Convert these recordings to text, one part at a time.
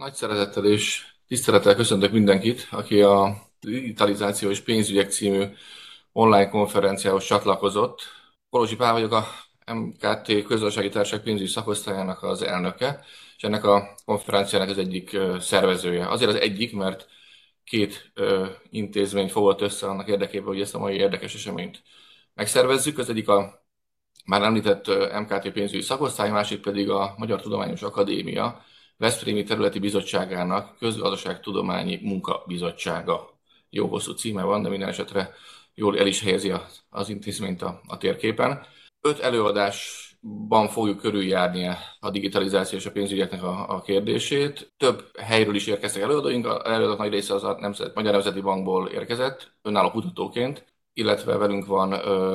Nagy szeretettel és tisztelettel köszöntök mindenkit, aki a Digitalizáció és pénzügyek című online konferenciához csatlakozott. Kolozsi Pál vagyok, a MKT Közgazdasági Társaság pénzügyi szakosztályának az elnöke, és ennek a konferenciának az egyik szervezője. Azért az egyik, mert két intézmény fogott össze annak érdekében, hogy ezt a mai érdekes eseményt megszervezzük. Az egyik a már említett MKT pénzügyi szakosztály, másik pedig a Magyar Tudományos Akadémia Veszprémi Területi Bizottságának Közgazdaságtudományi Munkabizottsága. Jó hosszú címe van, de minden esetre jól el is helyezi az intézményt a térképen. 5 előadásban fogjuk körüljárni a digitalizáció és a pénzügyeknek a kérdését. Több helyről is érkeztek előadóink, az előadók nagy része az a Magyar Nemzeti Bankból érkezett, önálló kutatóként, illetve velünk van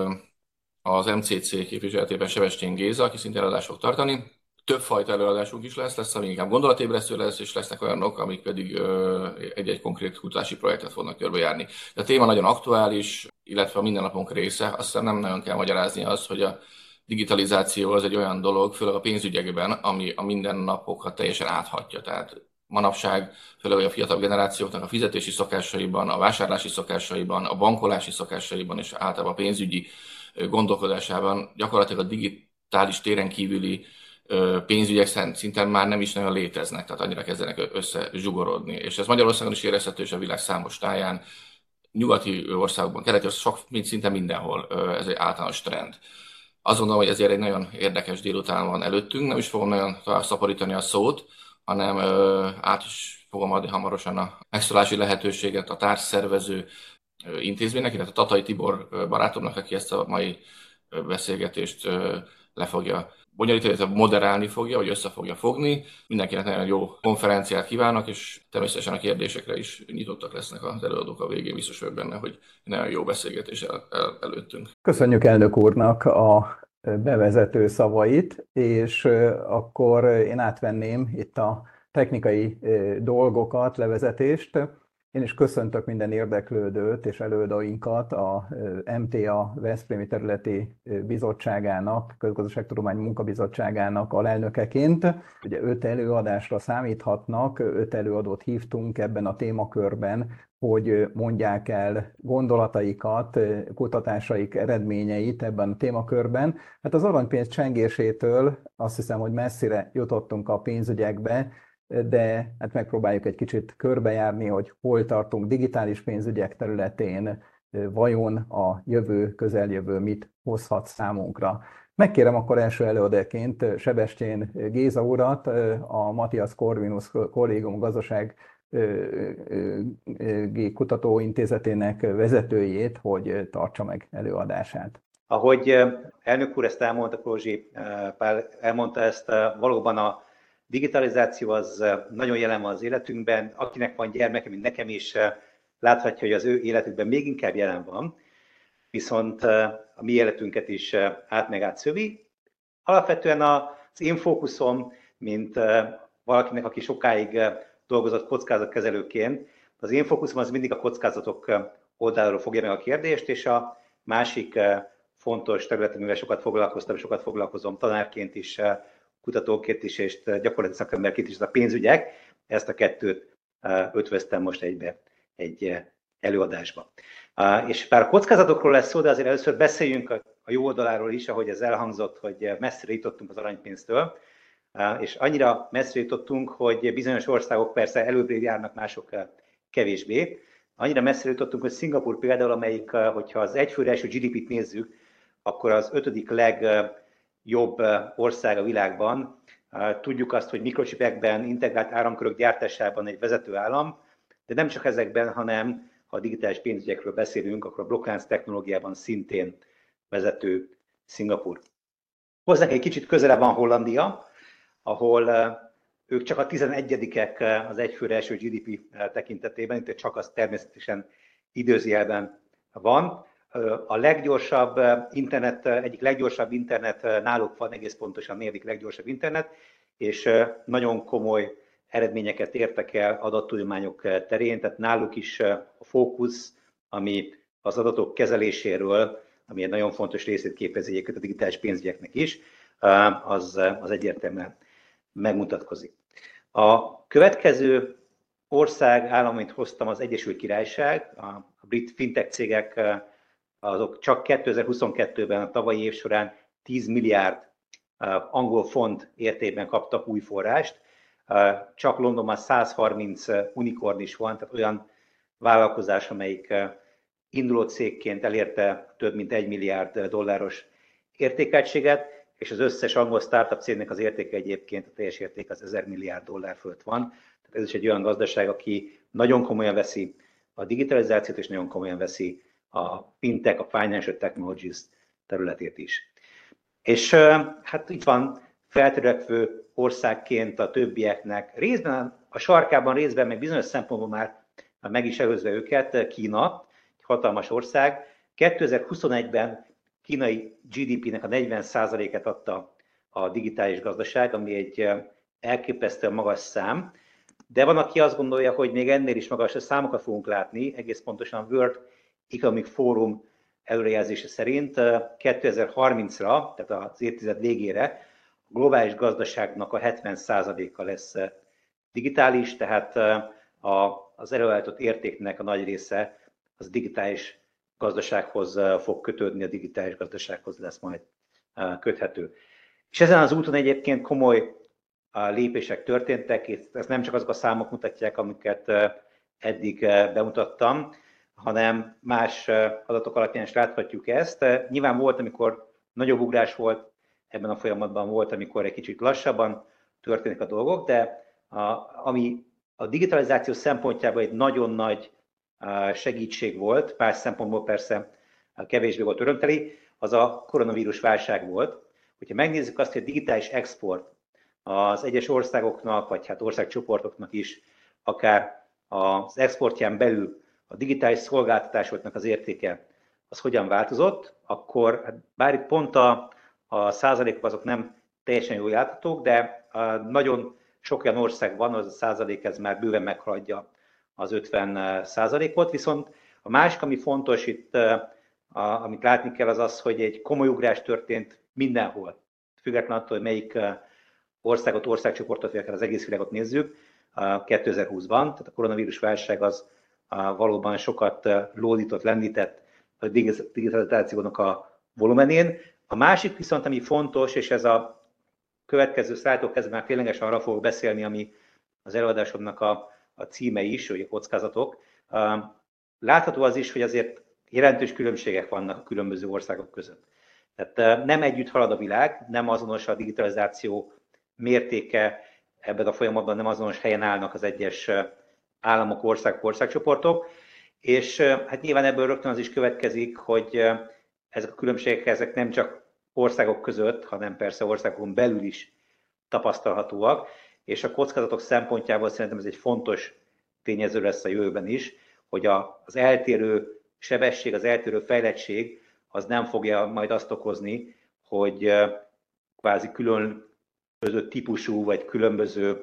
az MCC képviseletében Sebestyén Géza, aki szintén előadást fog tartani. Többfajta előadásunk is lesz, ami inkább gondolatébresztő lesz, és lesznek olyanok, amik pedig egy-egy konkrét kutatási projektet fognak körbejárni. De a téma nagyon aktuális, illetve a mindennapunk része. Azt hiszem nem nagyon kell magyarázni azt, hogy a digitalizáció az egy olyan dolog, főleg a pénzügyekben, ami a mindennapokat teljesen áthatja. Tehát manapság, főleg a fiatal generációknak a fizetési szokásaiban, a vásárlási szokásaiban, a bankolási szokásaiban és általában a pénzügyi gondolkodásában gyakorlatilag a digitális téren kívüli pénzügyek szinten már nem is nagyon léteznek, tehát annyira kezdenek összezsugorodni. És ez Magyarországon is érezhető, és a világ számos táján, nyugati országokban, keleti országokban, mint szinte mindenhol ez egy általános trend. Azt gondolom, hogy ezért egy nagyon érdekes délután van előttünk, nem is fogom nagyon tovább szaporítani a szót, hanem át is fogom adni hamarosan a megszólási lehetőséget a társszervező intézménynek, illetve a Tatai Tibor barátomnak, aki ezt a mai beszélgetést le fogja bonyolítani, illetve moderálni fogja, vagy össze fogja fogni. Mindenkinek nagyon jó konferenciát kívánok, és természetesen a kérdésekre is nyitottak lesznek az előadók a végén, biztos vagyok benne, hogy nagyon jó beszélgetés előttünk. Köszönjük elnök úrnak a bevezető szavait, és akkor én átvenném itt a technikai dolgokat, levezetést. Én is köszöntök minden érdeklődőt és előadóinkat a MTA Veszprémi Területi Bizottságának, Közgazdaságtudományi Munkabizottságának alelnökeként. Ugye 5 előadásra számíthatnak, 5 előadót hívtunk ebben a témakörben, hogy mondják el gondolataikat, kutatásaik eredményeit ebben a témakörben. Hát az aranypénz csengésétől azt hiszem, hogy messzire jutottunk a pénzügyekbe, de hát megpróbáljuk egy kicsit körbejárni, hogy hol tartunk digitális pénzügyek területén, vajon a jövő, közeljövő mit hozhat számunkra. Megkérem akkor első előadóként Sebestyén Géza urat, a Matthias Corvinus Kollégium Gazdasági Kutatóintézetének vezetőjét, hogy tartsa meg előadását. Ahogy elnök úr ezt elmondta, Kolozsi Pál elmondta ezt, valóban a digitalizáció az nagyon jelen van az életünkben. Akinek van gyermeke, mint nekem is, láthatja, hogy az ő életükben még inkább jelen van, viszont a mi életünket is átszövi. Alapvetően az én fókuszom, mint valakinek, aki sokáig dolgozott kockázatkezelőként, az én fókuszom az mindig a kockázatok oldalról fogja meg a kérdést, és a másik fontos terület, amivel sokat foglalkoztam, sokat foglalkozom tanárként is, kutatóként is, és gyakorlati szakemberként is, ez a pénzügyek. Ezt a kettőt ötvöztem most egybe egy előadásba. És bár a kockázatokról lesz szó, de azért először beszéljünk a jó oldaláról is, ahogy ez elhangzott, hogy messzire jutottunk az aranypénztől, és annyira messzire jutottunk, hogy bizonyos országok persze előbbre járnak, mások kevésbé. Annyira messzire jutottunk, hogy Szingapúr például, amelyik, hogyha az egyfőre eső GDP-t nézzük, akkor az 5. legjobb ország a világban. Tudjuk azt, hogy mikrocsipekben, integrált áramkörök gyártásában egy vezető állam, de nem csak ezekben, hanem ha a digitális pénzügyekről beszélünk, akkor a blokklánc technológiában szintén vezető Szingapúr. Hozzánk egy kicsit közelebb van Hollandia, ahol ők csak a 11-ek az egyfőre eső GDP tekintetében, itt csak az természetesen időzjelben van. A leggyorsabb internet, egyik leggyorsabb internet náluk van, egész pontosan negyedik leggyorsabb internet, és nagyon komoly eredményeket értek el adattudományok terén, tehát náluk is a fókusz, ami az adatok kezeléséről, ami egy nagyon fontos részét képezi egyébként a digitális pénzügyeknek is, az egyértelműen megmutatkozik. A következő ország, állam, amit hoztam, az Egyesült Királyság. A brit fintech cégek azok csak 2022-ben, a tavalyi év során 10 milliárd angol font értékben kaptak új forrást. Csak Londonban 130 unikorn is van, tehát olyan vállalkozás, amelyik induló cégként elérte több mint 1 milliárd dolláros értékeltséget, és az összes angol startup cégnek az értéke egyébként, a teljes érték az 1000 milliárd dollár fölött van. Tehát ez is egy olyan gazdaság, aki nagyon komolyan veszi a digitalizációt, és nagyon komolyan veszi a fintech, a financial technologies területét is. És hát itt van feltörekvő országként a többieknek, részben a sarkában, részben meg bizonyos szempontból már meg is előzve őket, Kína, egy hatalmas ország. 2021-ben kínai GDP-nek a 40%-et adta a digitális gazdaság, ami egy elképesztően magas szám, de van, aki azt gondolja, hogy még ennél is magasabb számokat fogunk látni, egész pontosan a World Economic Forum előrejelzése szerint 2030-ra, tehát az évtized végére a globális gazdaságnak a 70%-a lesz digitális, tehát az előállított értéknek a nagy része az digitális gazdasághoz fog kötődni, a digitális gazdasághoz lesz majd köthető. És ezen az úton egyébként komoly lépések történtek, és ezt nem csak azok a számok mutatják, amiket eddig bemutattam, hanem más adatok alapján is láthatjuk ezt. Nyilván volt, amikor nagyobb ugrás volt, ebben a folyamatban volt, amikor egy kicsit lassabban történnek a dolgok, de ami a digitalizáció szempontjából egy nagyon nagy segítség volt, más szempontból persze kevésbé volt örömteli, az a koronavírus válság volt. Hogyha megnézzük azt, hogy a digitális export az egyes országoknak, vagy hát országcsoportoknak is, akár az exportján belül a digitális szolgáltatásoknak az értéke az hogyan változott, akkor bár itt pont a százalékok azok nem teljesen jól láthatók, de nagyon sok olyan ország van, az a százalék ez már bőven meghaladja az 50%-ot, viszont a másik, ami fontos itt, amit látni kell, az az, hogy egy komoly ugrás történt mindenhol, függetlenül attól, hogy melyik országot, országcsoportot, vagy akár az egész világot nézzük 2020-ban, tehát a koronavírus válság az valóban sokat lódított, lendített a digitalizációnak a volumenén. A másik viszont, ami fontos, és ez a következő szlájdtól kezdve már ténylegesen arra fogok beszélni, ami az előadásomnak a címe is, hogy a kockázatok. Látható az is, hogy azért jelentős különbségek vannak a különböző országok között. Tehát nem együtt halad a világ, nem azonos a digitalizáció mértéke ebben a folyamatban, nem azonos helyen állnak az egyes államok, országok, országcsoportok, és hát nyilván ebből rögtön az is következik, hogy ezek a különbségek ezek nem csak országok között, hanem persze országokon belül is tapasztalhatóak, és a kockázatok szempontjából szerintem ez egy fontos tényező lesz a jövőben is, hogy az eltérő sebesség, az eltérő fejlettség az nem fogja majd azt okozni, hogy kvázi különböző típusú, vagy különböző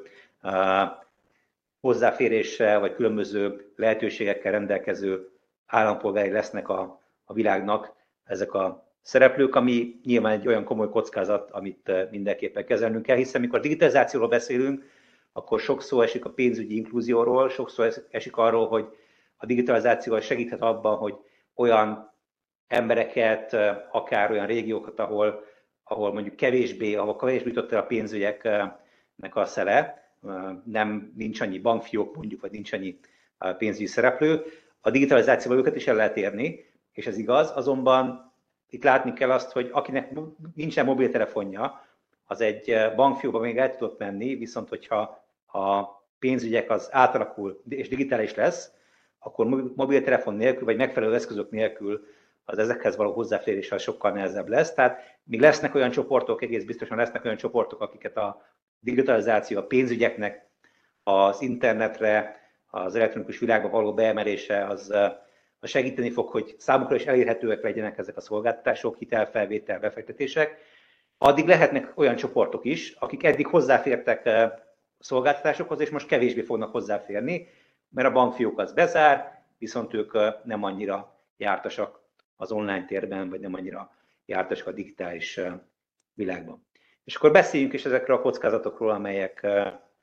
hozzáféréssel, vagy különböző lehetőségekkel rendelkező állampolgári lesznek a világnak ezek a szereplők, ami nyilván egy olyan komoly kockázat, amit mindenképpen kezelnünk kell, hiszen mikor digitalizációról beszélünk, akkor sok szó esik a pénzügyi inklúzióról, sok szó esik arról, hogy a digitalizáció segíthet abban, hogy olyan embereket, akár olyan régiókat, ahol mondjuk kevésbé jutott el a pénzügyeknek a szele, nincs annyi bankfiók mondjuk, vagy nincs annyi pénzügyi szereplő, a digitalizációval őket is el lehet érni, és ez igaz, azonban itt látni kell azt, hogy akinek nincsen mobiltelefonja, az egy bankfiókba még el tudott menni, viszont hogyha a pénzügyek az átalakul és digitális lesz, akkor mobiltelefon nélkül, vagy megfelelő eszközök nélkül az ezekhez való hozzáféréssel sokkal nehezebb lesz. Tehát még lesznek olyan csoportok, egész biztosan lesznek olyan csoportok, akiket a digitalizáció, a pénzügyeknek az internetre, az elektronikus világba való beemelése az segíteni fog, hogy számukra is elérhetőek legyenek ezek a szolgáltatások, hitelfelvétel, befektetések. Addig lehetnek olyan csoportok is, akik eddig hozzáfértek szolgáltatásokhoz, és most kevésbé fognak hozzáférni, mert a bankfiók az bezár, viszont ők nem annyira jártasak az online térben, vagy nem annyira jártasak a digitális világban. És akkor beszéljünk is ezekről a kockázatokról, amelyek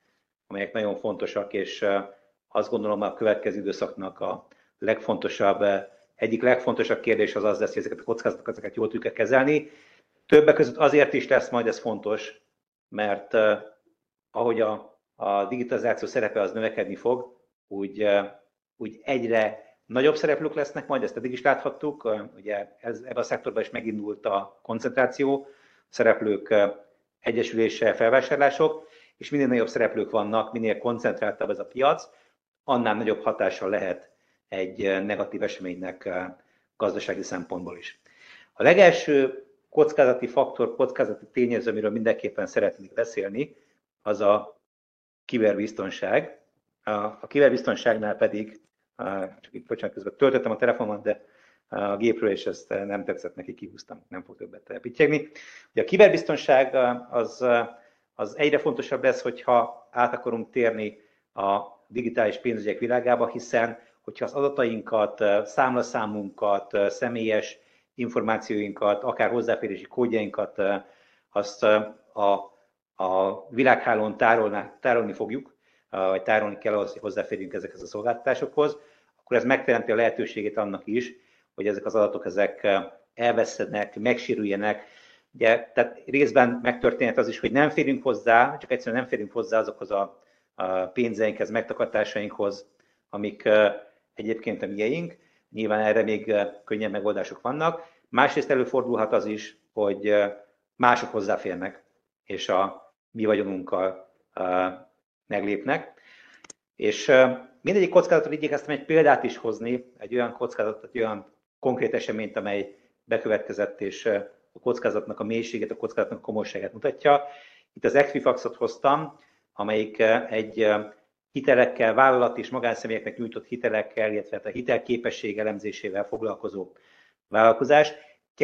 amelyek nagyon fontosak, és azt gondolom a következő időszaknak a legfontosabb, egyik legfontosabb kérdés az lesz, hogy ezeket a kockázatokat jól tudjuk kezelni. Többek között azért is lesz majd ez fontos, mert ahogy a digitalizáció szerepe az növekedni fog, úgy egyre nagyobb szereplők lesznek majd, ezt eddig is láthattuk. Ugye ebben a szektorban is megindult a koncentráció, szereplők egyesülése, felvásárlások, és minél nagyobb szereplők vannak, minél koncentráltabb ez a piac, annál nagyobb hatással lehet egy negatív eseménynek gazdasági szempontból is. A legelső kockázati faktor, kockázati tényező, amiről mindenképpen szeretnék beszélni, az a kiberbiztonság. A kiberbiztonságnál pedig, csak itt bocsánat, közben töltöttem a telefonomat, de a gépről, és ezt nem tetszett neki, kihúztam, nem fog többet pittyegni. Ugye a kiberbiztonság az egyre fontosabb lesz, hogyha át akarunk térni a digitális pénzügyek világába, hiszen hogyha az adatainkat, számlaszámunkat, személyes információinkat, akár hozzáférési kódjainkat azt a világhálón tárolni fogjuk, vagy tárolni kell ahhoz, hogy hozzáférjünk ezekhez a szolgáltatásokhoz, akkor ez megteremti a lehetőségét annak is, hogy ezek az adatok elveszednek, megsérüljenek. Ugye, tehát részben megtörténhet az is, hogy nem férünk hozzá, csak egyszerűen nem férünk hozzá azokhoz a pénzeinkhez, megtakarításainkhoz, amik egyébként a mieink. Nyilván erre még könnyebb megoldások vannak. Másrészt előfordulhat az is, hogy mások hozzáférnek, és a mi vagyonunkkal meglépnek. És mindegyik kockázatról igyekeztem egy példát is hozni, egy olyan kockázatot, egy olyan konkrét eseményt, amely bekövetkezett, és a kockázatnak a mélységét, a kockázatnak a komolyságát mutatja. Itt az Equifaxot hoztam, amelyik egy hitelekkel, vállalat és magánszemélyeknek nyújtott hitelekkel, illetve a hitelképesség elemzésével foglalkozó vállalkozás.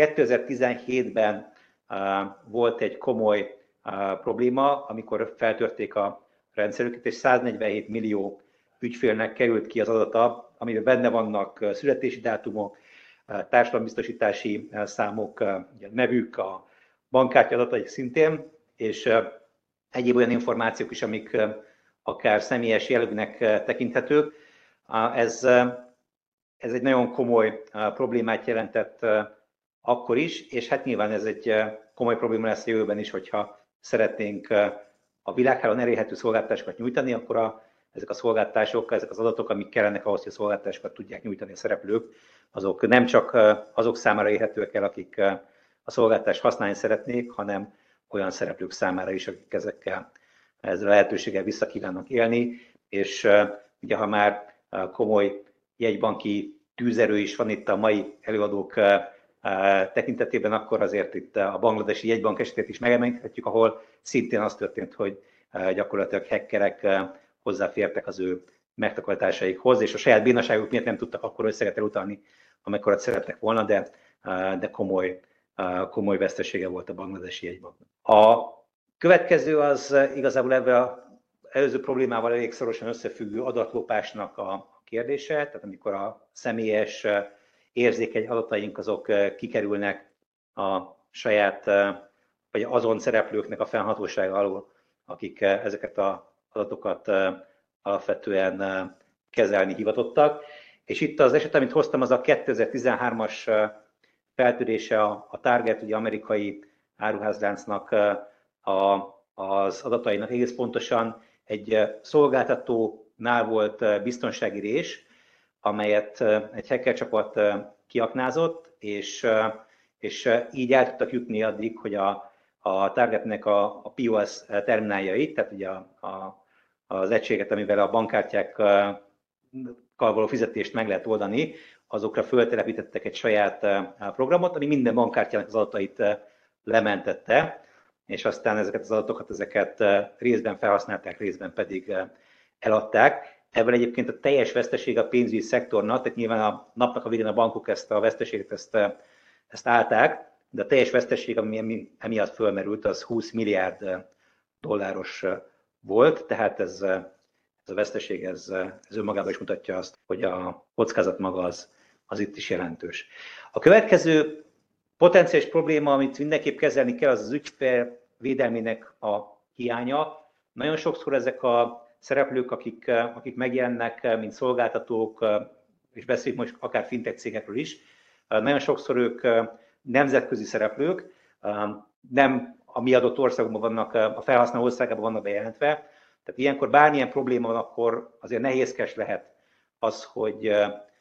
2017-ben volt egy komoly probléma, amikor feltörték a rendszerüket, és 147 millió ügyfélnek került ki az adata, amiben benne vannak születési dátumok, társadalombiztosítási számok, nevük, a bankkártya adatai szintén, és egyéb olyan információk is, amik akár személyes jellegűnek tekinthetők. Ez egy nagyon komoly problémát jelentett akkor is, és hát nyilván ez egy komoly probléma lesz a jövőben is, hogyha szeretnénk a világhálón elérhető szolgáltatásokat nyújtani, akkor ezek a szolgáltatások, ezek az adatok, amik kellenek ahhoz, hogy a szolgáltatásokat tudják nyújtani a szereplők, azok nem csak azok számára érhetőek el, akik a szolgáltatást használni szeretnék, hanem olyan szereplők számára is, akik ezzel a lehetőséggel vissza kívánnak élni, és ugye ha már komoly jegybanki tűzerő is van itt a mai előadók tekintetében, akkor azért itt a bangladesi jegybank esetét is megemlíthetjük, ahol szintén az történt, hogy gyakorlatilag hackerek hozzáfértek az ő megtakarításaikhoz, és a saját bénaságuk miatt nem tudtak akkor összeget elutalni, amekkorat szerettek volna, de komoly vesztesége volt a bangladesi jegybanknak. A következő az igazából ebben az előző problémával elég szorosan összefüggő adatlopásnak a kérdése, tehát amikor a személyes érzékeny adataink azok kikerülnek a saját, vagy azon szereplőknek a fennhatósága alól, akik ezeket az adatokat alapvetően kezelni hivatottak. És itt az eset, amit hoztam, az a 2013-as feltörése a Target, ugye amerikai áruházláncnak az adatainak. Egész pontosan egy szolgáltatónál volt biztonsági rés, amelyet egy hacker csapat kiaknázott, és így el tudtak jutni addig, hogy a Targetnek a POS termináljait, tehát ugye az egységet, amivel a bankkártyákkal való fizetést meg lehet oldani, azokra föltelepítettek egy saját programot, ami minden bankkártyának az adatait lementette, és aztán ezeket az adatokat részben felhasználták, részben pedig eladták. Ebben egyébként a teljes veszteség a pénzügyi szektornak, tehát nyilván a napnak a végén a bankok ezt a veszteséget ezt állták, de a teljes veszteség, ami emiatt fölmerült, az 20 milliárd dolláros volt, tehát ez a veszteség ez önmagában is mutatja azt, hogy a kockázat maga az itt is jelentős. A következő potenciális probléma, amit mindenképp kezelni kell, az ügyfél védelmének a hiánya. Nagyon sokszor ezek a szereplők, akik megjelennek, mint szolgáltatók, és beszéljük most akár fintech cégekről is, nagyon sokszor ők nemzetközi szereplők, nem a mi adott országban vannak, a felhasználó országában vannak bejelentve. Tehát ilyenkor bármilyen probléma van, akkor azért nehézkes lehet az, hogy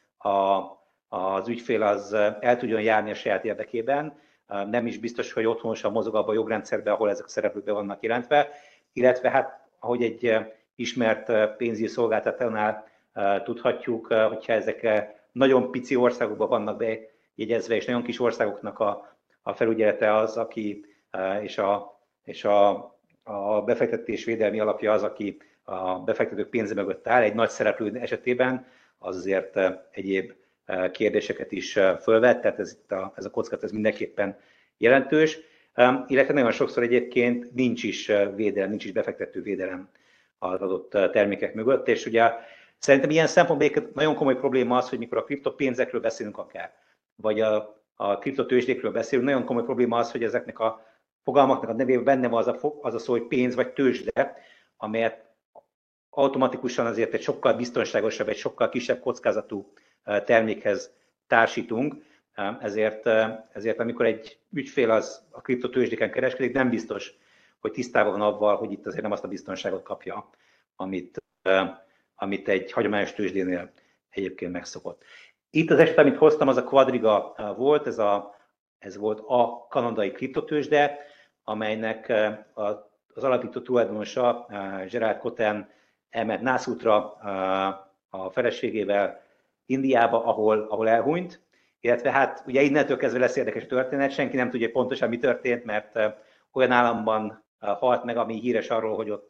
az ügyfél az el tudjon járni a saját érdekében. Nem is biztos, hogy otthonosan mozog abban a jogrendszerben, ahol ezek a szereplők be vannak jelentve, illetve hát, ahogy egy ismert pénzügyi szolgáltatónál tudhatjuk, hogyha ezek nagyon pici országokban vannak bejegyezve, és nagyon kis országoknak a felügyelete az, aki, és a befektetésvédelmi alapja az, aki a befektetők pénze mögött áll, egy nagy szereplő esetében az azért egyéb kérdéseket is fölvet, tehát ez a kockázat ez mindenképpen jelentős, illetve nagyon sokszor egyébként nincs is védelem, nincs is befektető védelem az adott termékek mögött, és ugye szerintem ilyen szempontból nagyon komoly probléma az, hogy mikor a kriptopénzekről beszélünk akár, vagy a kriptotőzsdékről beszélünk, nagyon komoly probléma az, hogy ezeknek a fogalmaknak a nevében benne van az a szó, hogy pénz vagy tőzsde, amelyet automatikusan azért egy sokkal biztonságosabb, egy sokkal kisebb kockázatú termékhez társítunk, ezért amikor egy ügyfél az a kriptotőzsdéken kereskedik, nem biztos, hogy tisztában van avval, hogy itt azért nem azt a biztonságot kapja, amit egy hagyományos tőzsdénél egyébként megszokott. Itt az eset, amit hoztam, az a Quadriga volt, ez volt a kanadai kriptotőzsde, amelynek az alapító tulajdonosa, Gerald Cotten elment nászútra a feleségével Indiába, ahol elhunyt, illetve hát ugye innentől kezdve lesz érdekes történet, senki nem tudja pontosan mi történt, mert olyan államban halt meg, ami híres arról, hogy ott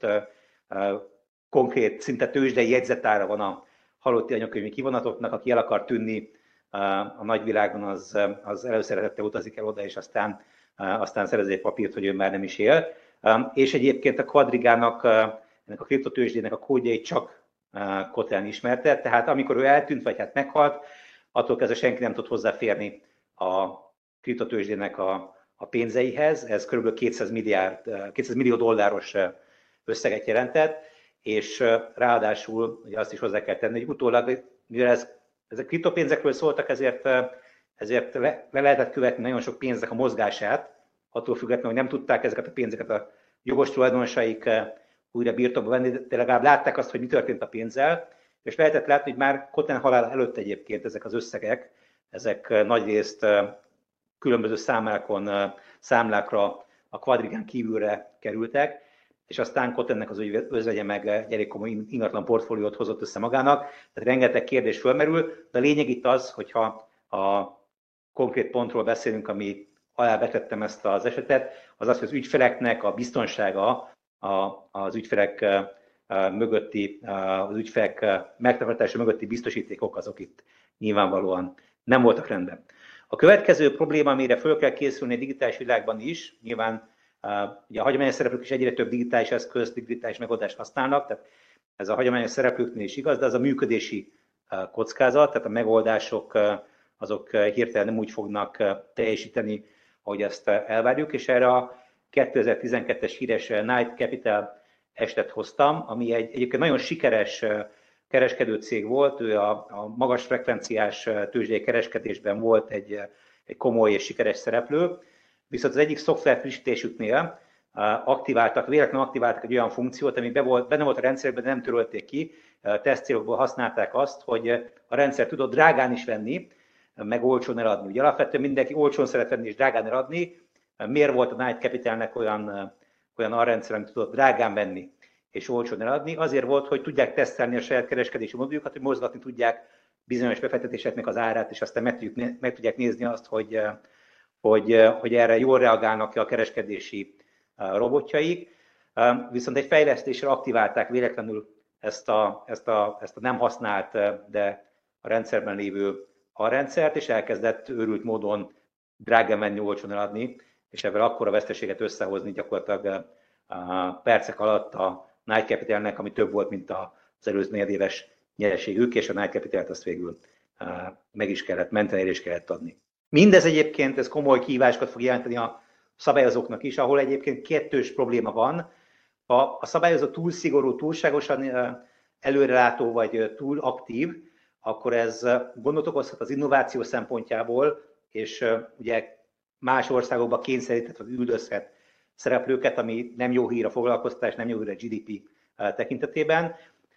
konkrét, szinte tőzsdei jegyzetára van a halotti anyakönyvi kivonatoknak, aki el akar tűnni a nagyvilágban, az előszeretettel utazik el oda, és aztán szerez egy papírt, hogy ő már nem is él. És egyébként a Quadrigának, ennek a kriptotőzsdének a kódjait csak Cotten ismerte, tehát amikor ő eltűnt, vagy hát meghalt, attól kezdve senki nem tud hozzáférni a kriptotőzsdének a pénzeihez, ez kb. 200 millió dolláros összeget jelentett, és ráadásul ugye azt is hozzá kell tenni, hogy utólag, mivel ezek kriptopénzekről szóltak, ezért le lehetett követni nagyon sok pénznek a mozgását, attól függetlenül, hogy nem tudták ezeket a pénzeket a jogos tulajdonosaik újra birtokba venni, de legalább látták azt, hogy mi történt a pénzzel, és lehetett látni, hogy már Cotten halála előtt egyébként ezek az összegek, ezek nagyrészt különböző számlákra a Quadrigán kívülre kerültek, és aztán Cottennek az özvegye meg egy elég komoly ingatlan portfóliót hozott össze magának, tehát rengeteg kérdés fölmerül, de a lényeg itt az, hogyha a konkrét pontról beszélünk, ami alá betettem ezt az esetet, az az, hogy az ügyfeleknek a biztonsága, az ügyfelek mögötti, az ügyfelek megtakarítása mögötti biztosítékok azok itt nyilvánvalóan nem voltak rendben. A következő probléma, amire föl kell készülni a digitális világban is, nyilván ugye a hagyományos szereplők is egyre több digitális eszközt, digitális megoldást használnak, tehát ez a hagyományos szereplőknél is igaz, de az a működési kockázat, tehát a megoldások azok hirtelen nem úgy fognak teljesíteni, ahogy ezt elvárjuk, és erre a 2012-es híres Knight Capital esetet hoztam, ami egyébként nagyon sikeres kereskedőcég volt, ő a magas frekvenciás tőzsdei kereskedésben volt egy komoly és sikeres szereplő, viszont az egyik szoftver frissítésüknél véletlenül aktiváltak egy olyan funkciót, ami benne volt a rendszerben, de nem törölték ki, tesztcélokból használták azt, hogy a rendszer tudott drágán is venni, meg olcsón eladni. Ugye alapvetően mindenki olcsón szeret venni és drágán eladni. Miért volt a Knight Capitalnek olyan alrendszer, amit tudott drágán venni és olcsón eladni? Azért volt, hogy tudják tesztelni a saját kereskedési moduljukat, hogy mozgatni tudják bizonyos befektetéseknek az árát, és aztán meg tudják nézni azt, hogy erre jól reagálnak-e a kereskedési robotjaik. Viszont egy fejlesztésre aktiválták véletlenül ezt a nem használt, de a rendszerben lévő alrendszert, és elkezdett őrült módon drágán menni, olcsón eladni, és ebben akkora veszteséget összehozni gyakorlatilag percek alatt a Knight Capitalnek, ami több volt, mint az előző negyedéves nyereségük, és a Knight Capitalt azt végül meg is kellett menteni, el is kellett adni. Mindez egyébként, ez komoly kihívásokat fog jelenteni a szabályozóknak is, ahol egyébként kettős probléma van. Ha a szabályozó túl szigorú, túlságosan előrelátó vagy túl aktív, akkor ez gondot okozhat az innováció szempontjából, és ugye más országokba kényszeríthet vagy üldözhet szereplőket, ami nem jó hír a foglalkoztatás, nem jó hír a GDP tekintetében.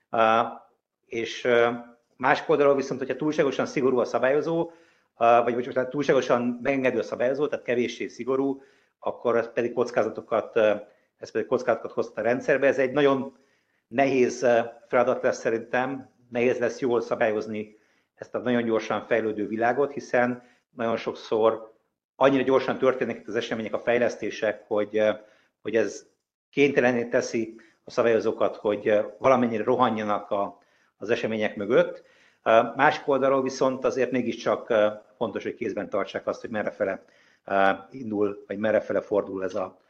És más oldalról viszont, hogyha túlságosan szigorú a szabályozó, vagy túlságosan megengedő a szabályozó, tehát kevéssé szigorú, akkor ez pedig kockázatokat hozhat a rendszerbe. Ez egy nagyon nehéz feladat lesz szerintem, nehéz lesz jól szabályozni ezt a nagyon gyorsan fejlődő világot, hiszen nagyon sokszor annyira gyorsan történnek itt az események, a fejlesztések, hogy ez kénytelenné teszi a szabályozókat, hogy valamennyire rohanjanak az események mögött. Másik oldalról viszont azért mégiscsak fontos, hogy kézben tartsák azt, hogy merrefele indul, vagy merrefele fordul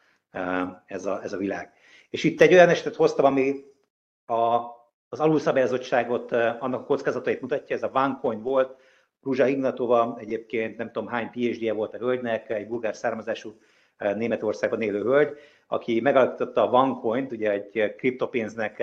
ez a világ. És itt egy olyan esetet hoztam, ami az alulszabályozottságot, annak a kockázatait mutatja, ez a OneCoin volt. Ruzsa Ignatova, egyébként nem tudom hány PhD-je volt a hölgynek, egy bulgár származású Németországban élő hölgy, aki megalapította a OneCoint, ugye egy kriptopénznek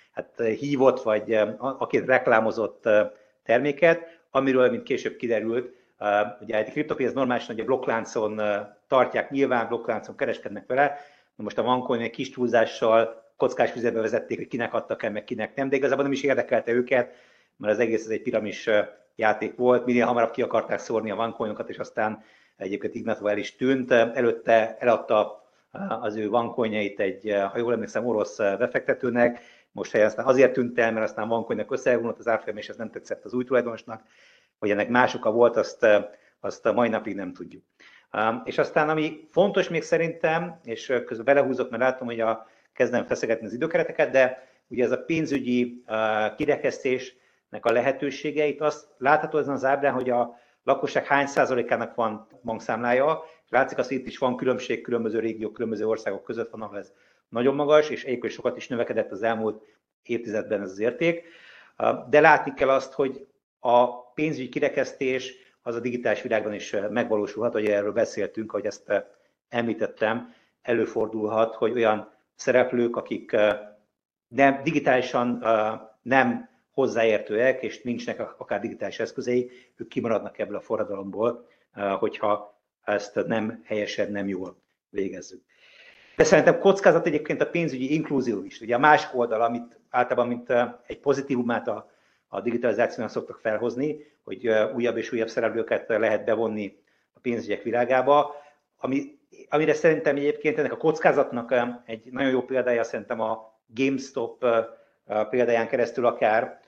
hívott, vagy akit reklámozott terméket, amiről, mint később kiderült, ugye egy kriptopénz normálisan ugye blokkláncon tartják, nyilván blokkláncon kereskednek vele, most a OneCoin egy kis túlzással kockás füzetbe vezették, hogy kinek adtak el, meg kinek nem, de igazából nem is érdekelte őket, mert az egész ez egy piramis játék volt, minél hamarabb ki akarták szórni a OneCoinokat, és aztán egyébként Ignatova el is tűnt. Előtte eladta az ő OneCoinjait egy, ha jól emlékszem, orosz befektetőnek, most aztán azért tűnt el, mert aztán OneCoinnak összeomlott az árfolyam, és ez nem tetszett az új tulajdonosnak, hogy ennek más oka volt, azt a mai napig nem tudjuk. És aztán ami fontos még szerintem, és közben belehúzok, mert látom, hogy kezdem feszegetni az időkereteket, de ugye ez a pénzügyi kirekesztésnek a lehetőségeit, azt látható ezen az ábrán, hogy a lakosság hány százalékának van bankszámlája, és látszik, hogy itt is van különbség különböző régiók, különböző országok között van, ahol ez nagyon magas, és egyébként sokat is növekedett az elmúlt évtizedben ez az érték. De látni kell azt, hogy a pénzügyi kirekesztés az a digitális világban is megvalósulhat, hogy erről beszéltünk, ahogy ezt említettem, előfordulhat, hogy olyan szereplők, akik nem, digitálisan nem hozzáértőek, és nincsnek akár digitális eszközei, ők kimaradnak ebből a forradalomból, hogyha ezt nem helyesen, nem jól végezzük. De szerintem kockázat egyébként a pénzügyi inkluzió is. Ugye a másik oldal, amit általában mint egy pozitívumát a digitalizációnak szoktak felhozni, hogy újabb és újabb szereplőket lehet bevonni a pénzügyek világába, amire szerintem egyébként ennek a kockázatnak egy nagyon jó példája szerintem a GameStop példáján keresztül akár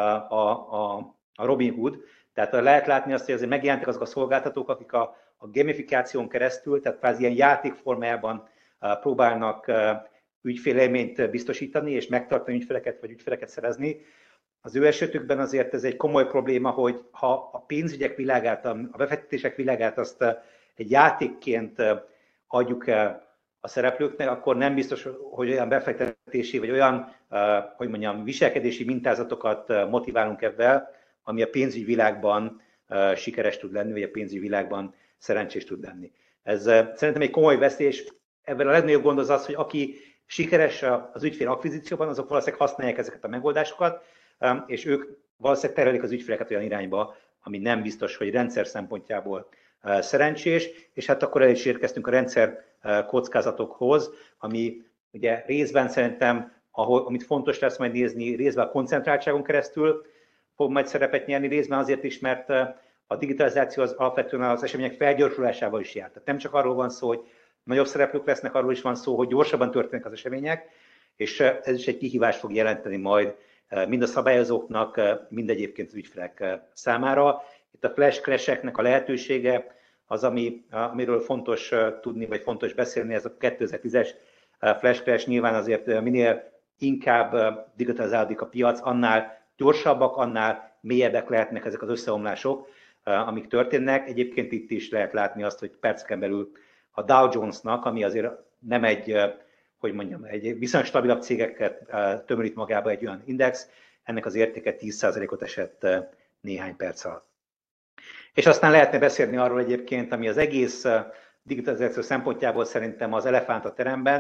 a Robinhood. Tehát lehet látni azt, hogy azért megjelentek azok a szolgáltatók, akik a gamifikáción keresztül, tehát kvázi ilyen játékformájában próbálnak ügyfélélményt biztosítani és megtartani ügyfeleket vagy ügyfeleket szerezni. Az ő esetükben azért ez egy komoly probléma, hogy ha a pénzügyek világát, a befektetések világát azt egy játékként adjuk el a szereplőknek, akkor nem biztos, hogy olyan befektetési vagy olyan, hogy mondjam, viselkedési mintázatokat motiválunk ebben, ami a pénzügyi világban sikeres tud lenni, vagy a pénzügyi világban szerencsés tud lenni. Ez szerintem egy komoly veszély, ebben a legnagyobb gond az, hogy aki sikeres az ügyfél akvizícióban, azok valószínűleg használják ezeket a megoldásokat, és ők valószínűleg terelik az ügyfeleket olyan irányba, ami nem biztos, hogy rendszer szempontjából szerencsés, és hát akkor el is érkeztünk a rendszer kockázatokhoz, ami ugye részben szerintem, amit fontos lesz majd nézni, részben a koncentráltságon keresztül fog majd szerepet nyerni, részben azért is, mert a digitalizáció az alapvetően az események felgyorsulásával is jár. Tehát nem csak arról van szó, hogy nagyobb szereplők lesznek, arról is van szó, hogy gyorsabban történnek az események, és ez is egy kihívást fog jelenteni majd mind a szabályozóknak, mind egyébként az ügyfelek számára. Itt a flash crash-eknek a lehetősége az, amiről fontos tudni, vagy fontos beszélni, ez a 2010-es flash crash. Nyilván azért minél inkább digitalizálódik a piac, annál gyorsabbak, annál mélyebbek lehetnek ezek az összeomlások, amik történnek. Egyébként itt is lehet látni azt, hogy perceken belül a Dow Jonesnak, ami azért nem egy, hogy mondjam, egy viszonylag stabilabb cégeket tömörít magába egy olyan index, ennek az értéke 10%-ot esett néhány perc alatt. És aztán lehetne beszélni arról egyébként, ami az egész digitalizáció szempontjából szerintem az elefánt a teremben,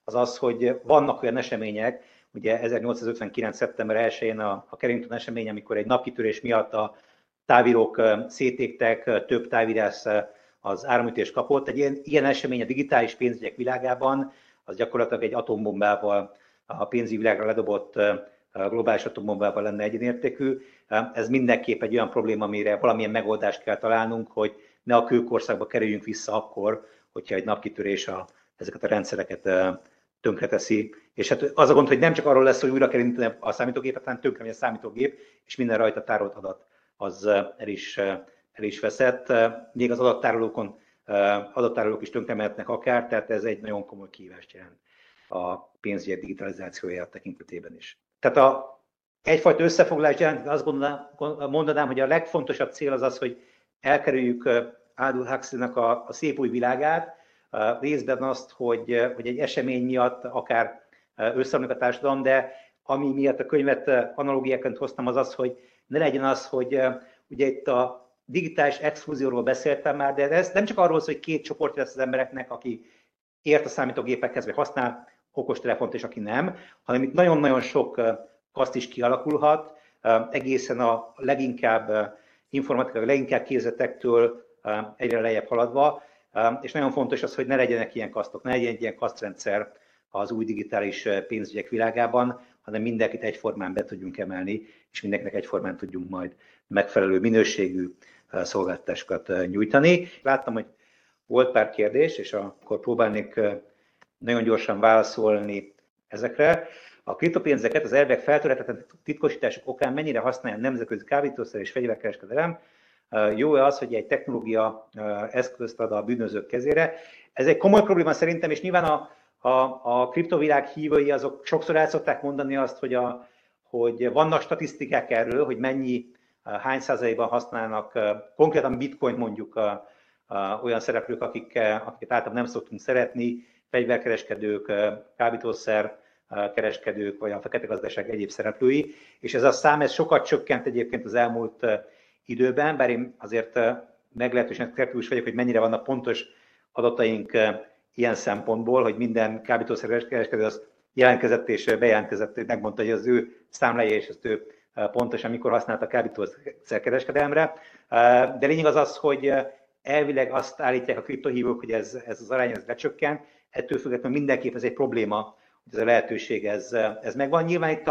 az az, hogy vannak olyan események, ugye 1859. szeptember 1-én a Carrington esemény, amikor egy napkitörés miatt a távírók szétégtek, több távírász az áramütést kapott. Egy ilyen esemény a digitális pénzügyek világában, az gyakorlatilag egy atombombával, a pénzügyi világra ledobott globális atombombával lenne egyenértékű. Ez mindenképp egy olyan probléma, amire valamilyen megoldást kell találnunk, hogy ne a kőkorszakba kerüljünk vissza akkor, hogyha egy napkitörés ezeket a rendszereket tönkreteszi. És hát az a gond, hogy nem csak arról lesz, hogy újra kell indítani a számítógépet, hanem tönkre megy a számítógép, és minden rajta tárolt adat az el is veszett. Még az adattárolók is tönkre mehetnek akár, tehát ez egy nagyon komoly kihívást jelent a pénzügyek digitalizációja tekintetében is. Tehát egyfajta összefoglalás jelent, azt mondanám, hogy a legfontosabb cél az az, hogy elkerüljük Aldous Huxleynak a szép új világát, részben azt, hogy egy esemény miatt akár összeomlik a társadalom, de ami miatt a könyvet analógiáként hoztam, az az, hogy ne legyen az, hogy ugye itt a digitális exklúzióról beszéltem már, de ez nem csak arról szól, hogy két csoport lesz az embereknek, aki ért a számítógépekhez, vagy használ okostelefont, és aki nem, hanem itt nagyon-nagyon sok kaszt is kialakulhat, egészen a leginkább informatikai, leginkább képzettektől egyre lejjebb haladva, és nagyon fontos az, hogy ne legyenek ilyen kasztok, ne legyen ilyen kasztrendszer az új digitális pénzügyek világában, hanem mindenkit egyformán be tudjunk emelni, és mindenkinek egyformán tudjunk majd megfelelő minőségű szolgáltatásokat nyújtani. Láttam, hogy volt pár kérdés, és akkor próbálnék nagyon gyorsan válaszolni ezekre. A kriptopénzeket az elvileg feltörhetetlen titkosítások okán mennyire használja a nemzetközi kábítószer és fegyverkereskedelem? Jó-e az, hogy egy technológia eszközt ad a bűnözők kezére? Ez egy komoly probléma szerintem, és nyilván a kriptovilág hívői azok sokszor el szokták mondani azt, hogy vannak statisztikák erről, hogy hány százalékban használnak konkrétan bitcoint mondjuk olyan szereplők, akiket általában nem szoktunk szeretni, fegyverkereskedők, kábítószer kereskedők, vagy a fekete gazdaság egyéb szereplői, és ez a szám sokat csökkent egyébként az elmúlt időben, bár én azért meglehetősen szkeptikus vagyok, hogy mennyire vannak pontos adataink ilyen szempontból, hogy minden kábítószerkereskedő az jelentkezett és bejelentkezett, megmondta, hogy az ő számlája és azt ő pontosan mikor használta a kábítószerkereskedelemre. De lényeg az, hogy elvileg azt állítják a kriptohívók, hogy ez az arány lecsökken, ettől függetlenül mindenképp ez egy probléma, hogy ez a lehetőség ez megvan. Nyilván itt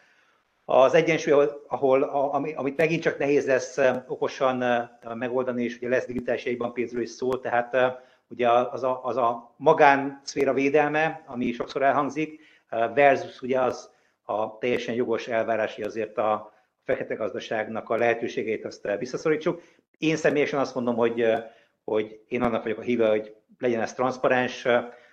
az egyensúly, amit megint csak nehéz lesz okosan megoldani, és ugye lesz digitális jegyban pénzről is szól, tehát ugye az a magánszféra védelme, ami sokszor elhangzik, versus ugye az a teljesen jogos elvárás, hogy azért a fekete gazdaságnak a lehetőségeit azt visszaszorítsuk. Én személyesen azt mondom, hogy én annak vagyok a híve, hogy legyen ez transzparens,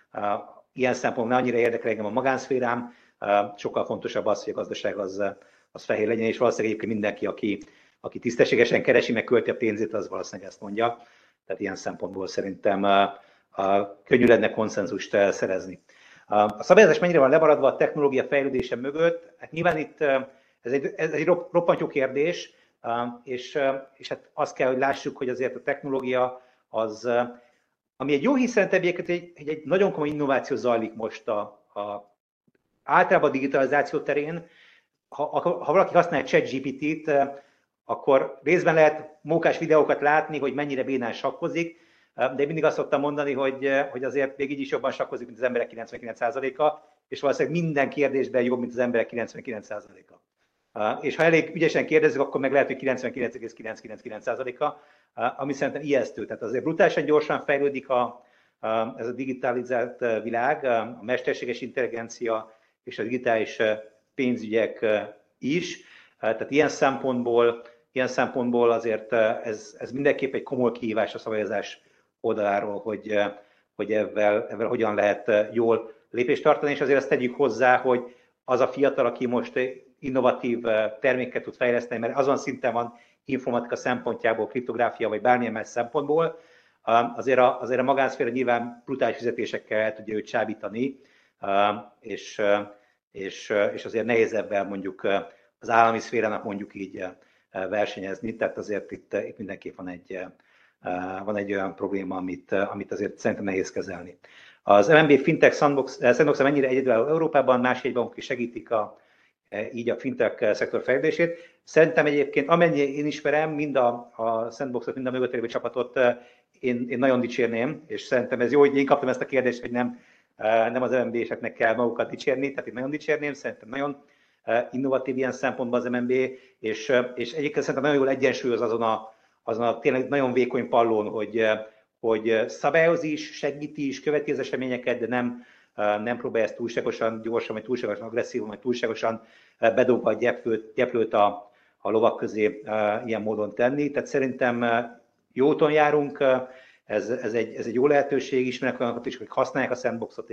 ilyen szempontból ne annyira érdekel engem a magánszférám, sokkal fontosabb az, hogy a gazdaság az fehér legyen, és valószínűleg egyébként mindenki, aki tisztességesen keresi, meg költi a pénzét, az valószínűleg ezt mondja. Tehát ilyen szempontból szerintem könnyű lenne konszenzust szerezni. A szabályozás mennyire van lemaradva a technológia fejlődése mögött? Hát nyilván itt ez egy roppant jó kérdés, és hát azt kell, hogy lássuk, hogy azért a technológia az, ami egy jó hiszem egy nagyon komoly innováció zajlik most általában a digitalizáció terén. Ha valaki használja ChatGPT-t, akkor részben lehet mókás videókat látni, hogy mennyire bénán sakkozik, de én mindig azt szoktam mondani, hogy azért még így is jobban sakkozik, mint az emberek 99%-a, és valószínűleg minden kérdésben jobb, mint az emberek 99%-a. És ha elég ügyesen kérdezzük, akkor meg lehet, hogy 99,999%-a, ami szerintem ijesztő. Tehát azért brutálisan gyorsan fejlődik ez a digitalizált világ, a mesterséges intelligencia és a digitális pénzügyek is. Tehát ilyen szempontból azért ez mindenképp egy komoly kihívás a szabályozás oldaláról, hogy ebben hogyan lehet jól lépést tartani, és azért ezt tegyük hozzá, hogy az a fiatal, aki most innovatív terméket tud fejleszteni, mert azon szinten van informatika szempontjából, kriptográfia vagy bármilyen más szempontból, azért a magánszféra nyilván brutális fizetésekkel el tudja őt csábítani, és azért nehéz ebben mondjuk az állami szférának mondjuk így versenyezni, tehát azért itt mindenképp van van egy olyan probléma, amit azért szerintem nehéz kezelni. Az MNB Fintech Sandbox mennyire egyedülálló Európában, más jegybankok is segítik így a fintech szektor fejlődését. Szerintem egyébként, amennyire én ismerem, mind a Sandboxot, mind a mögött lévő csapatot én nagyon dicsérném, és szerintem ez jó, hogy én kaptam ezt a kérdést, hogy nem az MNB-seknek kell magukat dicsérni, tehát én nagyon dicsérném, szerintem nagyon innovatív ilyen szempontból az MNB, és egyébként szerintem nagyon jól egyensúlyoz azon a tényleg nagyon vékony pallón, hogy szabályoz is, segít is, követi az eseményeket, de nem próbálja ezt túlságosan gyorsan, vagy túlságosan agresszívan, vagy túlságosan bedobva a gyeplőt a lovak közé ilyen módon tenni. Tehát szerintem jó úton járunk, ez egy jó lehetőség, ismerek olyanokat is, hogy használják a sandboxot,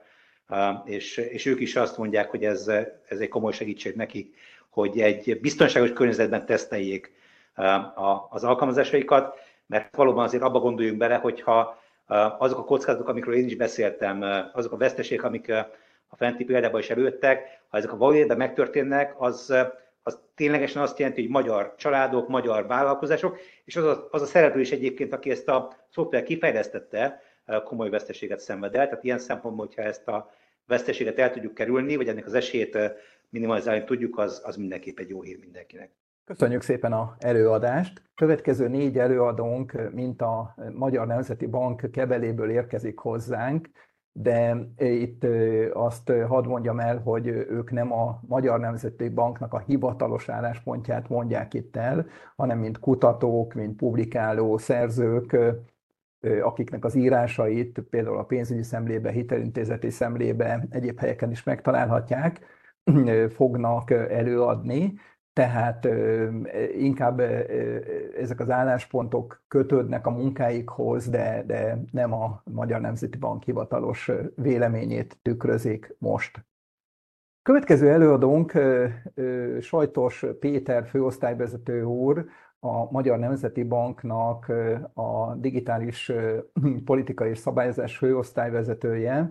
és ők is azt mondják, hogy ez egy komoly segítség nekik, hogy egy biztonságos környezetben teszteljék az alkalmazásaikat, mert valóban azért abba gondoljunk bele, hogyha azok a kockázatok, amikről én is beszéltem, azok a veszteségek, amik a fenti példában is előttek, ha ezek a valójában megtörténnek, az ténylegesen azt jelenti, hogy magyar családok, magyar vállalkozások, és az a szereplő is egyébként, aki ezt a szoftvert kifejlesztette, komoly veszteséget szenved el. Tehát ilyen szempontból, hogyha ezt a veszteséget el tudjuk kerülni, vagy ennek az esélyét minimalizálni tudjuk, az mindenképp egy jó hír mindenkinek. Köszönjük szépen az előadást. Következő 4 előadónk, mint a Magyar Nemzeti Bank kebeléből érkezik hozzánk, de itt azt hadd mondjam el, hogy ők nem a Magyar Nemzeti Banknak a hivatalos álláspontját mondják itt el, hanem mint kutatók, mint publikáló szerzők, akiknek az írásait például a pénzügyi szemlébe, hitelintézeti szemlébe, egyéb helyeken is megtalálhatják, fognak előadni. Tehát inkább ezek az álláspontok kötődnek a munkáikhoz, de nem a Magyar Nemzeti Bank hivatalos véleményét tükrözik most. Következő előadónk Sajtos Péter főosztályvezető úr, a Magyar Nemzeti Banknak a digitális politika és szabályozás főosztályvezetője.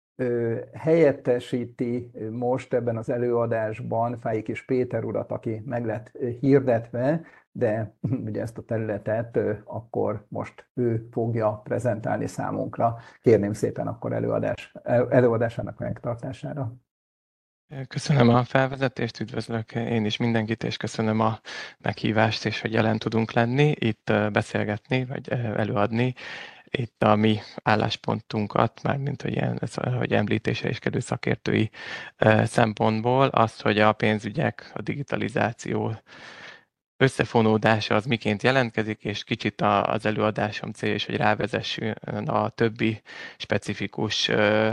Helyettesíti most ebben az előadásban Fájkis Péter urat, aki meg lett hirdetve, de ugye ezt a területet akkor most ő fogja prezentálni számunkra. Kérném szépen akkor előadásának megtartására. Köszönöm a felvezetést, üdvözlök én is mindenkit, és köszönöm a meghívást, és hogy jelen tudunk lenni, itt beszélgetni, vagy előadni itt a mi álláspontunkat, mármint hogy említésre is kerül szakértői szempontból, azt, hogy a pénzügyek, a digitalizáció összefonódása az miként jelentkezik, és kicsit az előadásom célja is, hogy rávezessünk a többi specifikus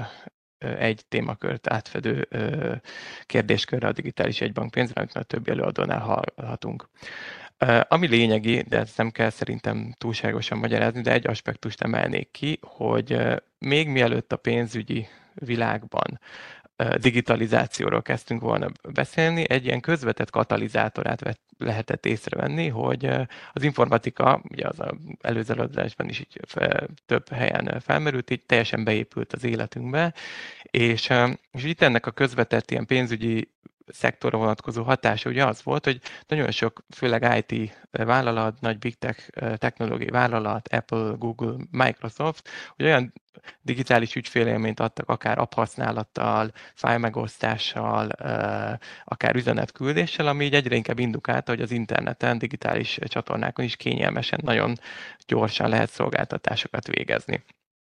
egy témakört átfedő kérdéskörre a digitális egybank pénzre, amit a többi előadónál hallhatunk. Ami lényegi, de ezt nem kell szerintem túlságosan magyarázni, de egy aspektust emelnék ki, hogy még mielőtt a pénzügyi világban digitalizációról kezdtünk volna beszélni, egy ilyen közvetett katalizátorát lehetett észrevenni, hogy az informatika, ugye az előző előadásban is így több helyen felmerült, így teljesen beépült az életünkbe, és itt ennek a közvetett ilyen pénzügyi szektorra vonatkozó hatása ugye az volt, hogy nagyon sok, főleg IT vállalat, nagy big tech technológiai vállalat, Apple, Google, Microsoft, hogy olyan digitális ügyfélélményt adtak, akár app használattal, fájl megosztással, akár üzenetküldéssel, ami így egyre inkább indukálta, hogy az interneten, digitális csatornákon is kényelmesen, nagyon gyorsan lehet szolgáltatásokat végezni.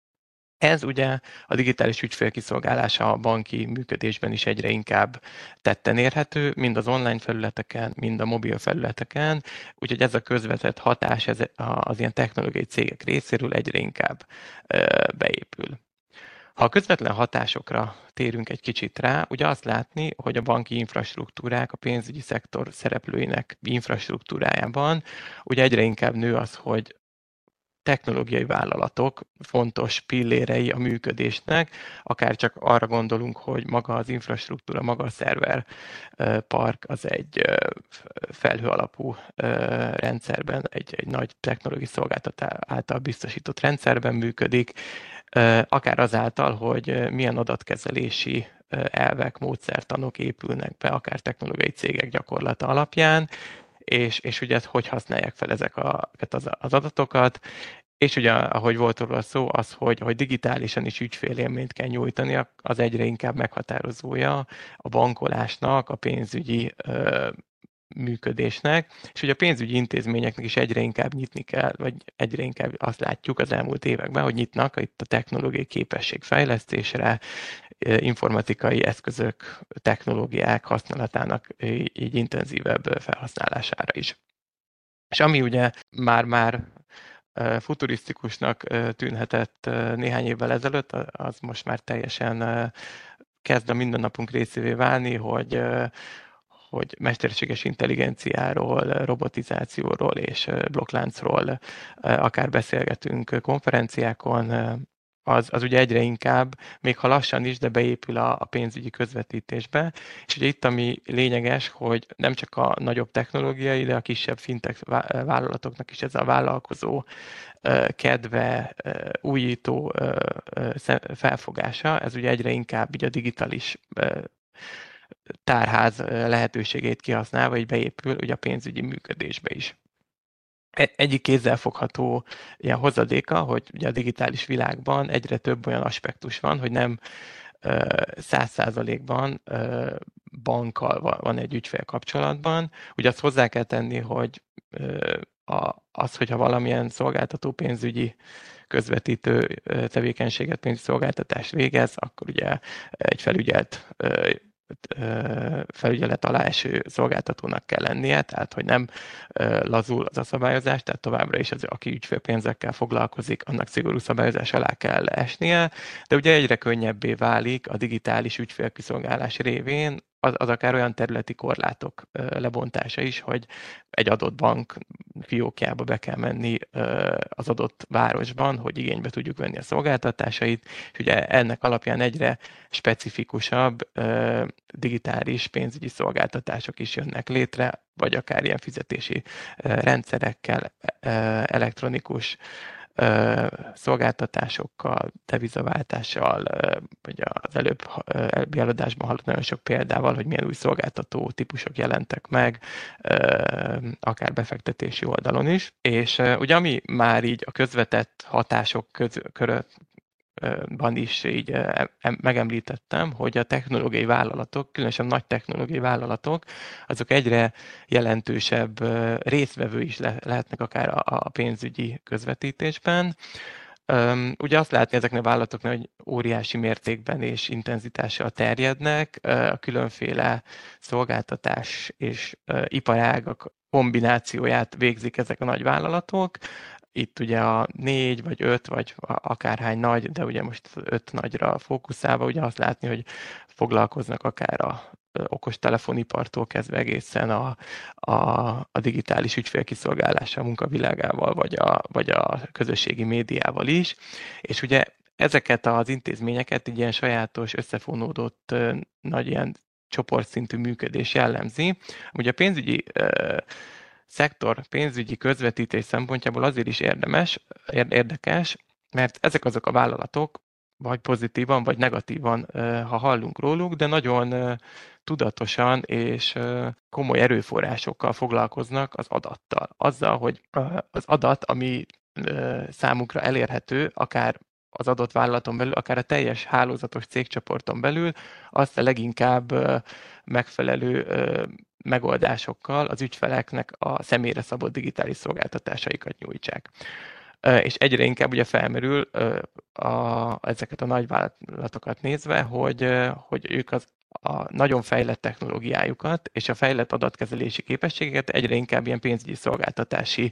Ez ugye a digitális ügyfélkiszolgálása a banki működésben is egyre inkább tetten érhető, mind az online felületeken, mind a mobil felületeken, úgyhogy ez a közvetett hatás az ilyen technológiai cégek részéről egyre inkább beépül. Ha a közvetlen hatásokra térünk egy kicsit rá, ugye azt látni, hogy a banki infrastruktúrák, a pénzügyi szektor szereplőinek infrastruktúrájában ugye egyre inkább nő az, hogy technológiai vállalatok fontos pillérei a működésnek, akár csak arra gondolunk, hogy maga az infrastruktúra, maga a szerver park az egy felhő alapú rendszerben, egy nagy technológiai szolgáltatás által biztosított rendszerben működik, akár azáltal, hogy milyen adatkezelési elvek, módszertanok épülnek be, akár technológiai cégek gyakorlata alapján, és ugye hogy használják fel ezeket az adatokat, és ugye, ahogy volt róla szó, az, hogy digitálisan is ügyfélélményt kell nyújtani, az egyre inkább meghatározója a bankolásnak, a pénzügyi működésnek, és ugye a pénzügyi intézményeknek is egyre inkább nyitni kell, vagy egyre inkább azt látjuk az elmúlt években, hogy nyitnak itt a technológiai képesség fejlesztésre, informatikai eszközök, technológiák használatának így intenzívebb felhasználására is. És ami ugye már futurisztikusnak tűnhetett néhány évvel ezelőtt, az most már teljesen kezd a mindennapunk részévé válni, hogy mesterséges intelligenciáról, robotizációról és blokkláncról akár beszélgetünk konferenciákon, az ugye egyre inkább, még ha lassan is, de beépül a pénzügyi közvetítésbe. És ugye itt ami lényeges, hogy nem csak a nagyobb technológiai, de a kisebb fintech vállalatoknak is ez a vállalkozó kedve, újító felfogása, ez ugye egyre inkább így a digitális tárház lehetőségét kihasználva, így beépül ugye a pénzügyi működésbe is. Egyik kézzelfogható ilyen hozadéka, hogy ugye a digitális világban egyre több olyan aspektus van, hogy nem 100%-ban bankkal van egy ügyfél kapcsolatban. Ugye azt hozzá kell tenni, hogy hogyha valamilyen szolgáltató pénzügyi közvetítő tevékenységet, pénzügyi szolgáltatást végez, akkor ugye egy felügyelet alá eső szolgáltatónak kell lennie, tehát hogy nem lazul az a szabályozás, tehát továbbra is az, aki ügyfélpénzekkel foglalkozik, annak szigorú szabályozás alá kell esnie, de ugye egyre könnyebbé válik a digitális ügyfélkiszolgálás révén az akár olyan területi korlátok lebontása is, hogy egy adott bank fiókjába be kell menni az adott városban, hogy igénybe tudjuk venni a szolgáltatásait, és ugye ennek alapján egyre specifikusabb digitális pénzügyi szolgáltatások is jönnek létre, vagy akár ilyen fizetési rendszerekkel, elektronikus szolgáltatásokkal, devizaváltással, vagy az előbbi előadásban hallott nagyon sok példával, hogy milyen új szolgáltató típusok jelentek meg, akár befektetési oldalon is. És ugye ami már így a közvetett hatások körben is így megemlítettem, hogy a technológiai vállalatok, különösen nagy technológiai vállalatok, azok egyre jelentősebb résztvevő is lehetnek akár a pénzügyi közvetítésben. Ugye azt látni ezeknek a vállalatoknál, hogy óriási mértékben és intenzitással terjednek, a különféle szolgáltatás és iparágak kombinációját végzik ezek a nagy vállalatok. Itt ugye a 4 vagy 5 vagy akárhány nagy, de ugye most 5 nagyra fókuszálva ugye azt látni, hogy foglalkoznak akár a okostelefonipartól kezdve egészen a digitális ügyfélkiszolgálással, a munkavilágával, vagy a közösségi médiával is. És ugye ezeket az intézményeket így ilyen sajátos, összefonódott, nagy ilyen csoportszintű működés jellemzi. Ugye a pénzügyi szektor pénzügyi közvetítés szempontjából azért is érdekes, mert ezek azok a vállalatok, vagy pozitívan, vagy negatívan, ha hallunk róluk, de nagyon tudatosan és komoly erőforrásokkal foglalkoznak az adattal. Azzal, hogy az adat, ami számunkra elérhető, akár az adott vállalaton belül, akár a teljes hálózatos cégcsoporton belül, azt a leginkább megfelelő megoldásokkal az ügyfeleknek a személyre szabott digitális szolgáltatásaikat nyújtsák. És egyre inkább ugye felmerül ezeket a nagy vállalatokat nézve, hogy ők a nagyon fejlett technológiájukat és a fejlett adatkezelési képességeket egyre inkább ilyen pénzügyi szolgáltatási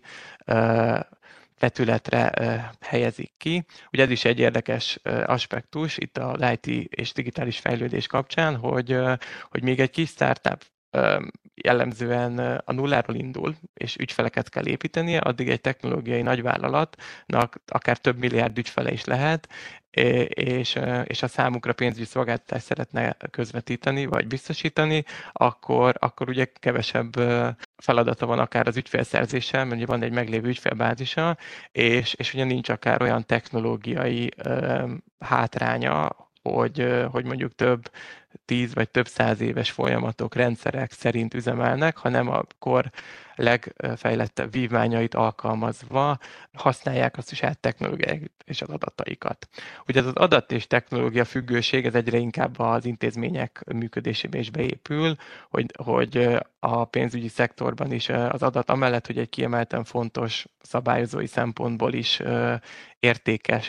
vetületre helyezik ki. Ugye ez is egy érdekes aspektus itt az IT és digitális fejlődés kapcsán, hogy még egy kis startup jellemzően a nulláról indul, és ügyfeleket kell építenie, addig egy technológiai nagyvállalatnak akár több milliárd ügyfele is lehet, és a számukra pénzügyi szolgáltatást szeretne közvetíteni, vagy biztosítani, akkor ugye kevesebb feladata van akár az ügyfélszerzéssel, mert ugye van egy meglévő ügyfélbázisa, és ugye nincs akár olyan technológiai hátránya, hogy mondjuk több 10 vagy több 100 éves folyamatok, rendszerek szerint üzemelnek, hanem akkor legfejlettebb vívmányait alkalmazva használják azt is technológiát és az adataikat. Ugye az adat és technológia függőség ez egyre inkább az intézmények működésébe is beépül, hogy a pénzügyi szektorban is az adat amellett, hogy egy kiemelten fontos szabályozói szempontból is értékes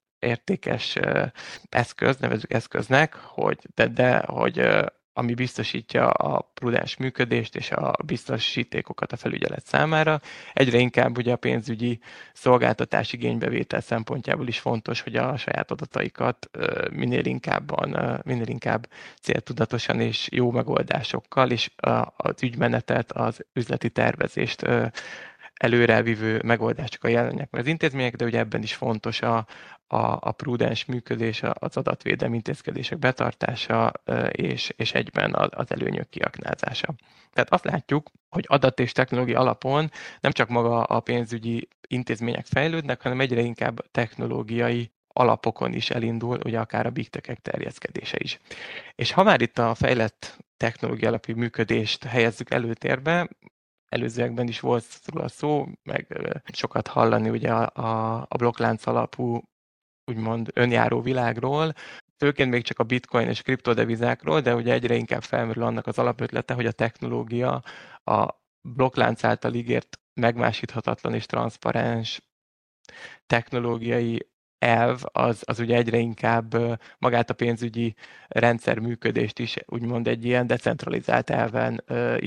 eszköz, nevezzük eszköznek, hogy ami biztosítja a prudens működést és a biztosítékokat a felügyelet számára. Egyre inkább ugye a pénzügyi szolgáltatás igénybevétel szempontjából is fontos, hogy a saját adataikat minél inkább céltudatosan és jó megoldásokkal, és az ügymenetet, az üzleti tervezést előrevívő megoldásokkal jelenjenek meg az intézmények, de ugye ebben is fontos a prudens működés, az adatvédelmi intézkedések betartása és egyben az előnyök kiaknázása. Tehát azt látjuk, hogy adat és technológia alapon nem csak maga a pénzügyi intézmények fejlődnek, hanem egyre inkább technológiai alapokon is elindul, ugye akár a big tech-ek terjeszkedése is. És ha már itt a fejlett technológia alapú működést helyezzük előtérbe, előzőekben is volt róla szó, meg sokat hallani ugye a blokklánc alapú úgymond önjáró világról, főként még csak a bitcoin és kriptodevizákról, de ugye egyre inkább felmerül annak az alapötlete, hogy a technológia a blokklánc által ígért megmásíthatatlan és transzparens technológiai elv, az ugye egyre inkább magát a pénzügyi rendszer működést is úgymond egy ilyen decentralizált elven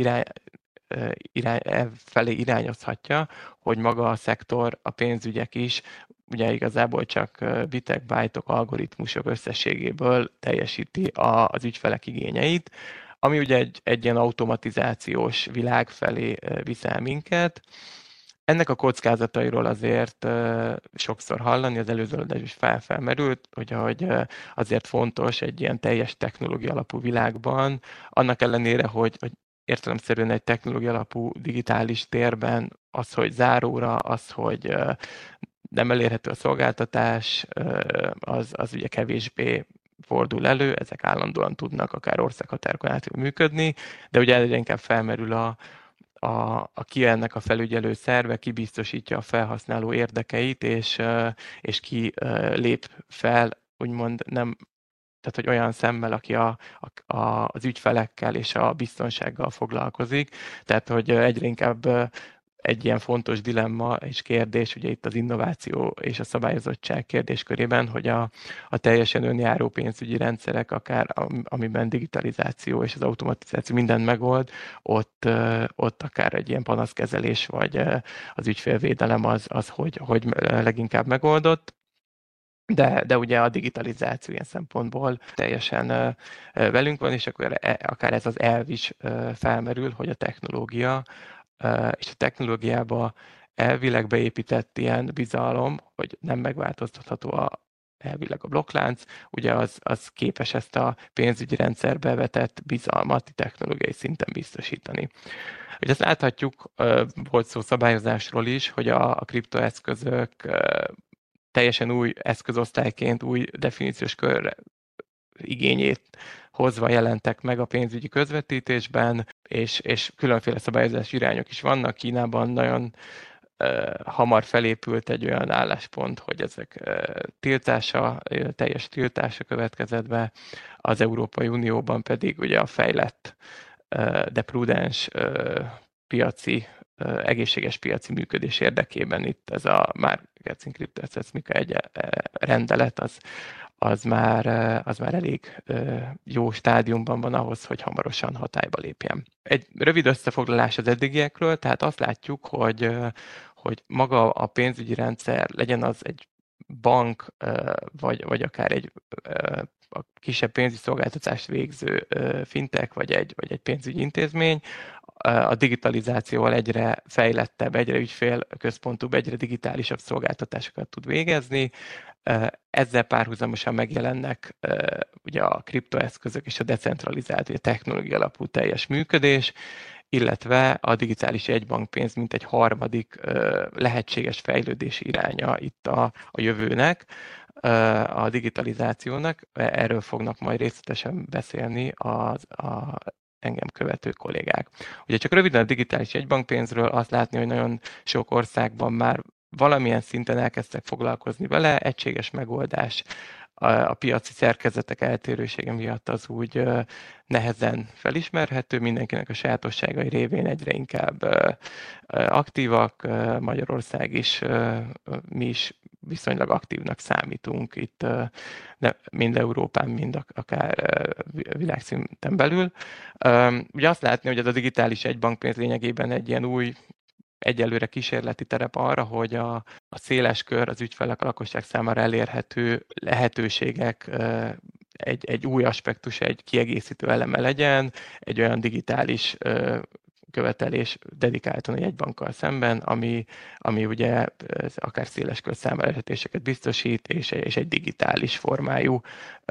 felé irányozhatja, hogy maga a szektor, a pénzügyek is ugye igazából csak bitek, bájtok, algoritmusok összességéből teljesíti az ügyfelek igényeit, ami ugye egy ilyen automatizációs világ felé viszel minket. Ennek a kockázatairól azért sokszor hallani, az előző adás is felmerült, hogy azért fontos egy ilyen teljes technológia alapú világban, annak ellenére, hogy értelemszerűen egy technológia alapú digitális térben az, hogy záróra, az, hogy nem elérhető a szolgáltatás, az ugye kevésbé fordul elő, ezek állandóan tudnak akár országhatárokon át működni, de ugye egyre inkább felmerül ki ennek a felügyelő szerve, ki biztosítja a felhasználó érdekeit, és ki lép fel, úgymond nem, tehát hogy olyan szemmel, aki az ügyfelekkel és a biztonsággal foglalkozik, tehát hogy egyre inkább egy ilyen fontos dilemma és kérdés, ugye itt az innováció és a szabályozottság kérdéskörében, hogy a teljesen önjáró pénzügyi rendszerek, akár amiben digitalizáció és az automatizáció mindent megold, ott akár egy ilyen panaszkezelés, vagy az ügyfélvédelem az hogy leginkább megoldott. De ugye a digitalizáció ilyen szempontból teljesen velünk van, és akkor akár ez az elv is felmerül, hogy a technológia és a technológiába elvileg beépített ilyen bizalom, hogy nem megváltoztatható elvileg a blokklánc, ugye az képes ezt a pénzügyi rendszerbe vetett bizalmat technológiai szinten biztosítani. Ugye ezt láthatjuk, volt szó szabályozásról is, hogy a kriptoeszközök teljesen új eszközosztályként, új definíciós kör igényét hozva jelentek meg a pénzügyi közvetítésben, és különféle szabályozási irányok is vannak. Kínában nagyon hamar felépült egy olyan álláspont, hogy ezek teljes tiltása következett be, az Európai Unióban pedig ugye a fejlett, de prudens egészséges piaci működés érdekében itt ez a Markets in Crypto Assets MiCA egy rendelet, az már elég jó stádiumban van ahhoz, hogy hamarosan hatályba lépjen. Egy rövid összefoglalás az eddigiekről, tehát azt látjuk, hogy maga a pénzügyi rendszer, legyen az egy bank, vagy akár egy a kisebb pénzügyi szolgáltatást végző fintech, vagy egy pénzügyi intézmény, a digitalizációval egyre fejlettebb, egyre ügyfélközpontúbb, egyre digitálisabb szolgáltatásokat tud végezni. Ezzel párhuzamosan megjelennek ugye a kriptoeszközök és a decentralizált, vagy a technológia alapú teljes működés, illetve a digitális jegybankpénz, mint egy harmadik lehetséges fejlődési iránya itt a jövőnek. a digitalizációnak. Erről fognak majd részletesen beszélni a engem követő kollégák. Ugye csak röviden a digitális jegybankpénzről azt látni, hogy nagyon sok országban már valamilyen szinten elkezdtek foglalkozni vele, egységes megoldás a piaci szerkezetek eltérősége miatt az úgy nehezen felismerhető, mindenkinek a sajátosságai révén egyre inkább aktívak. Magyarország is, mi is viszonylag aktívnak számítunk itt mind Európán, mind akár világszinten belül. Ugye azt látni, hogy ez a digitális egybankpénz lényegében egy ilyen új, egyelőre kísérleti terep arra, hogy a széles kör, az ügyfelek, a lakosság számára elérhető lehetőségek egy új aspektus, egy kiegészítő eleme legyen, egy olyan digitális követelés dedikáltan a jegybankkal szemben, ami ugye akár széleskör számára elérhetéseket biztosít, és egy digitális formájú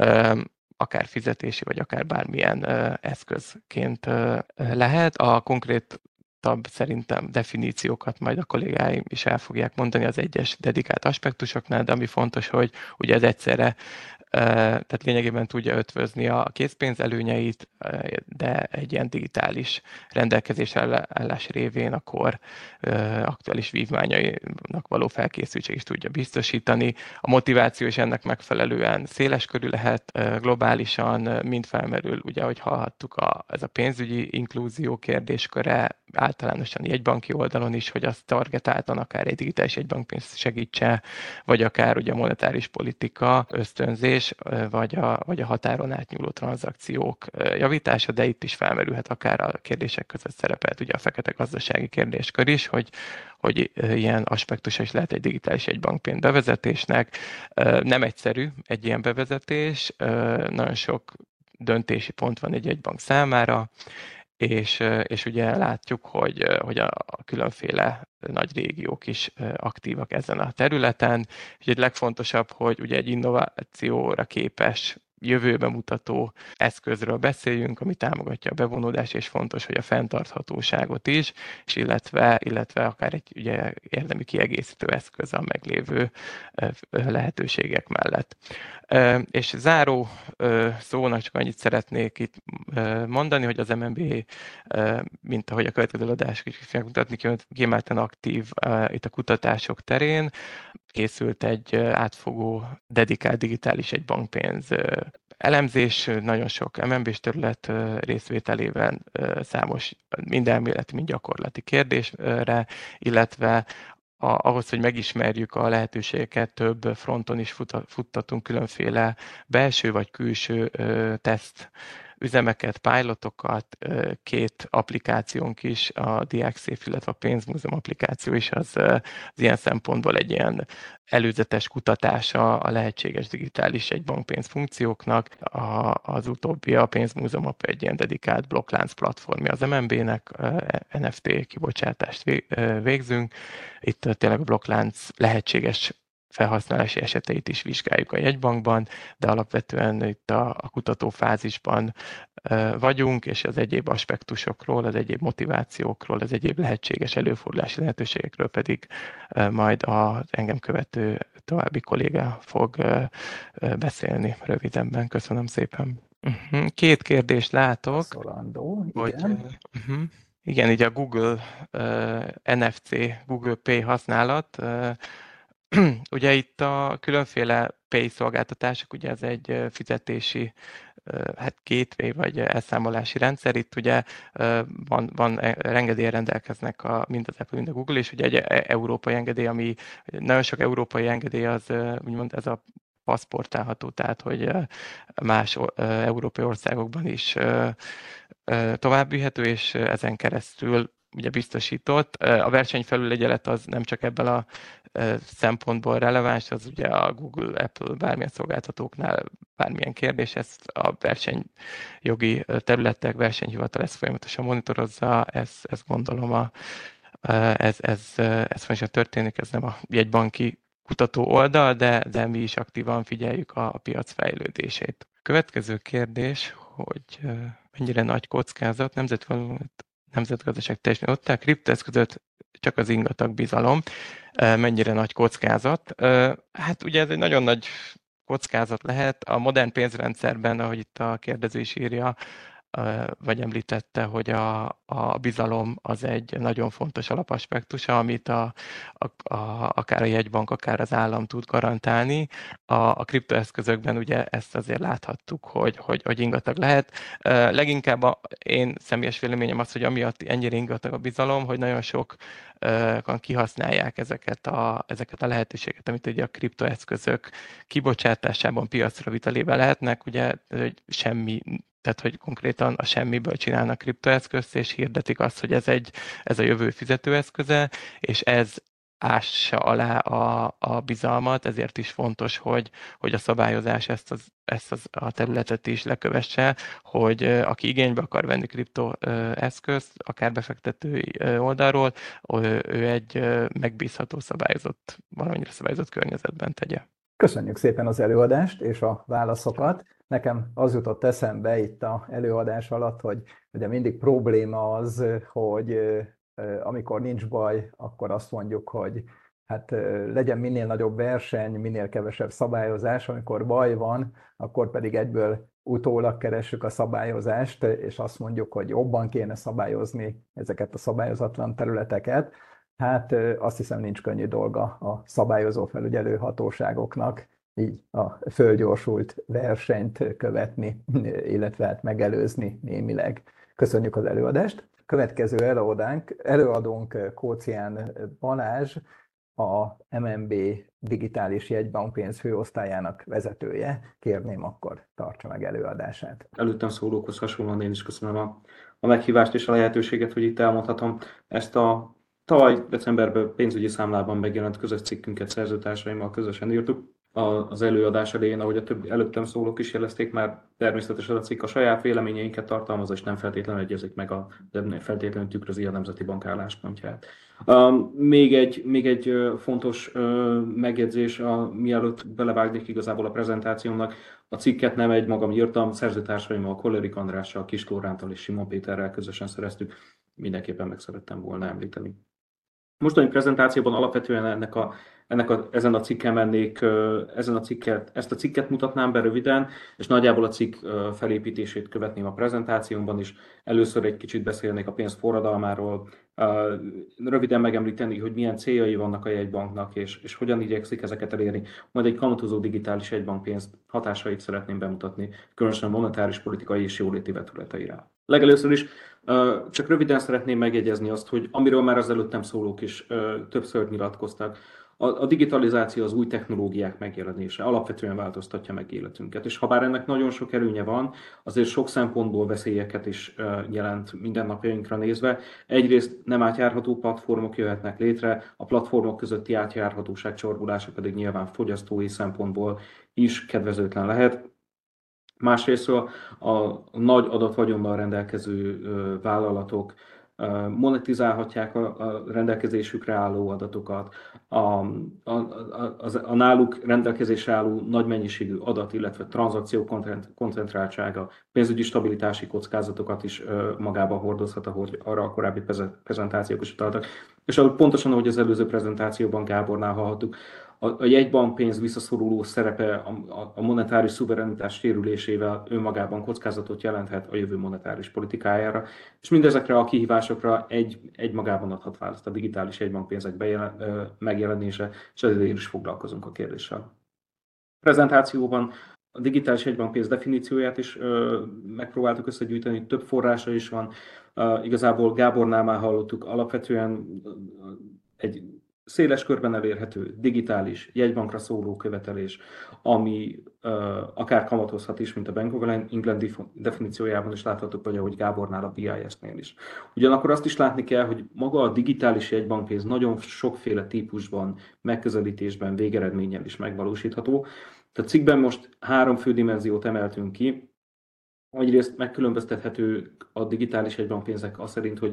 akár fizetési, vagy akár bármilyen eszközként lehet. A konkrét szerintem definíciókat majd a kollégáim is el fogják mondani az egyes dedikált aspektusoknál, de ami fontos, hogy ugye ez egyszerre tehát lényegében tudja ötvözni a készpénz előnyeit, de egy ilyen digitális rendelkezés állás révén akkor aktuális vívmányainak való felkészültség is tudja biztosítani. A motiváció is ennek megfelelően széles körű lehet, globálisan mind felmerül, ugye, ahogy hallhattuk, ez a pénzügyi inklúzió kérdésköre, általánosan jegybanki oldalon is, hogy azt targetáltan akár egy digitális jegybankpénz segítse, vagy akár ugye a monetáris politika ösztönzés, vagy a határon átnyúló tranzakciók javítása, de itt is felmerülhet akár a kérdések között szerepelt ugye a fekete gazdasági kérdéskör is, hogy ilyen aspektus is lehet egy digitális jegybankpénz bevezetésnek. Nem egyszerű egy ilyen bevezetés, nagyon sok döntési pont van egy jegybank számára, és ugye látjuk, hogy a különféle nagy régiók is aktívak ezen a területen, és egy legfontosabb, hogy ugye egy innovációra képes, jövőbe mutató eszközről beszéljünk, ami támogatja a bevonódást, és fontos, hogy a fenntarthatóságot is, és illetve akár egy ugye érdemi kiegészítő eszköz a meglévő lehetőségek mellett. És záró szónak csak annyit szeretnék itt mondani, hogy az MNB, mint ahogy a következő adások is fogják mutatni, kiemelten aktív itt a kutatások terén. Készült egy átfogó, dedikált digitális egybankpénz elemzés, nagyon sok MNB-s terület részvételével számos mind elméleti, mind gyakorlati kérdésre, illetve ahhoz, hogy megismerjük a lehetőségeket, több fronton is futtatunk különféle belső vagy külső teszt üzemeket, pilotokat, 2 applikációnk is, a DiákSafe, illetve a pénzmúzeum applikáció is az ilyen szempontból egy ilyen előzetes kutatása a lehetséges digitális egybankpénz funkcióknak. Az utóbbi a pénzmúzeum egy ilyen dedikált blokklánc platformja az MNB-nek, NFT kibocsátást végzünk. Itt tényleg a blokklánc lehetséges felhasználási eseteit is vizsgáljuk a jegybankban, de alapvetően itt a kutatófázisban vagyunk, és az egyéb aspektusokról, az egyéb motivációkról, az egyéb lehetséges előfordulási lehetőségekről pedig majd az engem követő további kolléga fog beszélni rövidebben. Köszönöm szépen. 2 kérdést látok. Szolandó, hogy, igen. Igen, így a Google NFC, Google Pay használat. Ugye itt a különféle Pay szolgáltatások, ugye ez egy fizetési gateway vagy elszámolási rendszer. Itt ugye van engedéllyel rendelkeznek mind az Apple, mind a Google, és ugye egy európai engedély, ami nagyon sok európai engedély az úgymond ez a paszportálható, tehát hogy más európai országokban is továbbvihető, és ezen keresztül ugye biztosított. A versenyfelülegyelet az nem csak ebből a szempontból releváns, az ugye a Google, Apple, bármilyen szolgáltatóknál bármilyen kérdés, ezt a versenyjogi területek, versenyhivatal ezt folyamatosan monitorozza, ezt gondolom ez folyamatosan történik, ez nem a jegybanki kutató oldal, de mi is aktívan figyeljük a piac fejlődését. Következő kérdés, hogy mennyire nagy kockázat, nemzetgazdaság teljesen ott, kriptoeszközött csak az ingatag bizalom, mennyire nagy kockázat. Hát ugye ez egy nagyon nagy kockázat lehet. A modern pénzrendszerben, ahogy itt a kérdező is írja, vagy említette, hogy a bizalom az egy nagyon fontos alapaspektusa, amit akár a jegybank, akár az állam tud garantálni. A kriptoeszközökben ugye ezt azért láthattuk, hogy ingatag lehet. Leginkább én személyes véleményem az, hogy amiatt ennyire ingatag a bizalom, hogy nagyon sok kihasználják ezeket a lehetőségeket, amit ugye a kriptoeszközök kibocsátásában, piacra vitelével lehetnek, ugye hogy semmi, tehát hogy konkrétan a semmiből csinálnak kriptoeszközt, és hirdetik azt, hogy ez a jövő fizetőeszköze, és ez ássa alá a bizalmat, ezért is fontos, hogy a szabályozás ezt a területet is lekövesse, hogy aki igénybe akar venni kriptoeszközt, akár befektetői oldalról, ő egy megbízható, valamennyire szabályozott környezetben tegye. Köszönjük szépen az előadást és a válaszokat. Nekem az jutott eszembe itt az előadás alatt, hogy ugye mindig probléma az, hogy amikor nincs baj, akkor azt mondjuk, hogy hát legyen minél nagyobb verseny, minél kevesebb szabályozás, amikor baj van, akkor pedig egyből utólag keressük a szabályozást, és azt mondjuk, hogy jobban kéne szabályozni ezeket a szabályozatlan területeket. Hát azt hiszem nincs könnyű dolga a szabályozó felügyelő hatóságoknak, így a fölgyorsult versenyt követni, illetve hát megelőzni némileg. Köszönjük az előadást! Következő előadónk Kócián Balázs, a MNB digitális jegybankpénz főosztályának vezetője. Kérném, akkor tartsa meg előadását. Előttem szólókhoz hasonlóan én is köszönöm a meghívást és a lehetőséget, hogy itt elmondhatom ezt a tavaly decemberben pénzügyi számlában megjelent közös cikkünket szerzőtársaimmal közösen írtuk. Az előadás elején, ahogy a többi előttem szólók is jelezték, már természetesen a cikk a saját véleményeinket tartalmaz, és nem feltétlenül egyezik meg, de feltétlenül tükrözi a Nemzeti Bank álláspontját. Még egy fontos megjegyzés, mielőtt belevágnék igazából a prezentációmnak, a cikket nem egymagam írtam, szerzőtársaimmal, Kollerik Andrással, Kis Lórántal és Simon Péterrel közösen szereztük, mindenképpen meg szerettem volna említeni. Mostani prezentációban alapvetően ezen a cikken mennék, ezt a cikket mutatnám be röviden, és nagyjából a cikk felépítését követném a prezentációmban is. Először egy kicsit beszélnék a pénz forradalmáról, röviden megemlíteni, hogy milyen céljai vannak a jegybanknak, és hogyan igyekszik ezeket elérni. Majd egy kamatozó digitális jegybankpénz hatásait szeretném bemutatni, különösen a monetáris politikai és jóléti vetületeire. Legelőször is csak röviden szeretném megjegyezni azt, hogy amiről már az előttem szólók is többször nyilatkoztak, a digitalizáció, az új technológiák megjelenése alapvetően változtatja meg életünket. És ha bár ennek nagyon sok előnye van, azért sok szempontból veszélyeket is jelent mindennapjainkra nézve. Egyrészt nem átjárható platformok jöhetnek létre, a platformok közötti átjárhatóság csorbulása pedig nyilván fogyasztói szempontból is kedvezőtlen lehet. Másrésztről a nagy adatvagyonnal rendelkező vállalatok monetizálhatják a rendelkezésükre álló adatokat, a náluk rendelkezésre álló nagy mennyiségű adat, illetve tranzakció koncentráltsága, pénzügyi stabilitási kockázatokat is magába hordozhat, ahogy arra a korábbi prezentációk is utaltak. És pontosan ahogy az előző prezentációban Gábornál hallhattuk, a jegybankpénz visszaszoruló szerepe a monetáris szuverenitás sérülésével önmagában kockázatot jelenthet a jövő monetáris politikájára, és mindezekre a kihívásokra egy magában adhat választ a digitális jegybankpénzek megjelenése, és ezért is foglalkozunk a kérdéssel. A prezentációban a digitális jegybankpénz definícióját is megpróbáltuk összegyűjteni, több forrása is van. Igazából Gábornál már hallottuk, alapvetően egy széles körben elérhető digitális jegybankra szóló követelés, ami akár kamatozhat is, mint a Bank of England definíciójában is láthatók, vagy ahogy Gábornál a BIS-nél is. Ugyanakkor azt is látni kell, hogy maga a digitális jegybankpénz nagyon sokféle típusban, megközelítésben, végeredménnyel is megvalósítható. A cikkben most 3 fő dimenziót emeltünk ki. Egyrészt megkülönböztethető a digitális jegybankpénzek azt szerint, hogy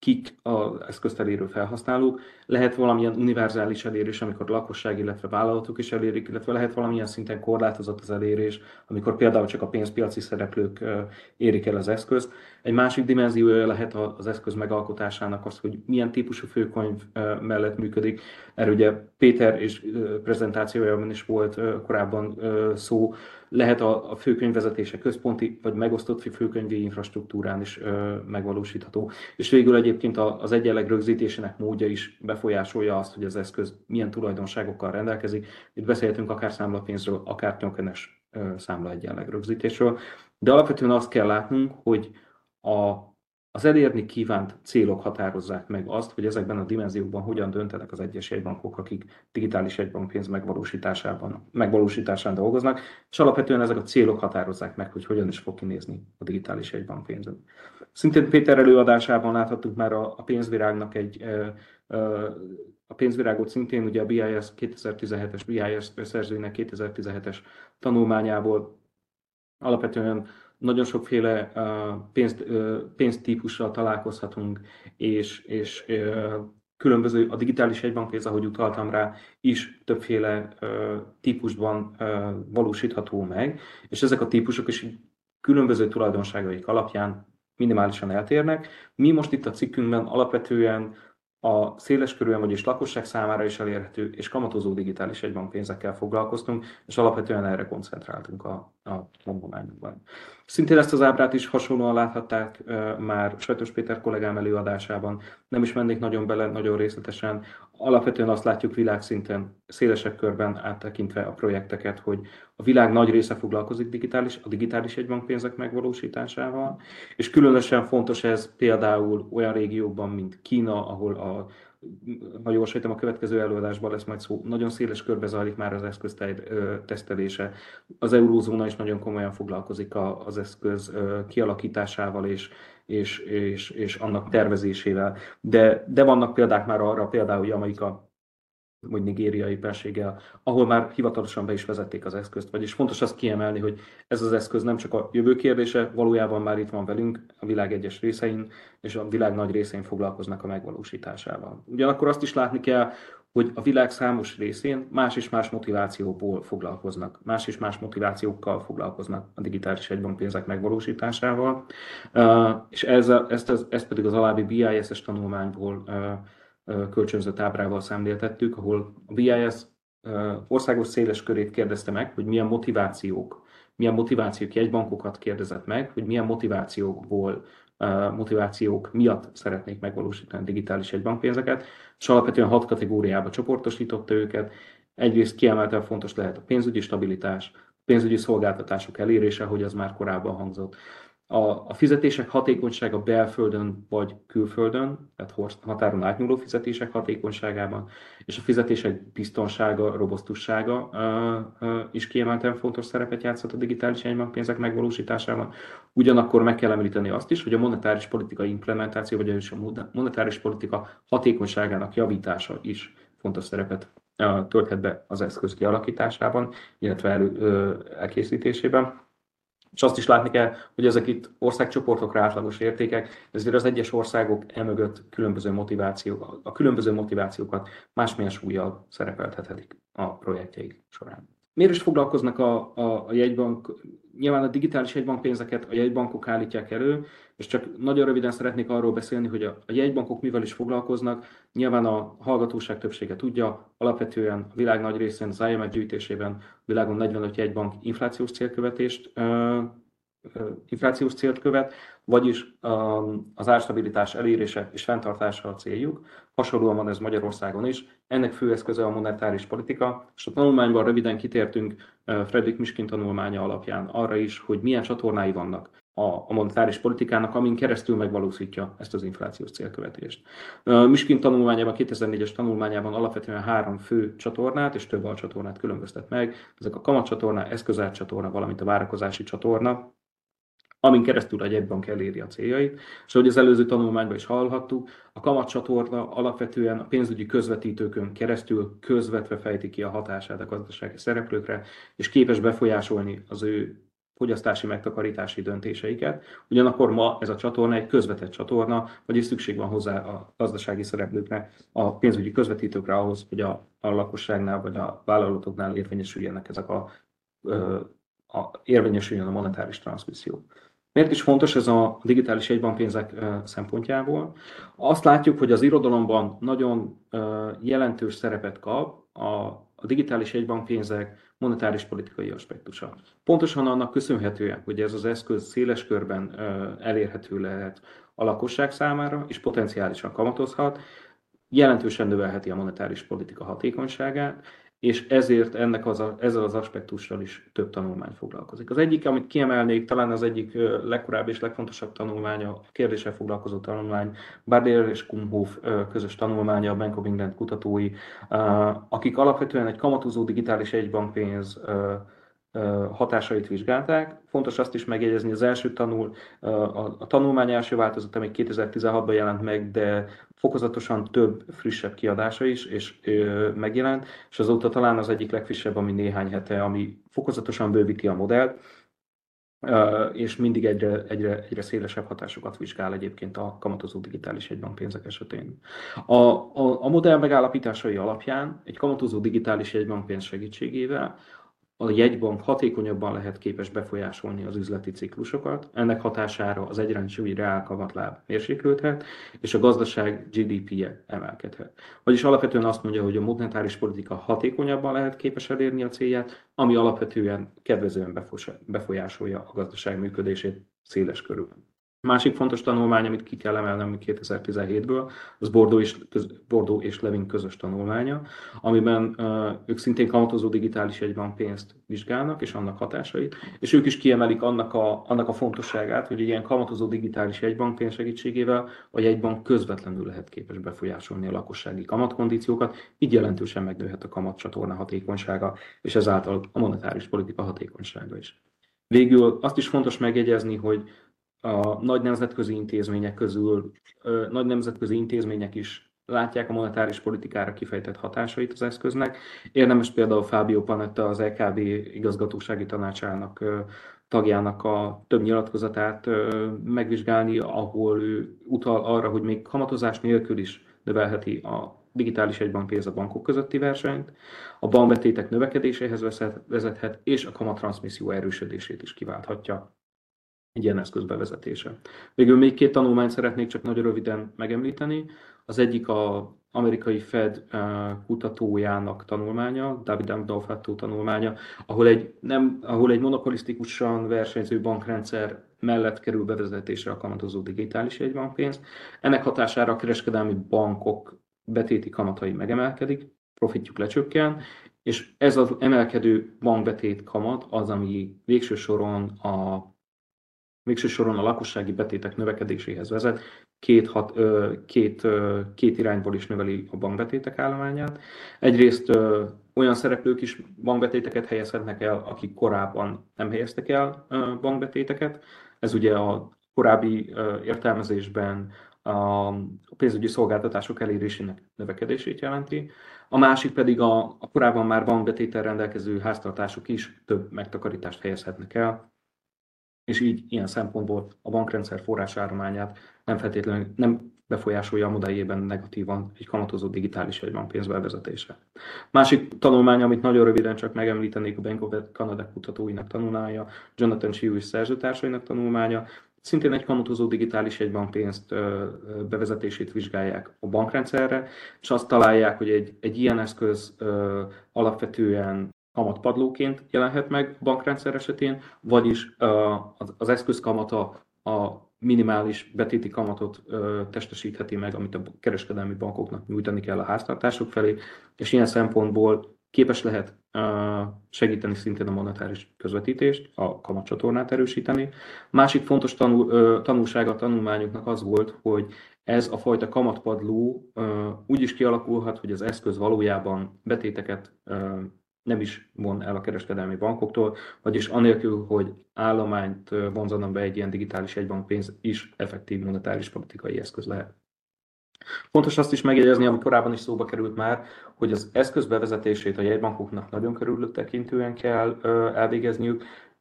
kik az eszközt elérő felhasználók, lehet valamilyen univerzális elérés, amikor a lakosság, illetve vállalatok is elérik, illetve lehet valamilyen szinten korlátozott az elérés, amikor például csak a pénzpiaci szereplők érik el az eszközt. Egy másik dimenziója lehet az eszköz megalkotásának az, hogy milyen típusú főkönyv mellett működik. Erről ugye Péter és prezentációjában is volt korábban szó. Lehet a főkönyvvezetése központi vagy megosztott főkönyvi infrastruktúrán is megvalósítható. És végül egyébként az egyenleg rögzítésének módja is befolyásolja azt, hogy az eszköz milyen tulajdonságokkal rendelkezik. Itt beszélhetünk akár számlapénzről, akár tokenes számla egyenleg rögzítésről. De alapvetően azt kell látnunk, hogy az elérni kívánt célok határozzák meg azt, hogy ezekben a dimenziókban hogyan döntenek az egyes jegybankok, akik digitális jegybankpénz megvalósításán dolgoznak, és alapvetően ezek a célok határozzák meg, hogy hogyan is fog kinézni a digitális jegybankpénz. Szintén Péter előadásában láthattuk már a pénzvirágnak a pénzvirágot szintén ugye a BIS 2017-es BIS szerzőinek 2017-es tanulmányából alapvetően nagyon sokféle pénztípussal találkozhatunk, és különböző, a digitális jegybankpénz, ahogy utaltam rá, is többféle típusban valósítható meg, és ezek a típusok is különböző tulajdonságaik alapján minimálisan eltérnek. Mi most itt a cikkünkben alapvetően a széleskörűen, vagyis lakosság számára is elérhető és kamatozó digitális jegybankpénzekkel foglalkoztunk, és alapvetően erre koncentráltunk a tanulmányunkban. Szintén ezt az ábrát is hasonlóan láthatták már Sajtos Péter kollégám előadásában. Nem is mennék nagyon bele, nagyon részletesen. Alapvetően azt látjuk világszinten, szélesebb körben áttekintve a projekteket, hogy a világ nagy része foglalkozik a digitális jegybankpénzek megvalósításával, és különösen fontos ez például olyan régiókban, mint Kína, ahol ha jól sejtem, a következő előadásban lesz majd szó, nagyon széles körbe zajlik már az eszköz tesztelése. Az eurózóna is nagyon komolyan foglalkozik az eszköz kialakításával és annak tervezésével. De vannak példák már arra, például Jamaika vagy Nigéria éppenséggel, ahol már hivatalosan be is vezették az eszközt. Vagyis fontos azt kiemelni, hogy ez az eszköz nem csak a jövő kérdése, valójában már itt van velünk a világ egyes részein, és a világ nagy részén foglalkoznak a megvalósításával. Ugyanakkor azt is látni kell, hogy a világ számos részén más és más motivációból foglalkoznak, más és más motivációkkal foglalkoznak a digitális jegybankpénzek megvalósításával, és ezt pedig az alábbi BIS-es tanulmányból kölcsönzött ábrával szemléltettük, ahol a BIS országos széles körét kérdezte meg, hogy milyen motivációk jegybankokat kérdezett meg, hogy milyen motivációk miatt szeretnék megvalósítani digitális jegybankpénzeket, és alapvetően 6 kategóriába csoportosította őket. Egyrészt kiemelten fontos lehet a pénzügyi stabilitás, a pénzügyi szolgáltatások elérése, ahogy az már korábban hangzott. A fizetések hatékonysága belföldön vagy külföldön, tehát határon átnyúló fizetések hatékonyságában, és a fizetések biztonsága, robosztussága is kiemelten fontos szerepet játszott a digitális jegybankpénzek megvalósításában. Ugyanakkor meg kell említeni azt is, hogy a monetáris politika implementáció, vagyis a monetáris politika hatékonyságának javítása is fontos szerepet tölthet be az eszköz kialakításában, illetve elkészítésében. És azt is látni kell, hogy ezek itt országcsoportokra átlagos értékek, ezért az egyes országok emögött a különböző motivációkat másmilyen súllyal szerepeltethetik a projektjeik során. Miért is foglalkoznak a jegybank? Nyilván a digitális jegybankpénzeket a jegybankok állítják elő, és csak nagyon röviden szeretnék arról beszélni, hogy a jegybankok mivel is foglalkoznak. Nyilván a hallgatóság többsége tudja, alapvetően a világ nagy részén az IMF gyűjtésében a világon 45 jegybank inflációs célt követ, vagyis az árstabilitás elérése és fenntartása a céljuk. Hasonlóan van ez Magyarországon is. Ennek fő eszköze a monetáris politika, és a tanulmányban röviden kitértünk Fredrik Miskin tanulmánya alapján arra is, hogy milyen csatornái vannak a monetáris politikának, amin keresztül megvalósítja ezt az inflációs célkövetést. Miskin tanulmányában, 2004-es tanulmányában alapvetően 3 fő csatornát és több alcsatornát különböztet meg. Ezek a kamatcsatorna, eszközárcsatorna, valamint a várakozási csatorna, amin keresztül a jegybank eléri a céljait. És ahogy az előző tanulmányban is hallhattuk, a kamatcsatorna alapvetően a pénzügyi közvetítőkön keresztül közvetve fejti ki a hatását a gazdasági szereplőkre, és képes befolyásolni az ő fogyasztási megtakarítási döntéseiket. Ugyanakkor ma ez a csatorna egy közvetett csatorna, vagyis szükség van hozzá a gazdasági szereplőkre, a pénzügyi közvetítőkre ahhoz, hogy a lakosságnál vagy a vállalatoknál érvényesüljenek ezek érvényesüljön a monetáris transmisszió. Miért is fontos ez a digitális jegybankpénzek szempontjából? Azt látjuk, hogy az irodalomban nagyon jelentős szerepet kap a digitális jegybankpénzek monetáris politikai aspektusa. Pontosan annak köszönhetően, hogy ez az eszköz széles körben elérhető lehet a lakosság számára, és potenciálisan kamatozhat, jelentősen növelheti a monetáris politika hatékonyságát, és ezért ezzel az aspektussal is több tanulmány foglalkozik. Az egyik, amit kiemelnék, talán az egyik legkorábbi és legfontosabb tanulmánya, a kérdéssel foglalkozó tanulmány, Bardier és Kumhof közös tanulmánya, a Bank of England kutatói, akik alapvetően egy kamatozó digitális egybankpénz hatásait vizsgálták. Fontos azt is megjegyezni, az első a tanulmány első változata még 2016-ban jelent meg, de fokozatosan több frissebb kiadása is és megjelent, és azóta talán az egyik legfrissebb, ami néhány hete, ami fokozatosan bővíti a modellt, és mindig egyre szélesebb hatásokat vizsgál egyébként a kamatozó digitális jegybankpénzek esetén. A modell megállapításai alapján egy kamatozó digitális jegybankpénz segítségével a jegybank hatékonyabban lehet képes befolyásolni az üzleti ciklusokat, ennek hatására az egyrendszerű reálkamatláb mérséklődhet, és a gazdaság GDP-je emelkedhet. Vagyis alapvetően azt mondja, hogy a monetáris politika hatékonyabban lehet képes elérni a célját, ami alapvetően kedvezően befolyásolja a gazdaság működését széles körülön. Másik fontos tanulmány, amit ki kell emelnem 2017-ből, az Bordeaux és Levin közös tanulmánya, amiben ők szintén kamatozó digitális jegybankpénzt vizsgálnak, és annak hatásait, és ők is kiemelik annak a fontosságát, hogy ilyen kamatozó digitális jegybankpénz segítségével a jegybank közvetlenül lehet képes befolyásolni a lakossági kamatkondíciókat, így jelentősen megnőhet a kamatcsatorna hatékonysága, és ezáltal a monetáris politika hatékonysága is. Végül azt is fontos megjegyezni, hogy a nagy nemzetközi intézmények közül nagy nemzetközi intézmények is látják a monetáris politikára kifejtett hatásait az eszköznek. Érdemes például Fábio Panetta, az EKB igazgatósági tanácsának tagjának a több nyilatkozatát megvizsgálni, ahol ő utal arra, hogy még kamatozás nélkül is növelheti a digitális jegybankpénz a bankok közötti versenyt, a bankbetétek növekedéséhez vezethet, és a kamattranszmisszió erősödését is kiválthatja egy ilyen eszköz bevezetése. Végül még két tanulmányt szeretnék csak nagyon röviden megemlíteni. Az egyik az amerikai Fed kutatójának tanulmánya, David Abdel-Fattah tanulmánya, ahol egy monopolisztikusan versenyző bankrendszer mellett kerül bevezetésre a kamatozó digitális jegybankpénz. Ennek hatására a kereskedelmi bankok betéti kamatai megemelkedik, profitjuk lecsökken, és ez az emelkedő bankbetét kamat az, ami végső soron a lakossági betétek növekedéséhez vezet, két irányból is növeli a bankbetétek állományát. Egyrészt olyan szereplők is bankbetéteket helyezhetnek el, akik korábban nem helyeztek el bankbetéteket. Ez ugye a korábbi értelmezésben a pénzügyi szolgáltatások elérésének növekedését jelenti. A másik pedig a korábban már bankbetéttel rendelkező háztartások is több megtakarítást helyezhetnek el, és így ilyen szempontból a bankrendszer forrásállományát nem befolyásolja a modelljében negatívan egy kamatozó digitális jegybankpénz bevezetése. Másik tanulmány, amit nagyon röviden csak megemlítenék, a Bank of Canada kutatóinak tanulmánya, Jonathan Chiu és szerzőtársainak tanulmánya, szintén egy kamatozó digitális jegybankpénzt bevezetését vizsgálják a bankrendszerre, és azt találják, hogy egy ilyen eszköz alapvetően kamatpadlóként jelenhet meg a bankrendszer esetén, vagyis az eszköz kamata a minimális betéti kamatot testesítheti meg, amit a kereskedelmi bankoknak nyújtani kell a háztartások felé, és ilyen szempontból képes lehet segíteni szintén a monetáris közvetítést, a kamatcsatornát erősíteni. Másik fontos tanulsága a tanulmányoknak az volt, hogy ez a fajta kamatpadló úgy is kialakulhat, hogy az eszköz valójában betéteket nem is von el a kereskedelmi bankoktól, vagyis anélkül, hogy állományt vonzanak be egy ilyen digitális jegybankpénz is effektív monetáris politikai eszköz lehet. Fontos azt is megjegyezni, ami korábban is szóba került már, hogy az eszköz bevezetését a jegybankoknak nagyon körültekintően kell elvégezniük.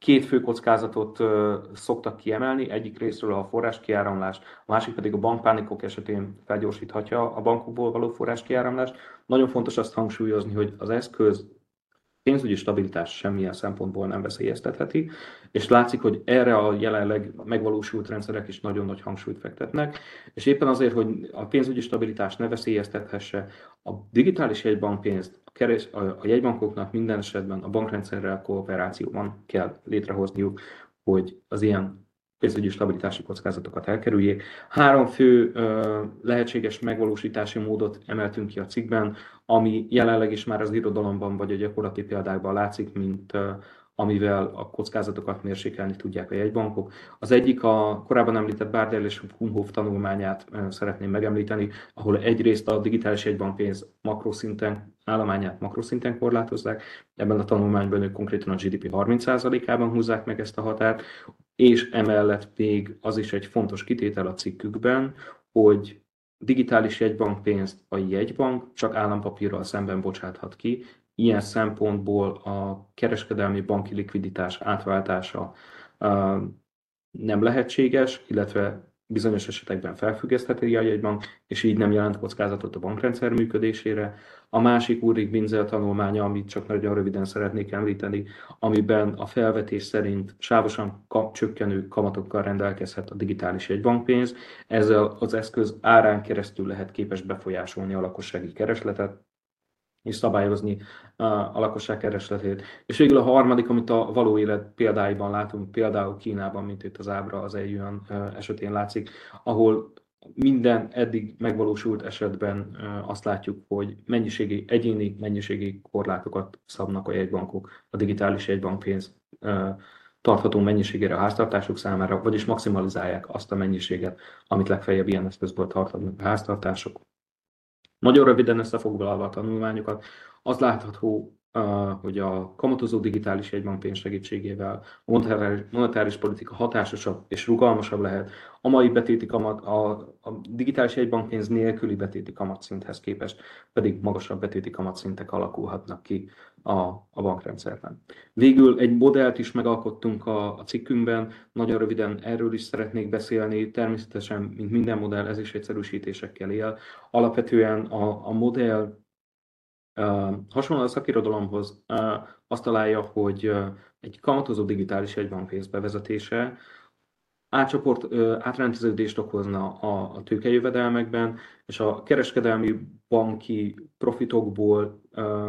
Két fő kockázatot szoktak kiemelni, egyik részről a forráskiáramlás, a másik pedig a bankpánikok esetén felgyorsíthatja a bankokból való forráskiáramlást. Nagyon fontos azt hangsúlyozni, hogy az eszköz pénzügyi stabilitás semmilyen szempontból nem veszélyeztetheti, és látszik, hogy erre a jelenleg megvalósult rendszerek is nagyon nagy hangsúlyt fektetnek, és éppen azért, hogy a pénzügyi stabilitást ne veszélyeztethesse, a digitális jegybankpénzt a jegybankoknak minden esetben a bankrendszerrel kooperációban kell létrehozniuk, hogy az ilyen pénzügyi stabilitási kockázatokat elkerüljék. 3 fő lehetséges megvalósítási módot emeltünk ki a cikkben, ami jelenleg is már az irodalomban vagy a gyakorlati példákban látszik, mint amivel a kockázatokat mérsékelni tudják a jegybankok. Az egyik a korábban említett Bardell és Kumhof tanulmányát szeretném megemlíteni, ahol egyrészt a digitális jegybankpénz makroszinten, állományát makroszinten korlátozzák, ebben a tanulmányban ők konkrétan a GDP 30%-ában húzzák meg ezt a határt, és emellett még az is egy fontos kitétel a cikkükben, hogy digitális jegybankpénzt a jegybank csak állampapírral szemben bocsáthat ki. Ilyen szempontból a kereskedelmi banki likviditás átváltása nem lehetséges, illetve bizonyos esetekben felfüggesztheti a jegybank, és így nem jelent kockázatot a bankrendszer működésére. A másik Ulrich Binzel tanulmánya, amit csak nagyon röviden szeretnék említeni, amiben a felvetés szerint sávosan csökkenő kamatokkal rendelkezhet a digitális jegybankpénz. Ezzel az eszköz árán keresztül lehet képes befolyásolni a lakossági keresletet, és szabályozni a lakosság keresletét. És végül a harmadik, amit a való élet példáiban látunk, például Kínában, mint itt az ábra az eljön esetén látszik, ahol minden eddig megvalósult esetben azt látjuk, hogy egyéni mennyiségi korlátokat szabnak a jegybankok a digitális jegybankpénz tartható mennyiségére a háztartások számára, vagyis maximalizálják azt a mennyiséget, amit legfeljebb ilyen eszközből tarthatnak a háztartások. Nagyon röviden összefoglalva a tanulmányokat, az látható, hogy a kamatozó digitális jegybankpénz segítségével a monetáris politika hatásosabb és rugalmasabb lehet. A mai betéti kamat, a digitális jegybankpénz nélküli betéti kamatszinthez képest pedig magasabb betéti kamatszintek alakulhatnak ki a bankrendszerben. Végül egy modellt is megalkottunk a cikkünkben, nagyon röviden erről is szeretnék beszélni, természetesen, mint minden modell, ez is egyszerűsítésekkel él. Alapvetően a modell hasonlóan a szakirodalomhoz azt találja, hogy egy kamatozó digitális jegybankpénz bevezetése átrendeződést okozna a tőkejövedelmekben, és a kereskedelmi banki profitokból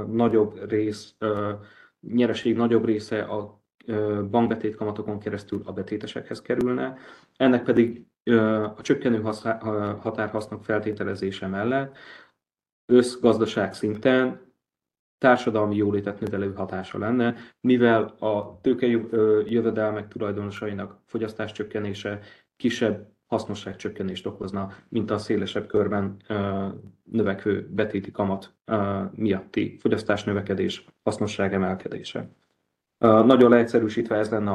nyereség nagyobb része a bankbetét kamatokon keresztül a betétesekhez kerülne. Ennek pedig a csökkenő határhasznok feltételezése mellett összgazdaság szinten társadalmi jólétet növelő hatása lenne, mivel a tőkejövedelmek tulajdonosainak fogyasztás csökkenése kisebb hasznosságcsökkenést okozna, mint a szélesebb körben növekvő betéti kamat miatti fogyasztás növekedés, hasznosság emelkedése. Nagyon leegyszerűsítve ez lenne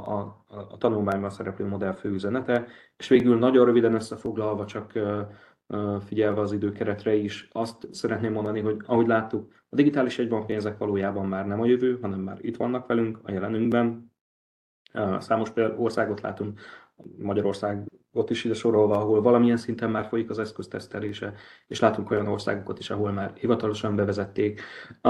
a tanulmányban szereplő modell fő üzenete, és végül nagyon röviden összefoglalva, csak figyelve az időkeretre is, azt szeretném mondani, hogy ahogy láttuk, a digitális jegybankpénzek valójában már nem a jövő, hanem már itt vannak velünk a jelenünkben. Számos országot látunk, Magyarországot is ide sorolva, ahol valamilyen szinten már folyik az eszköz tesztelése, és látunk olyan országokat is, ahol már hivatalosan bevezették.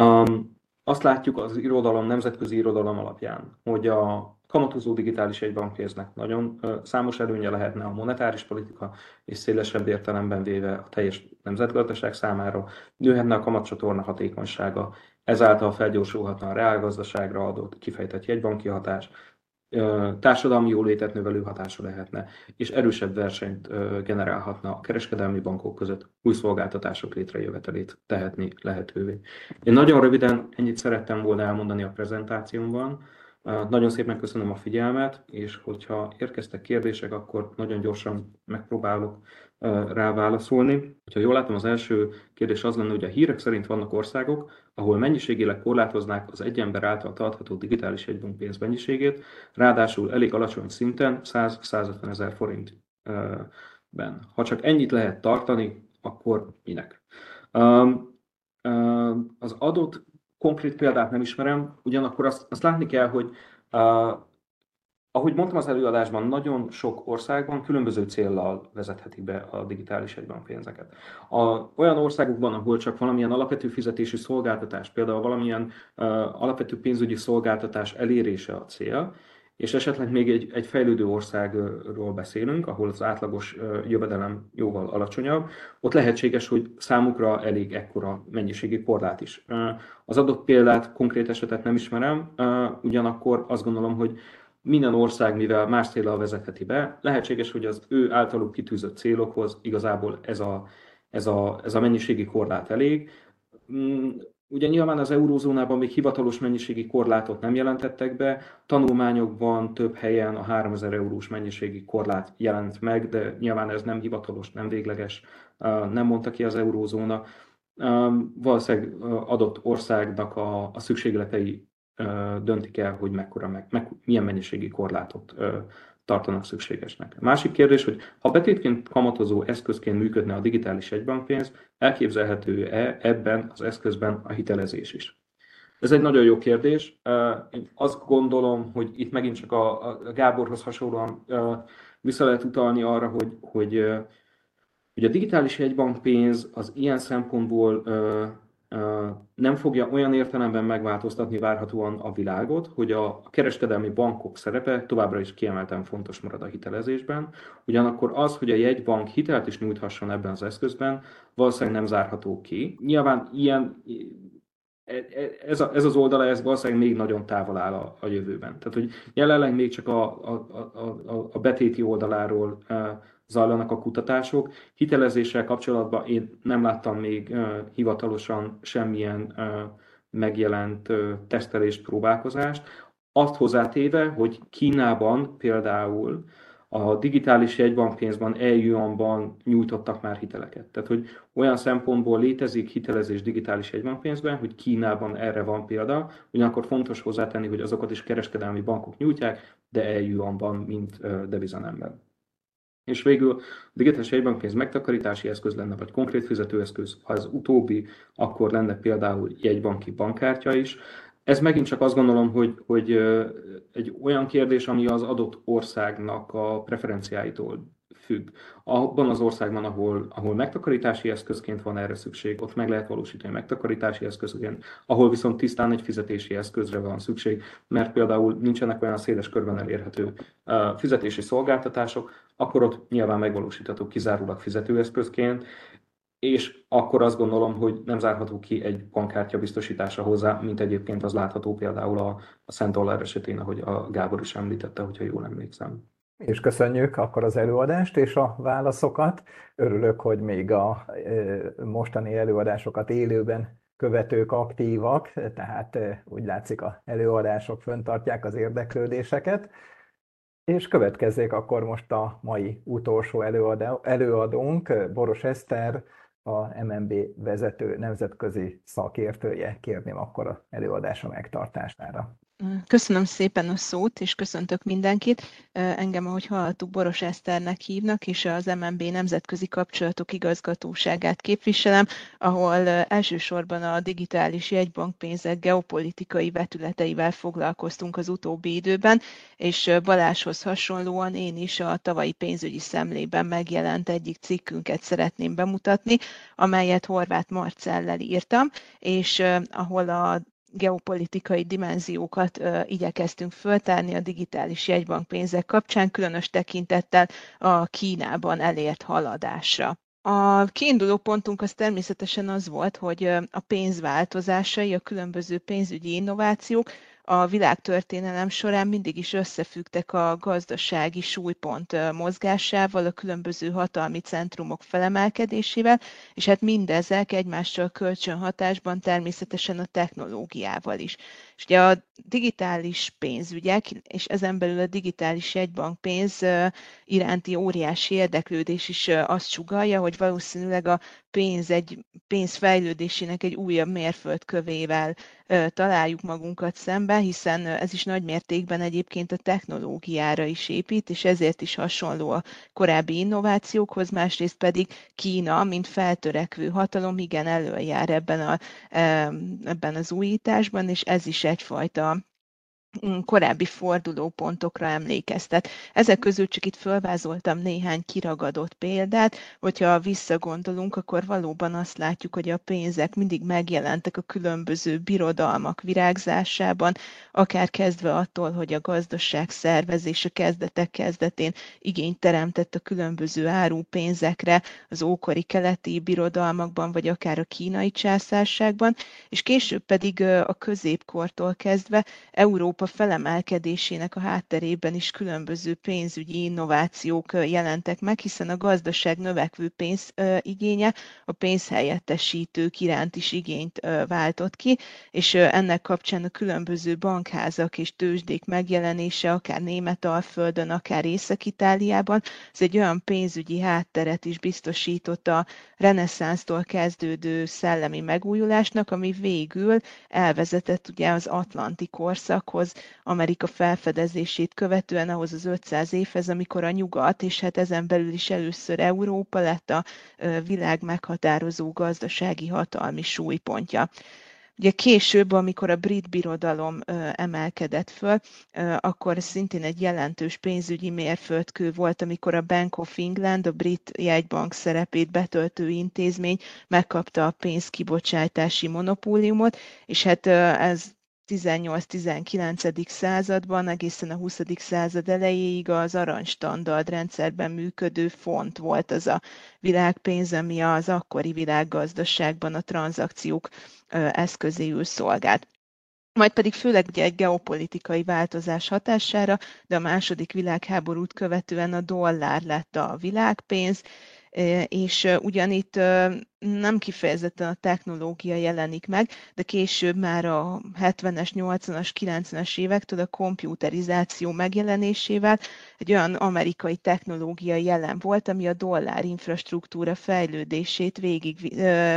Azt látjuk az nemzetközi irodalom alapján, hogy a kamatozó digitális jegybankpénznek nagyon számos előnye lehetne a monetáris politika, és szélesebb értelemben véve a teljes nemzetgazdaság számára, nőhetne a kamatcsatorna hatékonysága, ezáltal felgyorsulhatna a reálgazdaságra adott kifejtett jegybanki hatás, társadalmi jólétet növelő hatása lehetne, és erősebb versenyt generálhatna a kereskedelmi bankok között, új szolgáltatások létrejövetelét tehetni lehetővé. Én nagyon röviden ennyit szerettem volna elmondani a prezentációmban. Nagyon szépen köszönöm a figyelmet, és hogyha érkeztek kérdések, akkor nagyon gyorsan megpróbálok rá válaszolni. Ha jól látom, az első kérdés az lenne, hogy a hírek szerint vannak országok, ahol mennyiségileg korlátoznák az egy ember által tartható digitális jegybankpénz mennyiségét, ráadásul elég alacsony szinten, 100-150 ezer forintben. Ha csak ennyit lehet tartani, akkor minek? Az adott konkrét példát nem ismerem, ugyanakkor azt látni kell, hogy Ahogy mondtam az előadásban, nagyon sok országban különböző céllal vezethetik be a digitális jegybankpénzeket. Olyan országokban, ahol csak valamilyen alapvető fizetési szolgáltatás, például valamilyen alapvető pénzügyi szolgáltatás elérése a cél, és esetleg még egy fejlődő országról beszélünk, ahol az átlagos jövedelem jóval alacsonyabb, ott lehetséges, hogy számukra elég ekkora mennyiségi korlát is. Az adott példát, konkrét esetet nem ismerem, ugyanakkor azt gondolom, hogy minden ország, mivel más céllal vezetheti be, lehetséges, hogy az ő általuk kitűzött célokhoz igazából ez a mennyiségi korlát elég. Ugye nyilván az eurózónában még hivatalos mennyiségi korlátot nem jelentettek be, tanulmányokban több helyen a 3000 eurós mennyiségi korlát jelent meg, de nyilván ez nem hivatalos, nem végleges, nem mondta ki az eurózóna. Valószínűleg adott országnak a szükségletei döntik el, hogy milyen mennyiségi korlátot tartanak szükségesnek. A másik kérdés, hogy ha betétként kamatozó eszközként működne a digitális jegybankpénz, elképzelhető-e ebben az eszközben a hitelezés is? Ez egy nagyon jó kérdés. Én azt gondolom, hogy itt megint csak a Gáborhoz hasonlóan vissza lehet utalni arra, hogy a digitális jegybankpénz az ilyen szempontból nem fogja olyan értelemben megváltoztatni várhatóan a világot, hogy a kereskedelmi bankok szerepe továbbra is kiemelten fontos marad a hitelezésben. Ugyanakkor az, hogy a jegybank hitelt is nyújthasson ebben az eszközben, valószínűleg nem zárható ki. Nyilván ez az oldala, ez valószínűleg még nagyon távol áll a jövőben. Tehát, hogy jelenleg még csak a betéti oldaláról zajlanak a kutatások. Hitelezéssel kapcsolatban én nem láttam még hivatalosan semmilyen megjelent tesztelést, próbálkozást. Azt hozzátéve, hogy Kínában például a digitális jegybankpénzben, e-yuanban nyújtottak már hiteleket. Tehát, hogy olyan szempontból létezik hitelezés digitális jegybankpénzben, hogy Kínában erre van példa, ugyanakkor fontos hozzátenni, hogy azokat is kereskedelmi bankok nyújtják, de e-yuanban, mint devizanemben. És végül a digitális jegybankpénz megtakarítási eszköz lenne, vagy konkrét fizetőeszköz, ha az utóbbi, akkor lenne például jegybanki bankkártya is. Ez megint csak azt gondolom, hogy egy olyan kérdés, ami az adott országnak a preferenciáitól függ. Abban az országban, ahol megtakarítási eszközként van erre szükség, ott meg lehet valósítani megtakarítási eszközként, ahol viszont tisztán egy fizetési eszközre van szükség, mert például nincsenek olyan széles körben elérhető fizetési szolgáltatások, akkor ott nyilván megvalósítható kizárólag fizetőeszközként, és akkor azt gondolom, hogy nem zárható ki egy bankkártya biztosítása hozzá, mint egyébként az látható például a Szent Dollár esetén, ahogy a Gábor is említette, hogyha jól emlékszem. És köszönjük akkor az előadást és a válaszokat. Örülök, hogy még a mostani előadásokat élőben követők aktívak, tehát úgy látszik, az előadások fenntartják az érdeklődéseket. És következzék akkor most a mai utolsó előadónk, Boros Eszter, a MNB vezető nemzetközi szakértője. Kérném akkor az előadása megtartására. Köszönöm szépen a szót, és köszöntök mindenkit. Engem, ahogy hallottuk, Boros Eszternek hívnak, és az MNB Nemzetközi Kapcsolatok Igazgatóságát képviselem, ahol elsősorban a digitális jegybankpénzek geopolitikai vetületeivel foglalkoztunk az utóbbi időben, és Balázshoz hasonlóan én is a tavalyi pénzügyi szemlében megjelent egyik cikkünket szeretném bemutatni, amelyet Horváth Marcellel írtam, és ahol a geopolitikai dimenziókat igyekeztünk föltárni a digitális jegybankpénzek kapcsán, különös tekintettel a Kínában elért haladásra. A kiinduló pontunk az természetesen az volt, hogy a pénz változásai, a különböző pénzügyi innovációk a világtörténelem során mindig is összefüggtek a gazdasági súlypont mozgásával, a különböző hatalmi centrumok felemelkedésével, és hát mindezek egymással kölcsönhatásban természetesen a technológiával is. És ugye a digitális pénzügyek, és ezen belül a digitális jegybankpénz iránti óriási érdeklődés is azt sugallja, hogy valószínűleg a pénz fejlődésének egy újabb mérföldkövével találjuk magunkat szemben, hiszen ez is nagy mértékben egyébként a technológiára is épít, és ezért is hasonló a korábbi innovációkhoz, másrészt pedig Kína, mint feltörekvő hatalom, igen előjár ebben az újításban, és ez is egyfajta korábbi fordulópontokra emlékeztet. Ezek közül csak itt fölvázoltam néhány kiragadott példát, hogyha visszagondolunk, akkor valóban azt látjuk, hogy a pénzek mindig megjelentek a különböző birodalmak virágzásában, akár kezdve attól, hogy a gazdaság szervezése kezdetén igényt teremtett a különböző árupénzekre az ókori keleti birodalmakban, vagy akár a kínai császárságban, és később pedig a középkortól kezdve Európa felemelkedésének a hátterében is különböző pénzügyi innovációk jelentek meg, hiszen a gazdaság növekvő pénzigénye a pénzhelyettesítők iránt is igényt váltott ki, és ennek kapcsán a különböző bankházak és tőzsdék megjelenése, akár Németalföldön, akár Észak-Itáliában, ez egy olyan pénzügyi hátteret is biztosított a reneszánsztól kezdődő szellemi megújulásnak, ami végül elvezetett ugye az atlanti korszakhoz, Amerika felfedezését követően ahhoz az 500 évhez, amikor a nyugat, és hát ezen belül is először Európa lett a világ meghatározó gazdasági hatalmi súlypontja. Ugye később, amikor a brit birodalom emelkedett föl, akkor szintén egy jelentős pénzügyi mérföldkő volt, amikor a Bank of England, a brit jegybank szerepét betöltő intézmény megkapta a pénzkibocsátási monopóliumot, és hát ez 18-19. században, egészen a 20. század elejéig az aranystandard rendszerben működő font volt az a világpénz, ami az akkori világgazdaságban a tranzakciók eszközéül szolgált. Majd pedig főleg ugye egy geopolitikai változás hatására, de a második világháborút követően a dollár lett a világpénz, és ugyanitt nem kifejezetten a technológia jelenik meg, de később már a 70-es, 80-as, 90-es évektől a komputerizáció megjelenésével egy olyan amerikai technológia jelen volt, ami a dollár infrastruktúra fejlődését végig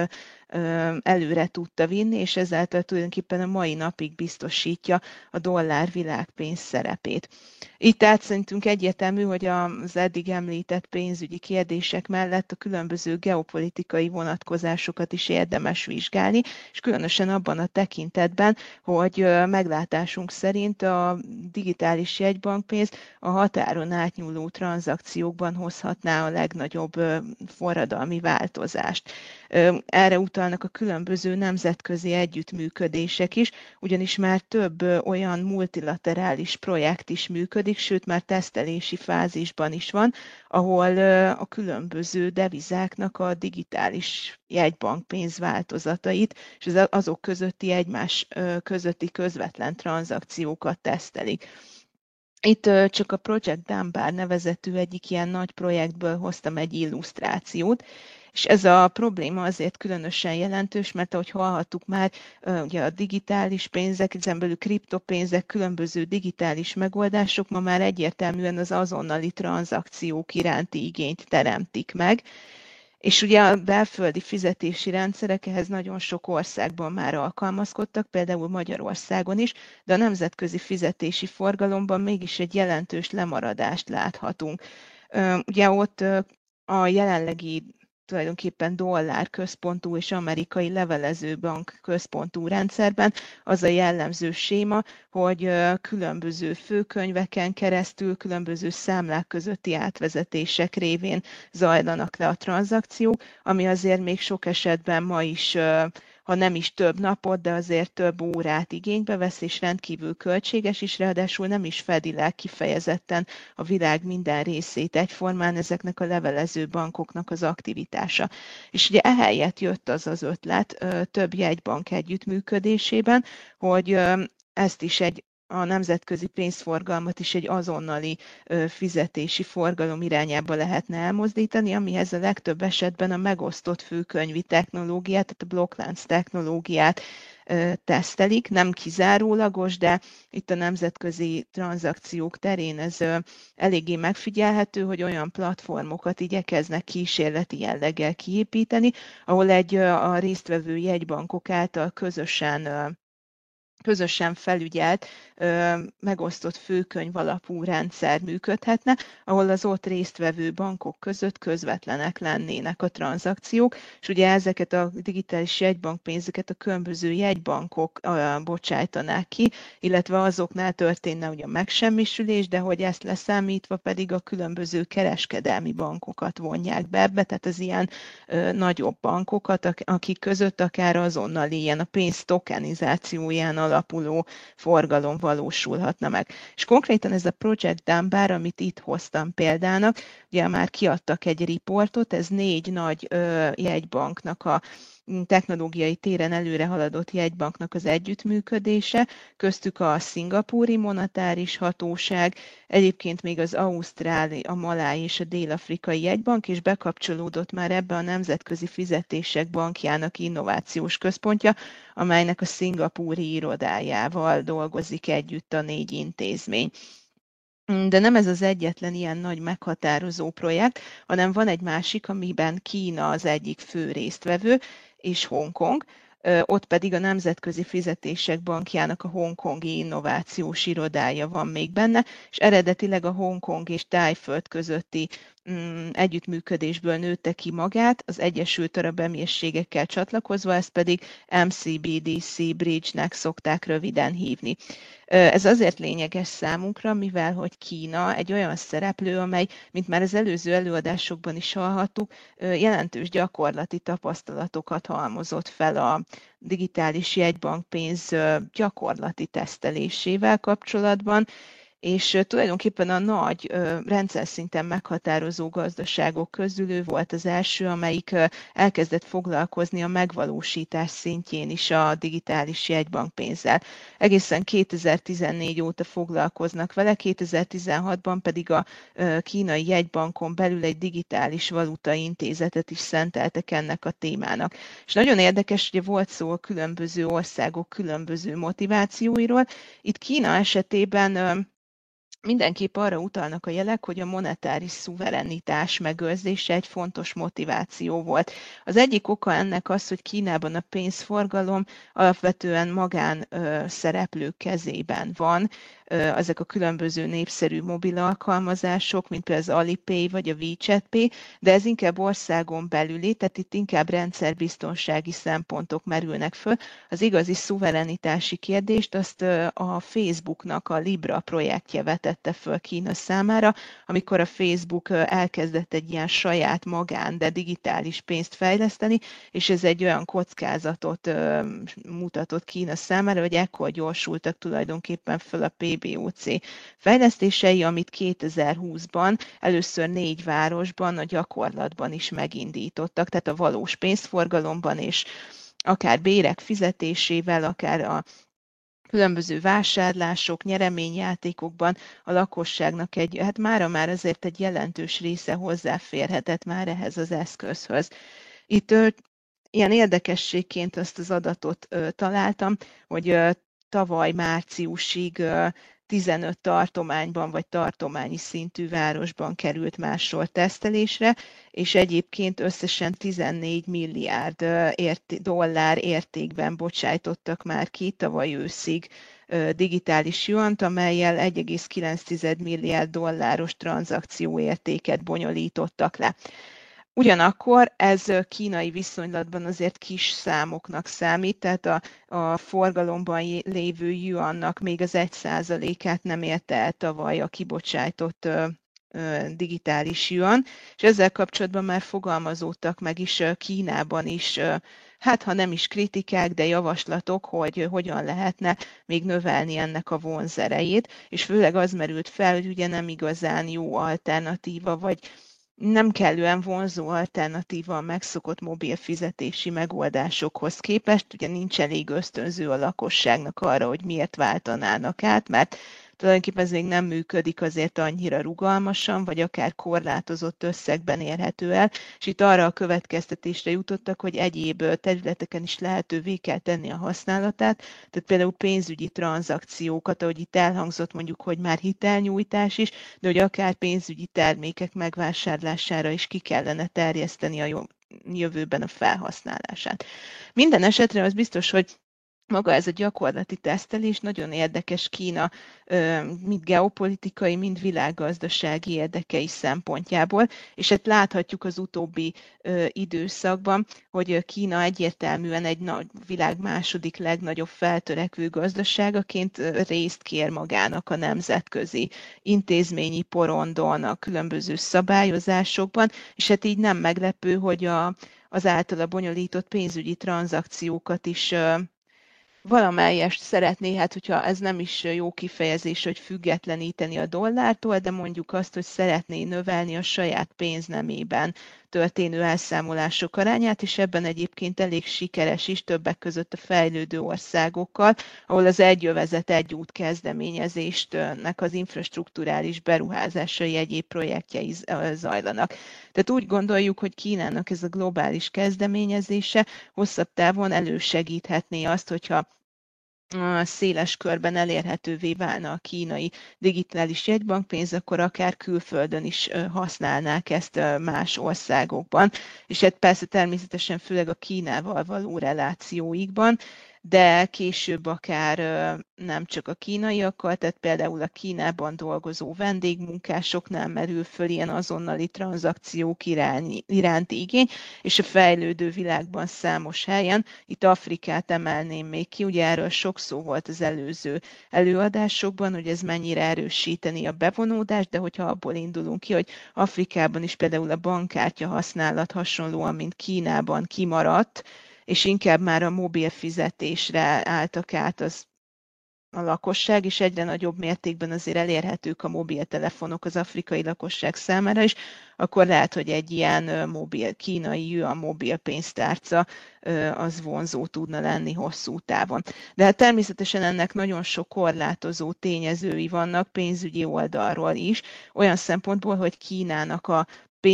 előre tudta vinni, és ezáltal tulajdonképpen a mai napig biztosítja a dollár világpénz szerepét. Itt tehát szerintünk egyértelmű, hogy az eddig említett pénzügyi kérdések mellett a különböző geopolitikai vonatkozásokat is érdemes vizsgálni, és különösen abban a tekintetben, hogy meglátásunk szerint a digitális jegybankpénz a határon átnyúló tranzakciókban hozhatná a legnagyobb forradalmi változást. Erre utalnak a különböző nemzetközi együttműködések is, ugyanis már több olyan multilaterális projekt is működik, sőt már tesztelési fázisban is van, ahol a különböző devizáknak a digitális jegybankpénz változatait és azok közötti egymás közötti közvetlen tranzakciókat tesztelik. Itt csak a Project Dunbar nevezetű egyik ilyen nagy projektből hoztam egy illusztrációt, és ez a probléma azért különösen jelentős, mert ahogy hallhattuk már, ugye a digitális pénzek, ezen belül kriptopénzek, különböző digitális megoldások ma már egyértelműen az azonnali tranzakciók iránti igényt teremtik meg. És ugye a belföldi fizetési rendszerek ehhez nagyon sok országban már alkalmazkodtak, például Magyarországon is, de a nemzetközi fizetési forgalomban mégis egy jelentős lemaradást láthatunk. Ugye ott a jelenlegi tulajdonképpen dollár központú és amerikai levelezőbank központú rendszerben az a jellemző séma, hogy különböző főkönyveken keresztül, különböző számlák közötti átvezetések révén zajlanak le a tranzakciók, ami azért még sok esetben ma is, ha nem is több napot, de azért több órát igénybe vesz, és rendkívül költséges is, ráadásul nem is fedi le kifejezetten a világ minden részét egyformán ezeknek a levelező bankoknak az aktivitása. És ugye ehelyett jött az az ötlet több jegybank együttműködésében, hogy ezt is a nemzetközi pénzforgalmat is egy azonnali fizetési forgalom irányába lehetne elmozdítani, amihez a legtöbb esetben a megosztott főkönyvi technológiát, tehát a blokklánc technológiát tesztelik, nem kizárólagos, de itt a nemzetközi tranzakciók terén ez eléggé megfigyelhető, hogy olyan platformokat igyekeznek kísérleti jelleggel kiépíteni, ahol a résztvevő jegybankok által közösen közösen felügyelt, megosztott főkönyv alapú rendszer működhetne, ahol az ott résztvevő bankok között közvetlenek lennének a tranzakciók, és ugye ezeket a digitális jegybankpénzeket a különböző jegybankok bocsájtanák ki, illetve azoknál történne ugye a megsemmisülés, de hogy ezt leszámítva pedig a különböző kereskedelmi bankokat vonják be ebbe, tehát az ilyen nagyobb bankokat, akik között akár azonnal ilyen a pénz tokenizációján alapuló forgalom valósulhatna meg. És konkrétan ez a Project Dunbar, amit itt hoztam példának, ugye már kiadtak egy riportot, ez 4 nagy jegybanknak a technológiai téren előre haladott jegybanknak az együttműködése, köztük a szingapúri monetáris hatóság, egyébként még az ausztráli, a maláj és a dél-afrikai jegybank, és bekapcsolódott már ebbe a Nemzetközi Fizetések Bankjának innovációs központja, amelynek a szingapúri irodájával dolgozik együtt a 4 intézmény. De nem ez az egyetlen ilyen nagy meghatározó projekt, hanem van egy másik, amiben Kína az egyik fő résztvevő, és Hongkong, ott pedig a Nemzetközi Fizetések Bankjának a hongkongi innovációs irodája van még benne, és eredetileg a Hongkong és Tájföld közötti együttműködésből nőtte ki magát, az Egyesült Arab Emírségekkel csatlakozva, ezt pedig MCBDC Bridge-nek szokták röviden hívni. Ez azért lényeges számunkra, mivel hogy Kína egy olyan szereplő, amely, mint már az előző előadásokban is hallhattuk, jelentős gyakorlati tapasztalatokat halmozott fel a digitális jegybankpénz gyakorlati tesztelésével kapcsolatban, és tulajdonképpen a nagy rendszer szinten meghatározó gazdaságok közül ő volt az első, amelyik elkezdett foglalkozni a megvalósítás szintjén is a digitális jegybankpénzzel. Egészen 2014 óta foglalkoznak vele, 2016-ban pedig a kínai jegybankon belül egy digitális valutaintézetet is szenteltek ennek a témának. És nagyon érdekes, hogy volt szó a különböző országok különböző motivációiról. Itt Kína esetében mindenképp arra utalnak a jelek, hogy a monetáris szuverenitás megőrzése egy fontos motiváció volt. Az egyik oka ennek az, hogy Kínában a pénzforgalom alapvetően magán szereplők kezében van. Ezek a különböző népszerű mobil alkalmazások, mint például az Alipay vagy a WeChat Pay, de ez inkább országon belüli, tehát itt inkább rendszerbiztonsági szempontok merülnek föl. Az igazi szuverenitási kérdést azt a Facebooknak a Libra projektje vetette föl Kína számára, amikor a Facebook elkezdett egy ilyen saját magán, de digitális pénzt fejleszteni, és ez egy olyan kockázatot mutatott Kína számára, hogy ekkor gyorsultak tulajdonképpen föl a PBOC fejlesztései, amit 2020-ban először 4 városban a gyakorlatban is megindítottak, tehát a valós pénzforgalomban és akár bérek fizetésével, akár a különböző vásárlások, nyereményjátékokban a lakosságnak mára már azért egy jelentős része hozzáférhetett már ehhez az eszközhöz. Itt ilyen érdekességként azt az adatot találtam, hogy tavaly márciusig 15 tartományban vagy tartományi szintű városban került mássor tesztelésre, és egyébként összesen 14 milliárd dollár értékben bocsájtottak már ki tavaly őszig digitális juant, amellyel 1,9 milliárd dolláros tranzakcióértéket bonyolítottak le. Ugyanakkor ez kínai viszonylatban azért kis számoknak számít, tehát a forgalomban lévő yuannak még az 1%-át nem érte el tavaly a kibocsájtott digitális yuan, és ezzel kapcsolatban már fogalmazódtak meg is Kínában is, hát ha nem is kritikák, de javaslatok, hogy hogyan lehetne még növelni ennek a vonzerejét, és főleg az merült fel, hogy ugye nem igazán jó alternatíva, vagy nem kellően vonzó alternatíva a megszokott mobil fizetési megoldásokhoz képest, ugye nincs elég ösztönző a lakosságnak arra, hogy miért váltanának át, mert tulajdonképpen ez még nem működik azért annyira rugalmasan, vagy akár korlátozott összegben érhető el, és itt arra a következtetésre jutottak, hogy egyéb területeken is lehetővé kell tenni a használatát, tehát például pénzügyi tranzakciókat, ahogy itt elhangzott mondjuk, hogy már hitelnyújtás is, de hogy akár pénzügyi termékek megvásárlására is ki kellene terjeszteni a jövőben a felhasználását. Minden esetre az biztos, hogy maga ez a gyakorlati tesztelés nagyon érdekes Kína mind geopolitikai, mind világgazdasági érdekei szempontjából, és hát láthatjuk az utóbbi időszakban, hogy Kína egyértelműen egy világ második legnagyobb feltörekvő gazdaságaként részt kér magának a nemzetközi intézményi porondon, a különböző szabályozásokban, és hát így nem meglepő, hogy az általa bonyolított pénzügyi tranzakciókat is valamelyest szeretné, hát hogyha ez nem is jó kifejezés, hogy függetleníteni a dollártól, de mondjuk azt, hogy szeretné növelni a saját pénznemében történő elszámolások arányát, és ebben egyébként elég sikeres is, többek között a fejlődő országokkal, ahol az egyövezet egy út kezdeményezéstnek az infrastrukturális beruházásai egyéb projektjei zajlanak. Tehát úgy gondoljuk, hogy Kínának ez a globális kezdeményezése hosszabb távon elősegíthetné azt, hogyha széles körben elérhetővé válna a kínai digitális jegybankpénz, akkor akár külföldön is használnák ezt más országokban. És hát persze természetesen főleg a Kínával való relációikban, de később akár nem csak a kínaiakkal, tehát például a Kínában dolgozó vendégmunkásoknál merül föl ilyen azonnali tranzakciók iránti igény, és a fejlődő világban számos helyen, itt Afrikát emelném még ki, ugye erről sok szó volt az előző előadásokban, hogy ez mennyire erősíteni a bevonódást, de hogyha abból indulunk ki, hogy Afrikában is például a bankkártya használat hasonlóan, mint Kínában kimaradt, és inkább már a mobil fizetésre álltak át a lakosság, és egyre nagyobb mértékben azért elérhetők a mobiltelefonok az afrikai lakosság számára is, akkor lehet, hogy egy ilyen kínai yuan mobil pénztárca az vonzó tudna lenni hosszú távon. De hát természetesen ennek nagyon sok korlátozó tényezői vannak pénzügyi oldalról is, olyan szempontból, hogy Kínának a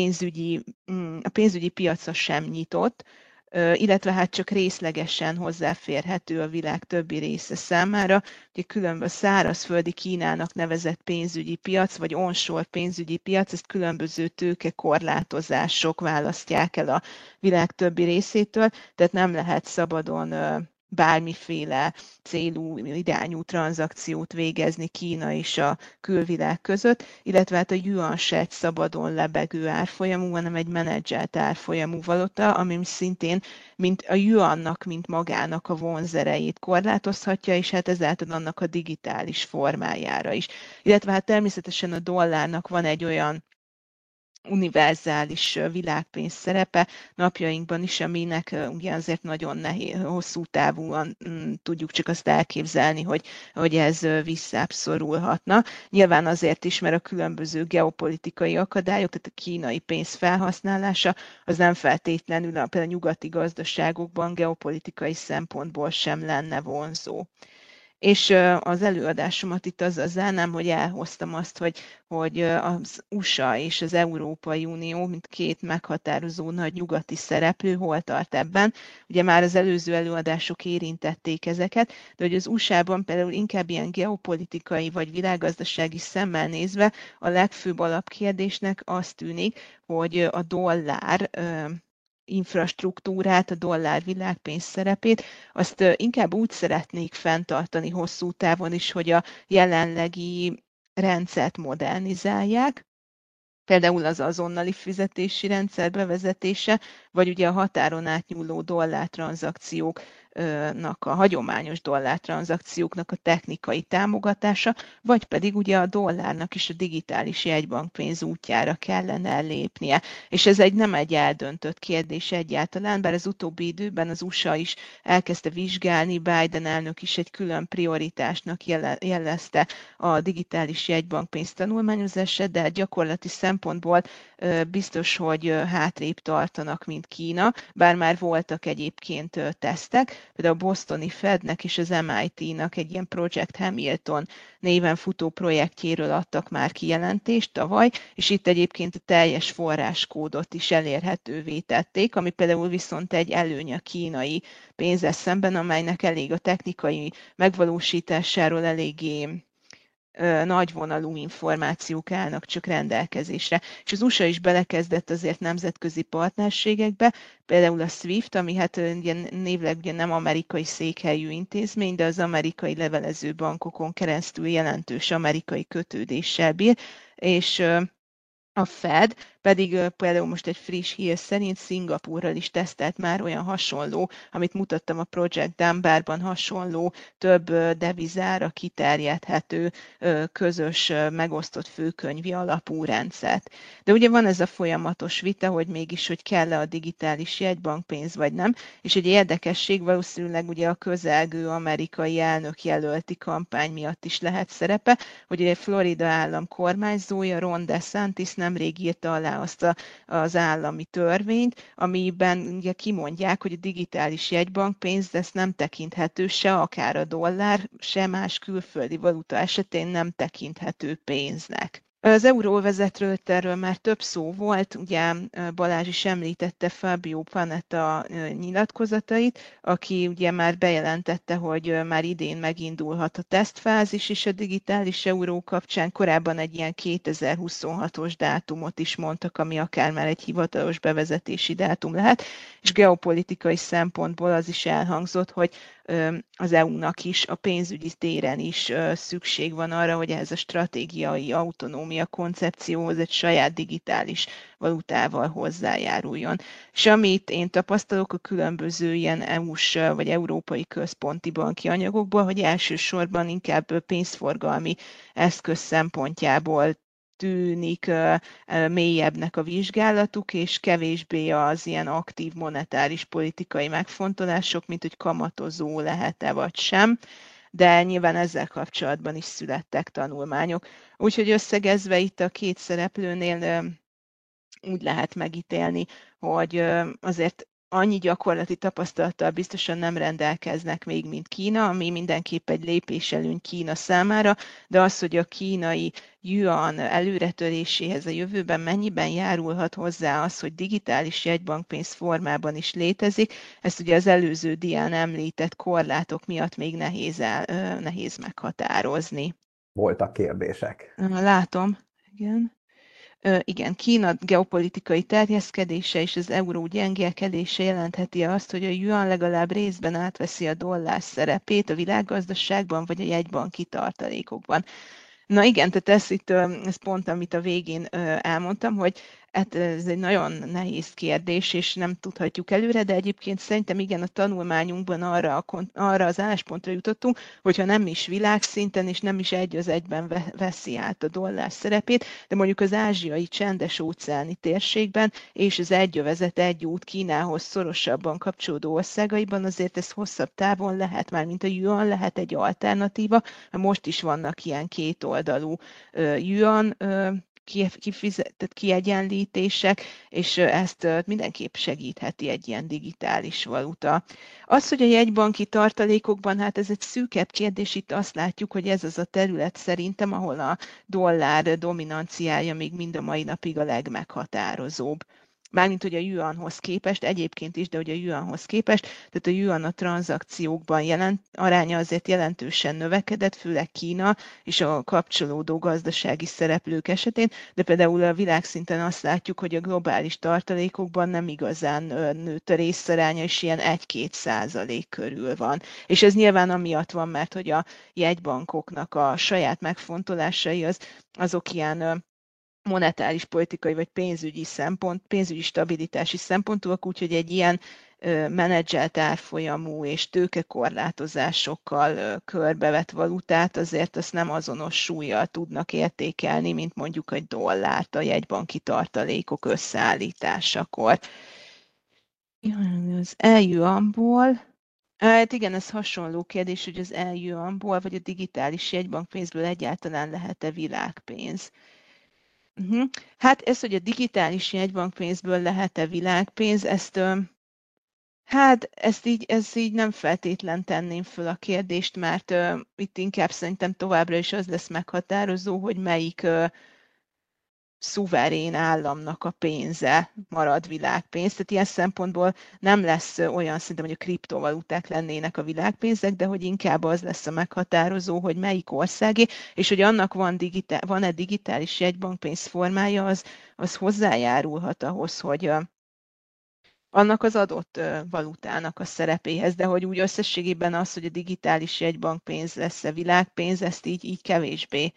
pénzügyi piaca sem nyitott, illetve hát csak részlegesen hozzáférhető a világ többi része számára. Ugye különböző szárazföldi Kínának nevezett pénzügyi piac, vagy onshore pénzügyi piac, ezt különböző tőkekorlátozások választják el a világ többi részétől, tehát nem lehet szabadon bármiféle célú, irányú tranzakciót végezni Kína és a külvilág között, illetve hát a yuan se egy szabadon lebegő árfolyamú, hanem egy menedzselt árfolyamú valuta, ami szintén mint a yuannak, mint magának a vonzerejét korlátozhatja, és hát ezáltal annak a digitális formájára is. Illetve hát természetesen a dollárnak van egy olyan univerzális világpénz szerepe napjainkban is, aminek ugye azért nagyon nehéz, hosszú távúan tudjuk csak azt elképzelni, hogy ez visszább szorulhatna. Nyilván azért is, mert a különböző geopolitikai akadályok, tehát a kínai pénz felhasználása, az nem feltétlenül például a nyugati gazdaságokban geopolitikai szempontból sem lenne vonzó. És az előadásomat itt azzal zárnám, hogy elhoztam azt, hogy az USA és az Európai Unió, mint két meghatározó nagy nyugati szereplő, hol tart ebben. Ugye már az előző előadások érintették ezeket, de hogy az USA-ban például inkább ilyen geopolitikai vagy világgazdasági szemmel nézve a legfőbb alapkérdésnek az tűnik, hogy a dollár infrastruktúrát, a dollár világpénz szerepét, azt inkább úgy szeretnék fenntartani hosszú távon is, hogy a jelenlegi rendszert modernizálják, például az azonnali fizetési rendszer bevezetése, vagy ugye a határon átnyúló dollártranzakcióknak, a hagyományos dollártranzakcióknak a technikai támogatása, vagy pedig ugye a dollárnak is a digitális jegybankpénz útjára kellene lépnie. És ez nem egy eldöntött kérdés egyáltalán, bár az utóbbi időben az USA is elkezdte vizsgálni, Biden elnök is egy külön prioritásnak jelezte a digitális jegybankpénz tanulmányozását, de gyakorlati szempontból biztos, hogy hátrébb tartanak, mint Kína, bár már voltak egyébként tesztek, például a bostoni Fednek és az MIT-nak egy ilyen Project Hamilton néven futó projektjéről adtak már kijelentést tavaly, és itt egyébként a teljes forráskódot is elérhetővé tették, ami például viszont egy előny a kínai pénzzel szemben, amelynek elég a technikai megvalósításáról eléggé nagyvonalú információk állnak csak rendelkezésre. És az USA is belekezdett azért nemzetközi partnerségekbe, például a SWIFT, ami hát ugye névleg ugye nem amerikai székhelyű intézmény, de az amerikai levelező bankokon keresztül jelentős amerikai kötődéssel bír, és a Fed pedig például most egy friss hír szerint Szingapúrral is tesztelt már olyan hasonló, amit mutattam a Project Dunbarban, hasonló több devizára kiterjedhető közös megosztott főkönyvi alapú rendszert. De ugye van ez a folyamatos vita, hogy mégis, hogy kell-e a digitális jegybankpénz vagy nem, és egy érdekesség valószínűleg ugye a közelgő amerikai elnökjelölti kampány miatt is lehet szerepe, hogy egy Florida állam kormányzója, Ron DeSantis nemrég írta alá azt az állami törvényt, amiben ugye kimondják, hogy a digitális jegybankpénz ezt nem tekinthető se akár a dollár, se más külföldi valuta esetén nem tekinthető pénznek. Az euróvezetről erről már több szó volt, ugye Balázs is említette Fabio Panetta nyilatkozatait, aki ugye már bejelentette, hogy már idén megindulhat a tesztfázis is a digitális euró kapcsán, korábban egy ilyen 2026-os dátumot is mondtak, ami akár már egy hivatalos bevezetési dátum lehet, és geopolitikai szempontból az is elhangzott, hogy az EU-nak is a pénzügyi téren is szükség van arra, hogy ehhez a stratégiai autonómia koncepcióhoz egy saját digitális valutával hozzájáruljon. És amit én tapasztalok a különböző ilyen EU-s vagy európai központi banki anyagokból, hogy elsősorban inkább pénzforgalmi eszköz szempontjából tűnik mélyebbnek a vizsgálatuk, és kevésbé az ilyen aktív monetáris politikai megfontolások, mint hogy kamatozó lehet-e vagy sem, de nyilván ezzel kapcsolatban is születtek tanulmányok. Úgyhogy összegezve itt a két szereplőnél úgy lehet megítélni, hogy azért annyi gyakorlati tapasztalattal biztosan nem rendelkeznek még, mint Kína, ami mindenképp egy lépéselőny Kína számára, de az, hogy a kínai yuan előretöréséhez a jövőben mennyiben járulhat hozzá az, hogy digitális jegybankpénz formában is létezik, ezt ugye az előző dián említett korlátok miatt még nehéz meghatározni. Voltak kérdések. Látom, igen. Igen, Kína geopolitikai terjeszkedése és az euró gyengélkedése jelentheti azt, hogy a yuan legalább részben átveszi a dollár szerepét a világgazdaságban vagy a jegybanki tartalékokban. Na igen, tehát ez pont, amit a végén elmondtam, hogy ez egy nagyon nehéz kérdés, és nem tudhatjuk előre, de egyébként szerintem igen, a tanulmányunkban arra az álláspontra jutottunk, hogyha nem is világszinten, és nem is egy az egyben veszi át a dollár szerepét, de mondjuk az ázsiai csendes-óceáni térségben és az egyövezet egy út Kínához szorosabban kapcsolódó országaiban azért ez hosszabb távon lehet már, mint a yuan lehet egy alternatíva, most is vannak ilyen kétoldalú yuan kifizetett kiegyenlítések, és ezt mindenképp segítheti egy ilyen digitális valuta. Az, hogy a jegybanki tartalékokban, hát ez egy szűkebb kérdés, itt azt látjuk, hogy ez az a terület szerintem, ahol a dollár dominanciája még mind a mai napig a legmeghatározóbb. Mármint, hogy a yuanhoz képest, egyébként is, de hogy a yuanhoz képest, tehát a yuan a tranzakciókban aránya azért jelentősen növekedett, főleg Kína és a kapcsolódó gazdasági szereplők esetén, de például a világszinten azt látjuk, hogy a globális tartalékokban nem igazán nőtt a részaránya, és ilyen 1-2% körül van. És ez nyilván amiatt van, mert hogy a jegybankoknak a saját megfontolásai azok ilyen monetáris, politikai vagy pénzügyi stabilitási szempontúak, úgyhogy egy ilyen menedzselt árfolyamú és tőkekorlátozásokkal körbevett valutát azért azt nem azonos súllyal tudnak értékelni, mint mondjuk egy dollárt a jegybanki tartalékok összeállításakor. Az e-yuanból, hát igen, ez hasonló kérdés, hogy az e-yuanból vagy a digitális jegybankpénzből egyáltalán lehet-e világpénz. Hát ez, hogy a digitális jegybankpénzből lehet-e világpénz, ezt így nem feltétlen tenném föl a kérdést, mert itt inkább szerintem továbbra is az lesz meghatározó, hogy melyik szuverén államnak a pénze marad világpénz. Tehát ilyen szempontból nem lesz olyan szinten, hogy a kriptovaluták lennének a világpénzek, de hogy inkább az lesz a meghatározó, hogy melyik országé, és hogy annak van-e digitális jegybankpénz formája, az hozzájárulhat ahhoz, hogy annak az adott valutának a szerepéhez, de hogy úgy összességében az, hogy a digitális jegybankpénz lesz-e világpénz, ezt így kevésbé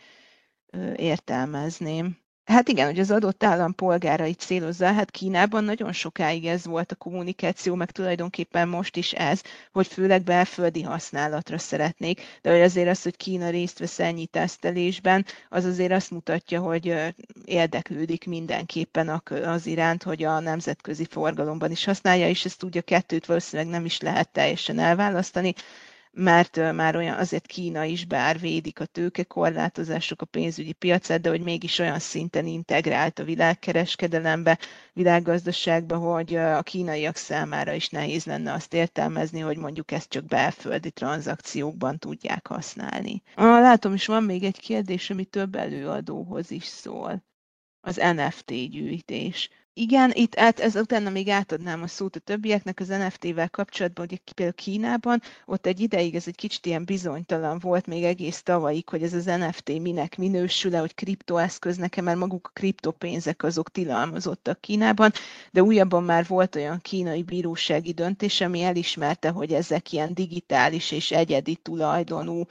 értelmezném. Hát igen, hogy az adott állam polgárait célozza, hát Kínában nagyon sokáig ez volt a kommunikáció, meg tulajdonképpen most is ez, hogy főleg belföldi használatra szeretnék, de hogy azért az, hogy Kína részt vesz ennyi tesztelésben, az azért azt mutatja, hogy érdeklődik mindenképpen az iránt, hogy a nemzetközi forgalomban is használja, és ezt úgy a kettőt valószínűleg nem is lehet teljesen elválasztani, mert már olyan azért Kína is, bár védik a tőkekorlátozások a pénzügyi piacát, de hogy mégis olyan szinten integrált a világkereskedelembe, világgazdaságba, hogy a kínaiak számára is nehéz lenne azt értelmezni, hogy mondjuk ezt csak belföldi tranzakciókban tudják használni. Látom, is van még egy kérdés, ami több előadóhoz is szól. Az NFT gyűjtés. Igen, itt utána még átadnám a szót a többieknek az NFT-vel kapcsolatban, hogy például Kínában, ott egy ideig ez egy kicsit ilyen bizonytalan volt, még egész tavalyig, hogy ez az NFT minek minősül-e, hogy kriptoeszköznek-e, mert maguk a kriptopénzek azok tilalmazottak Kínában, de újabban már volt olyan kínai bírósági döntés, ami elismerte, hogy ezek ilyen digitális és egyedi tulajdonú,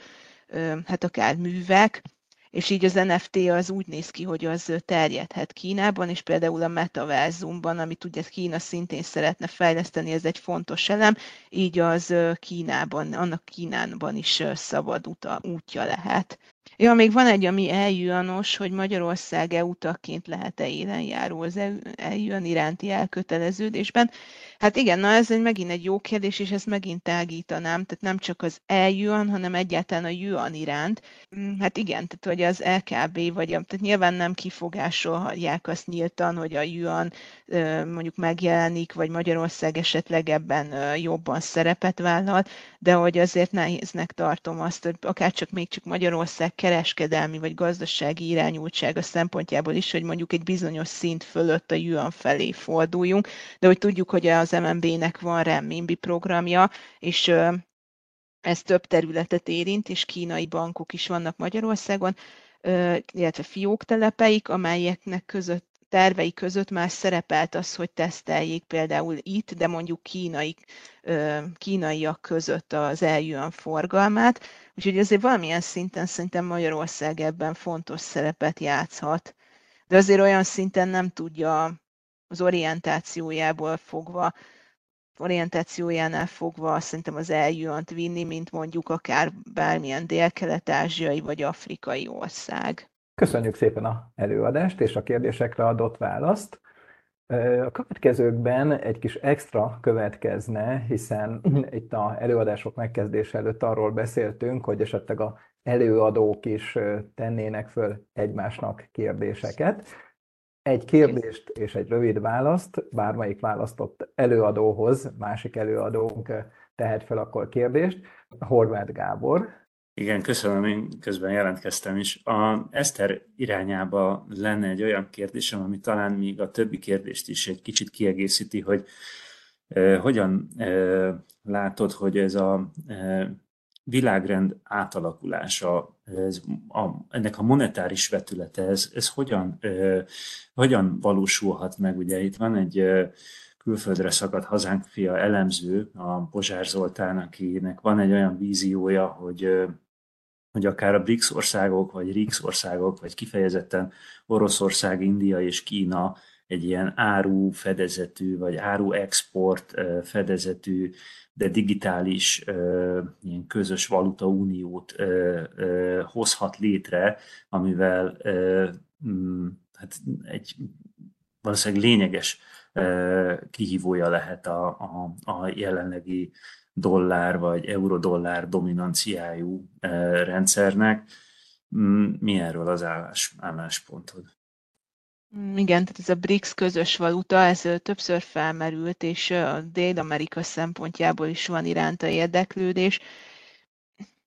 hát akár művek, és így az NFT az úgy néz ki, hogy az terjedhet Kínában, és például a metaverzumban, amit ugye Kína szintén szeretne fejleszteni, ez egy fontos elem, így az annak Kínában is szabad útja lehet. Ja, még van egy, ami eljönös, hogy Magyarország EU tagként lehet-e élenjáró az eljön iránti elköteleződésben. Hát igen, na ez megint egy jó kérdés, és ezt megint tágítanám, tehát nem csak az eljön, hanem egyáltalán a yuan iránt. Hát igen, tehát hogy az LKB, tehát nyilván nem kifogásolják azt nyíltan, hogy a yuan mondjuk megjelenik, vagy Magyarország esetleg ebben jobban szerepet vállal, de hogy azért nehéznek tartom azt, hogy akárcsak még csak Magyarország kereskedelmi vagy gazdasági irányultsága szempontjából is, hogy mondjuk egy bizonyos szint fölött a yuan felé forduljunk, de hogy tudjuk, hogy az MNB-nek van renminbi programja, és ez több területet érint, és kínai bankok is vannak Magyarországon, illetve fióktelepeik, amelyeknek tervei között már szerepelt az, hogy teszteljék például itt, de mondjuk kínaiak között az eljön forgalmát. Úgyhogy azért valamilyen szinten szerintem Magyarország ebben fontos szerepet játszhat. De azért olyan szinten nem tudja az orientációjánál fogva szerintem az eljönt vinni, mint mondjuk akár bármilyen dél-kelet-ázsiai vagy afrikai ország. Köszönjük szépen az előadást és a kérdésekre adott választ. A következőkben egy kis extra következne, hiszen itt az előadások megkezdése előtt arról beszéltünk, hogy esetleg az előadók is tennének föl egymásnak kérdéseket. Egy kérdést és egy rövid választ, bármelyik választott előadóhoz, másik előadónk tehet fel akkor kérdést. Horváth Gábor. Igen, köszönöm, én közben jelentkeztem is. A Eszter irányába lenne egy olyan kérdésem, ami talán még a többi kérdést is egy kicsit kiegészíti, hogy hogyan látod, hogy ez a világrend átalakulása, ennek a monetáris vetülete, ez hogyan valósulhat meg? Ugye itt van egy külföldre szakadt hazánk fia elemző, a Bozsár Zoltán, akinek van egy olyan víziója, hogy akár a BRICS országok, vagy RICS országok, vagy kifejezetten Oroszország, India és Kína egy ilyen áru fedezetű, vagy áru export fedezetű, de digitális ilyen közös valuta uniót hozhat létre, amivel hát egy valószínűleg lényeges kihívója lehet a jelenlegi dollár vagy eurodollár dominanciájú rendszernek. Mi erről az álláspontod? Igen, tehát ez a BRICS közös valuta, ez többször felmerült, és a Dél-Amerika szempontjából is van iránta érdeklődés.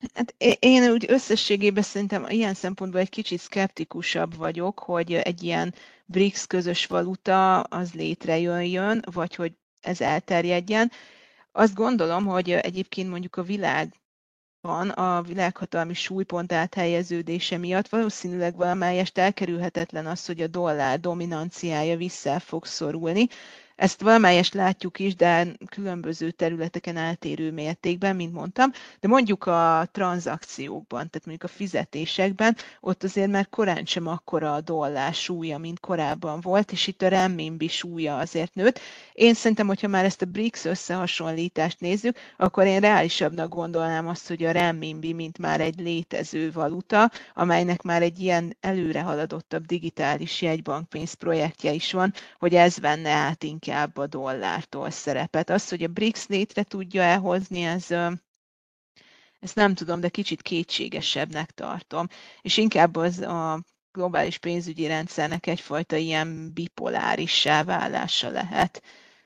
Hát én úgy összességében szerintem ilyen szempontból egy kicsit szkeptikusabb vagyok, hogy egy ilyen BRICS közös valuta az létrejöjjön, vagy hogy ez elterjedjen. Azt gondolom, hogy egyébként mondjuk a világban a világhatalmi súlypont áthelyeződése miatt valószínűleg valamelyest elkerülhetetlen az, hogy a dollár dominanciája vissza fog szorulni. Ezt valamelyest látjuk is, de különböző területeken eltérő mértékben, mint mondtam. De mondjuk a tranzakciókban, tehát mondjuk a fizetésekben, ott azért már korán sem akkora a dollár súlya, mint korábban volt, és itt a renminbi súlya azért nőtt. Én szerintem, hogyha már ezt a BRICS összehasonlítást nézzük, akkor én reálisabbnak gondolnám azt, hogy a renminbi, mint már egy létező valuta, amelynek már egy ilyen előrehaladottabb digitális jegybankpénz projektje is van, hogy ez venne át inkább a dollártól szerepet. Az, hogy a BRICS létre tudja elhozni, ezt nem tudom, de kicsit kétségesebbnek tartom. És inkább az a globális pénzügyi rendszernek egyfajta ilyen bipolárissá válása lehet.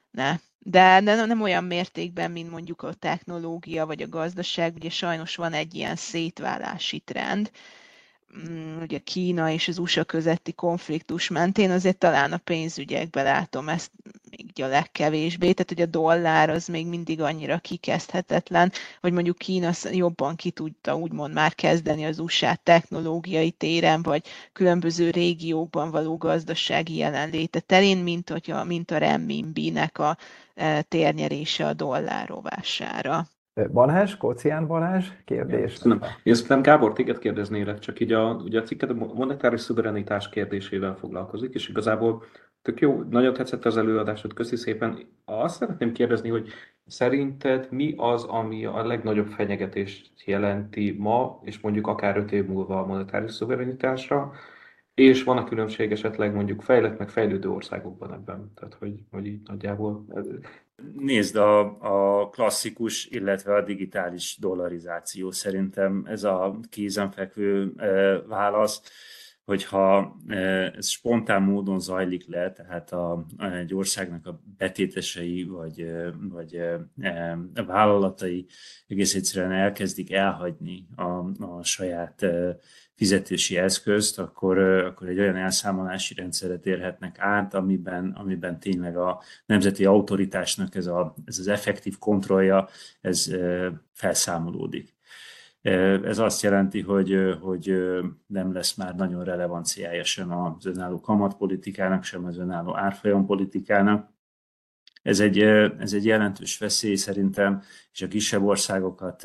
De nem olyan mértékben, mint mondjuk a technológia vagy a gazdaság, ugye sajnos van egy ilyen szétválási trend, ugye Kína és az USA közötti konfliktus mentén, azért talán a pénzügyekben látom ezt még a legkevésbé, tehát hogy a dollár az még mindig annyira kikezdhetetlen, hogy mondjuk Kína jobban ki tudta úgymond már kezdeni az USA technológiai téren, vagy különböző régiókban való gazdasági jelenléte terén, mint a renminbinek a térnyerése a dollár rovására. Balázs, Kócián Balázs, kérdés? Köszönöm. Én szerintem Gábor, téged kérdeznélek, csak így ugye a cikket a monetáris szuverenitás kérdésével foglalkozik, és igazából tök jó, nagyon tetszett az előadásod, köszi szépen. Azt szeretném kérdezni, hogy szerinted mi az, ami a legnagyobb fenyegetést jelenti ma, és mondjuk akár 5 év múlva a monetáris szuverenitásra, és van a különbség esetleg mondjuk fejlett meg fejlődő országokban ebben? Tehát, hogy így nagyjából... Nézd, a klasszikus, illetve a digitális dollarizáció szerintem ez a kézenfekvő válasz, hogyha ez spontán módon zajlik le, tehát egy országnak a betétesei vagy a vállalatai egész egyszerűen elkezdik elhagyni a saját fizetési eszközt, akkor egy olyan elszámolási rendszerre térhetnek át, amiben tényleg a nemzeti autoritásnak ez az effektív kontrollja, ez felszámolódik. Ez azt jelenti, hogy nem lesz már nagyon relevanciája sem az önálló kamatpolitikának, sem az önálló árfolyampolitikának. Ez egy jelentős veszély szerintem, és a kisebb országokat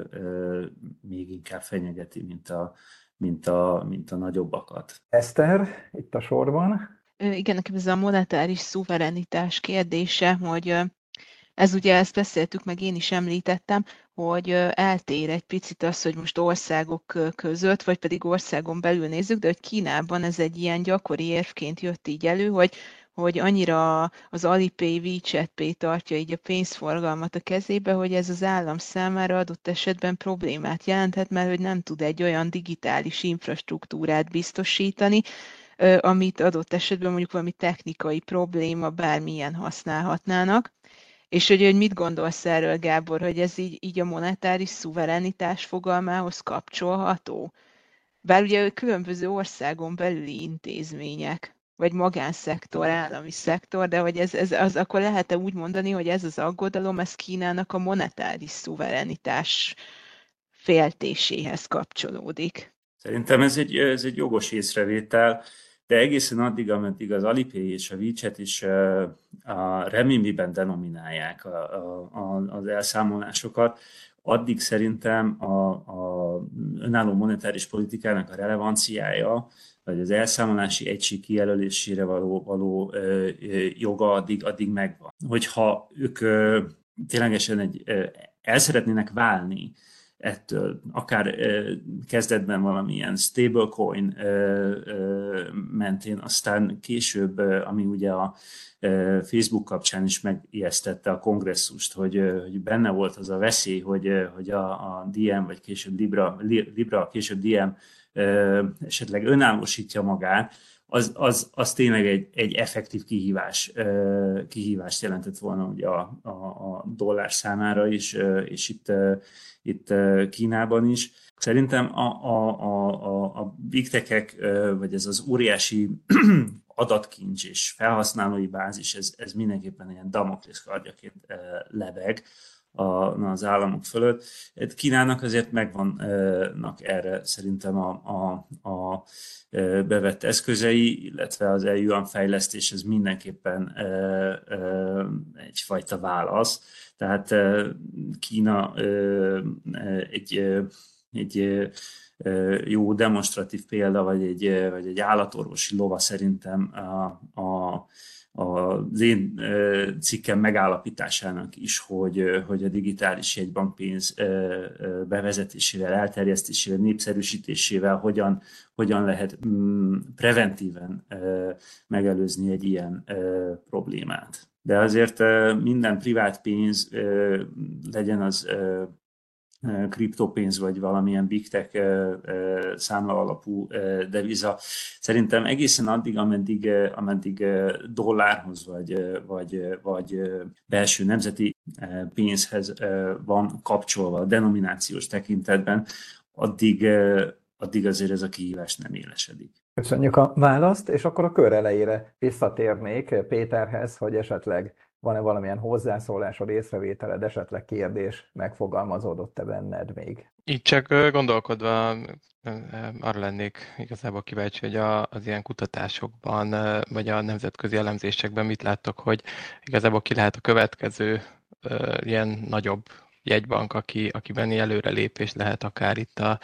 még inkább fenyegeti, mint a nagyobbakat. Eszter, itt a sorban. Igen, nekem ez a monetáris szuverenitás kérdése, hogy ez ugye, ezt beszéltük, meg én is említettem, hogy eltér egy picit az, hogy most országok között, vagy pedig országon belül nézzük, de hogy Kínában ez egy ilyen gyakori érvként jött így elő, hogy annyira az Alipay, WeChat Pay tartja így a pénzforgalmat a kezébe, hogy ez az állam számára adott esetben problémát jelenthet, mert hogy nem tud egy olyan digitális infrastruktúrát biztosítani, amit adott esetben mondjuk valami technikai probléma bármilyen használhatnának. És hogy mit gondolsz erről, Gábor, hogy ez így a monetáris szuverenitás fogalmához kapcsolható? Bár ugye különböző országon belüli intézmények, vagy magánszektor, állami szektor, de hogy ez akkor lehet-e úgy mondani, hogy ez az aggodalom, ez Kínának a monetáris szuverenitás féltéséhez kapcsolódik? Szerintem ez egy jogos észrevétel, de egészen addig, ameddig az Alipay és a WeChat is a renminbiben denominálják az elszámolásokat, addig szerintem a önálló monetáris politikának a relevanciája, vagy az elszámolási egység kijelölésére való joga addig megvan. Hogyha ők ténylegesen el szeretnének válni ettől, akár kezdetben valamilyen stablecoin mentén, aztán később, ami ugye a Facebook kapcsán is megijesztette a kongresszust, hogy benne volt az a veszély, hogy a Diem, vagy később Libra, később Diem esetleg önállósítja magát, az tényleg egy effektív kihívást jelentett volna ugye a dollár számára is, és itt Kínában is. Szerintem a big tech-ek, vagy ez az óriási adatkincs és felhasználói bázis, ez mindenképpen ilyen Damoklész kardjaként lebeg az államok fölött. Kínának azért megvannak erre szerintem a bevett eszközei, illetve az e-yuan fejlesztés, ez mindenképpen egyfajta válasz. Tehát Kína egy jó demonstratív példa, vagy egy állatorvosi lova szerintem az én cikkem megállapításának is, hogy a digitális jegybankpénz bevezetésével, elterjesztésével, népszerűsítésével hogyan lehet preventíven megelőzni egy ilyen problémát. De azért minden privát pénz, legyen az kriptopénz, vagy valamilyen big tech számla alapú deviza. Szerintem egészen addig, ameddig dollárhoz, vagy belső nemzeti pénzhez van kapcsolva a denominációs tekintetben, addig azért ez a kihívás nem élesedik. Köszönjük a választ, és akkor a kör elejére visszatérnék Péterhez, hogy esetleg van-e valamilyen hozzászólásod, észrevételed, esetleg kérdés megfogalmazódott-e benned még? Így csak gondolkodva arra lennék igazából kíváncsi, hogy az ilyen kutatásokban, vagy a nemzetközi elemzésekben mit láttok, hogy igazából ki lehet a következő ilyen nagyobb jegybank, akiben előrelépés lehet akár itt a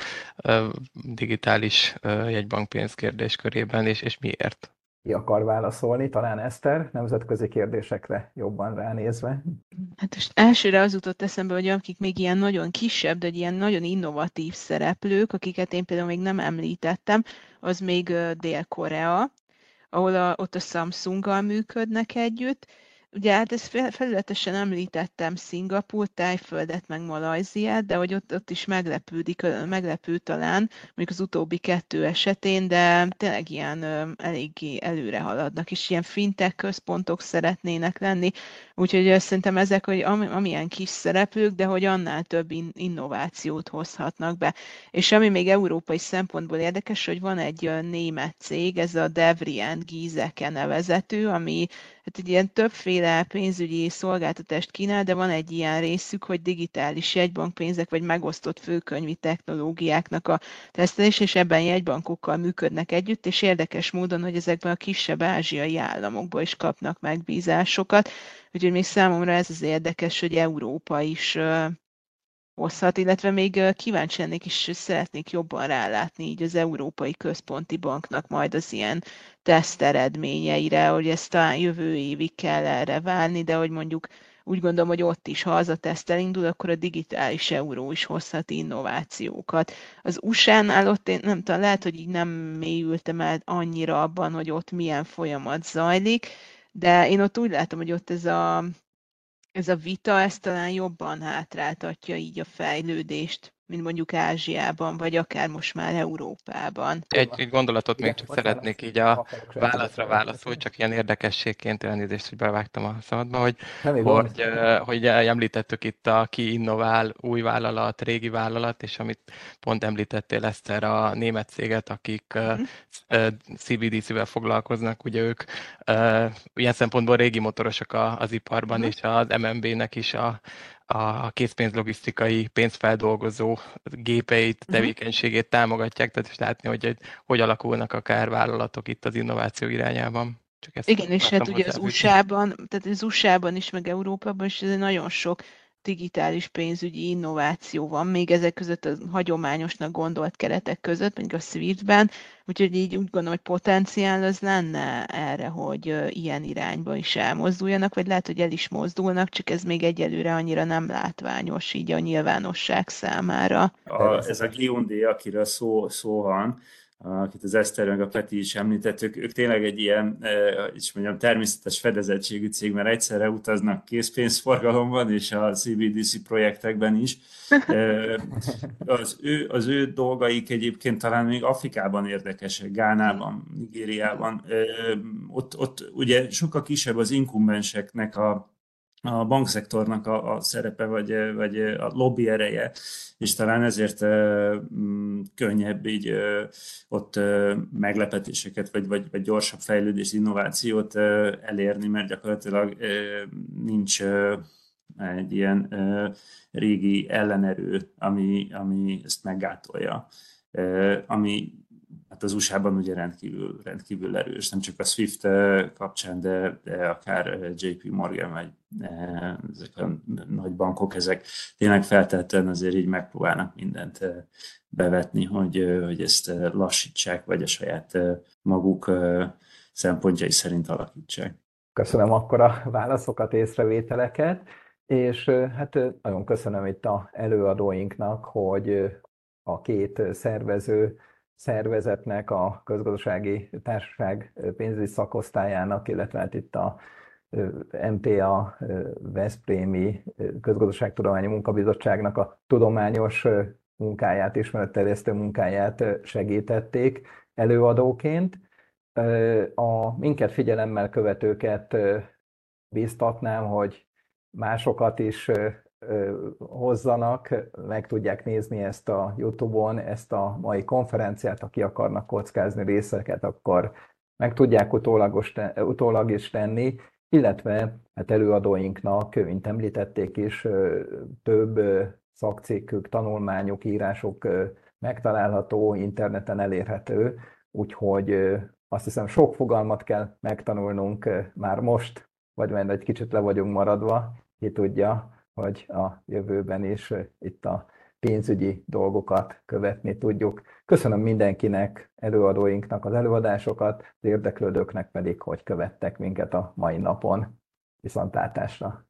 digitális jegybankpénz kérdéskörében, és miért? Ki akar válaszolni? Talán Eszter, nemzetközi kérdésekre jobban ránézve. Hát most elsőre az jutott eszembe, hogy akik még ilyen nagyon kisebb, de ilyen nagyon innovatív szereplők, akiket én például még nem említettem, az még Dél-Korea, ahol ott a Samsunggal működnek együtt. Ugye hát ezt felületesen említettem Szingapúrt, Tájföldet, meg Malajziát, de hogy ott is meglepő talán, mondjuk az utóbbi kettő esetén, de tényleg ilyen eléggé előre haladnak, és ilyen fintech központok szeretnének lenni. Úgyhogy szerintem ezek, hogy amilyen kis szereplők, de hogy annál több innovációt hozhatnak be. És ami még európai szempontból érdekes, hogy van egy német cég, ez a Devrient Giesecke nevezetű, ami hát egy ilyen többféle pénzügyi szolgáltatást kínál, de van egy ilyen részük, hogy digitális jegybankpénzek vagy megosztott főkönyvi technológiáknak a tesztelés, és ebben jegybankokkal működnek együtt, és érdekes módon, hogy ezekben a kisebb ázsiai államokból is kapnak megbízásokat. Úgyhogy még számomra ez az érdekes, hogy Európa is hozhat, illetve még kíváncsi lennék és szeretnék jobban rálátni így az Európai Központi Banknak majd az ilyen teszt eredményeire, hogy ezt talán jövő évig kell erre várni, de hogy mondjuk úgy gondolom, hogy ott is, ha az a teszt elindul, akkor a digitális euró is hozhat innovációkat. Az USA-nál ott én nem tudom, lehet, hogy így nem mélyültem el annyira abban, hogy ott milyen folyamat zajlik, de én ott úgy látom, hogy ott ez a vita, ez talán jobban hátráltatja így a fejlődést, mint mondjuk Ázsiában, vagy akár most már Európában. Egy gondolatot még csak szeretnék így a válaszra válaszolni, csak ilyen érdekességként, elnézést, hogy bevágtam a szabadba, hogy említettük itt a ki innovál, új vállalat, régi vállalat, és amit pont említettél, Eszter, a német céget, akik CBDC-vel foglalkoznak, ugye ők ilyen szempontból régi motorosok az iparban, és az MNB-nek is a készpénzlogisztikai pénzfeldolgozó gépeit, tevékenységét támogatják, tehát is látni, hogy alakulnak akár vállalatok itt az innováció irányában. Igen, és hát ugye az USA-ban is, meg Európában is ez nagyon sok digitális pénzügyi innováció van, még ezek között a hagyományosnak gondolt keretek között, mondjuk a SWIFT-ben, úgyhogy így úgy gondolom, hogy potenciál az lenne erre, hogy ilyen irányba is elmozduljanak, vagy lehet, hogy el is mozdulnak, csak ez még egyelőre annyira nem látványos így a nyilvánosság számára. Ez a Gion D, akiről szó van, akit az Eszter meg a Peti is említett, ők tényleg egy ilyen, és mondjam, természetes fedezettségű cég, mert egyszerre utaznak készpénzforgalomban és a CBDC projektekben is. Az ő dolgaik egyébként talán még Afrikában érdekesek, Gánában, Nigériában. Ott ugye sokkal kisebb az inkumbenseknek a bankszektornak a szerepe, vagy a lobby ereje, és talán ezért könnyebb így ott meglepetéseket, vagy gyorsabb fejlődést, innovációt elérni, mert gyakorlatilag nincs egy ilyen régi ellenerő, ami ezt meggátolja. Ami hát az USA-ban ugye rendkívül erős, nem csak a SWIFT kapcsán, de akár JP Morgan, vagy ezek a nagy bankok, ezek tényleg feltétlenül azért így megpróbálnak mindent bevetni, hogy ezt lassítsák, vagy a saját maguk szempontjai szerint alakítsák. Köszönöm akkor a válaszokat, észrevételeket, és hát nagyon köszönöm itt az előadóinknak, hogy a két szervezetnek, a Közgazdasági Társaság pénzügyi szakosztályának, illetve hát itt a MTA Veszprémi Közgazdaságtudományi Munkabizottságnak a tudományos munkáját, ismeretterjesztő munkáját segítették előadóként. A minket figyelemmel követőket bíztatnám, hogy másokat is hozzanak, meg tudják nézni ezt a YouTube-on, ezt a mai konferenciát, aki akarnak kockázni részeket, akkor meg tudják utólag is tenni, illetve hát előadóinknak, mint említették is, több szakcikkük, tanulmányuk, írások megtalálható, interneten elérhető, úgyhogy azt hiszem sok fogalmat kell megtanulnunk már most, vagy majd egy kicsit le vagyunk maradva, ki tudja, hogy a jövőben is itt a pénzügyi dolgokat követni tudjuk. Köszönöm mindenkinek, előadóinknak az előadásokat, az érdeklődőknek pedig, hogy követtek minket a mai napon. Viszontlátásra!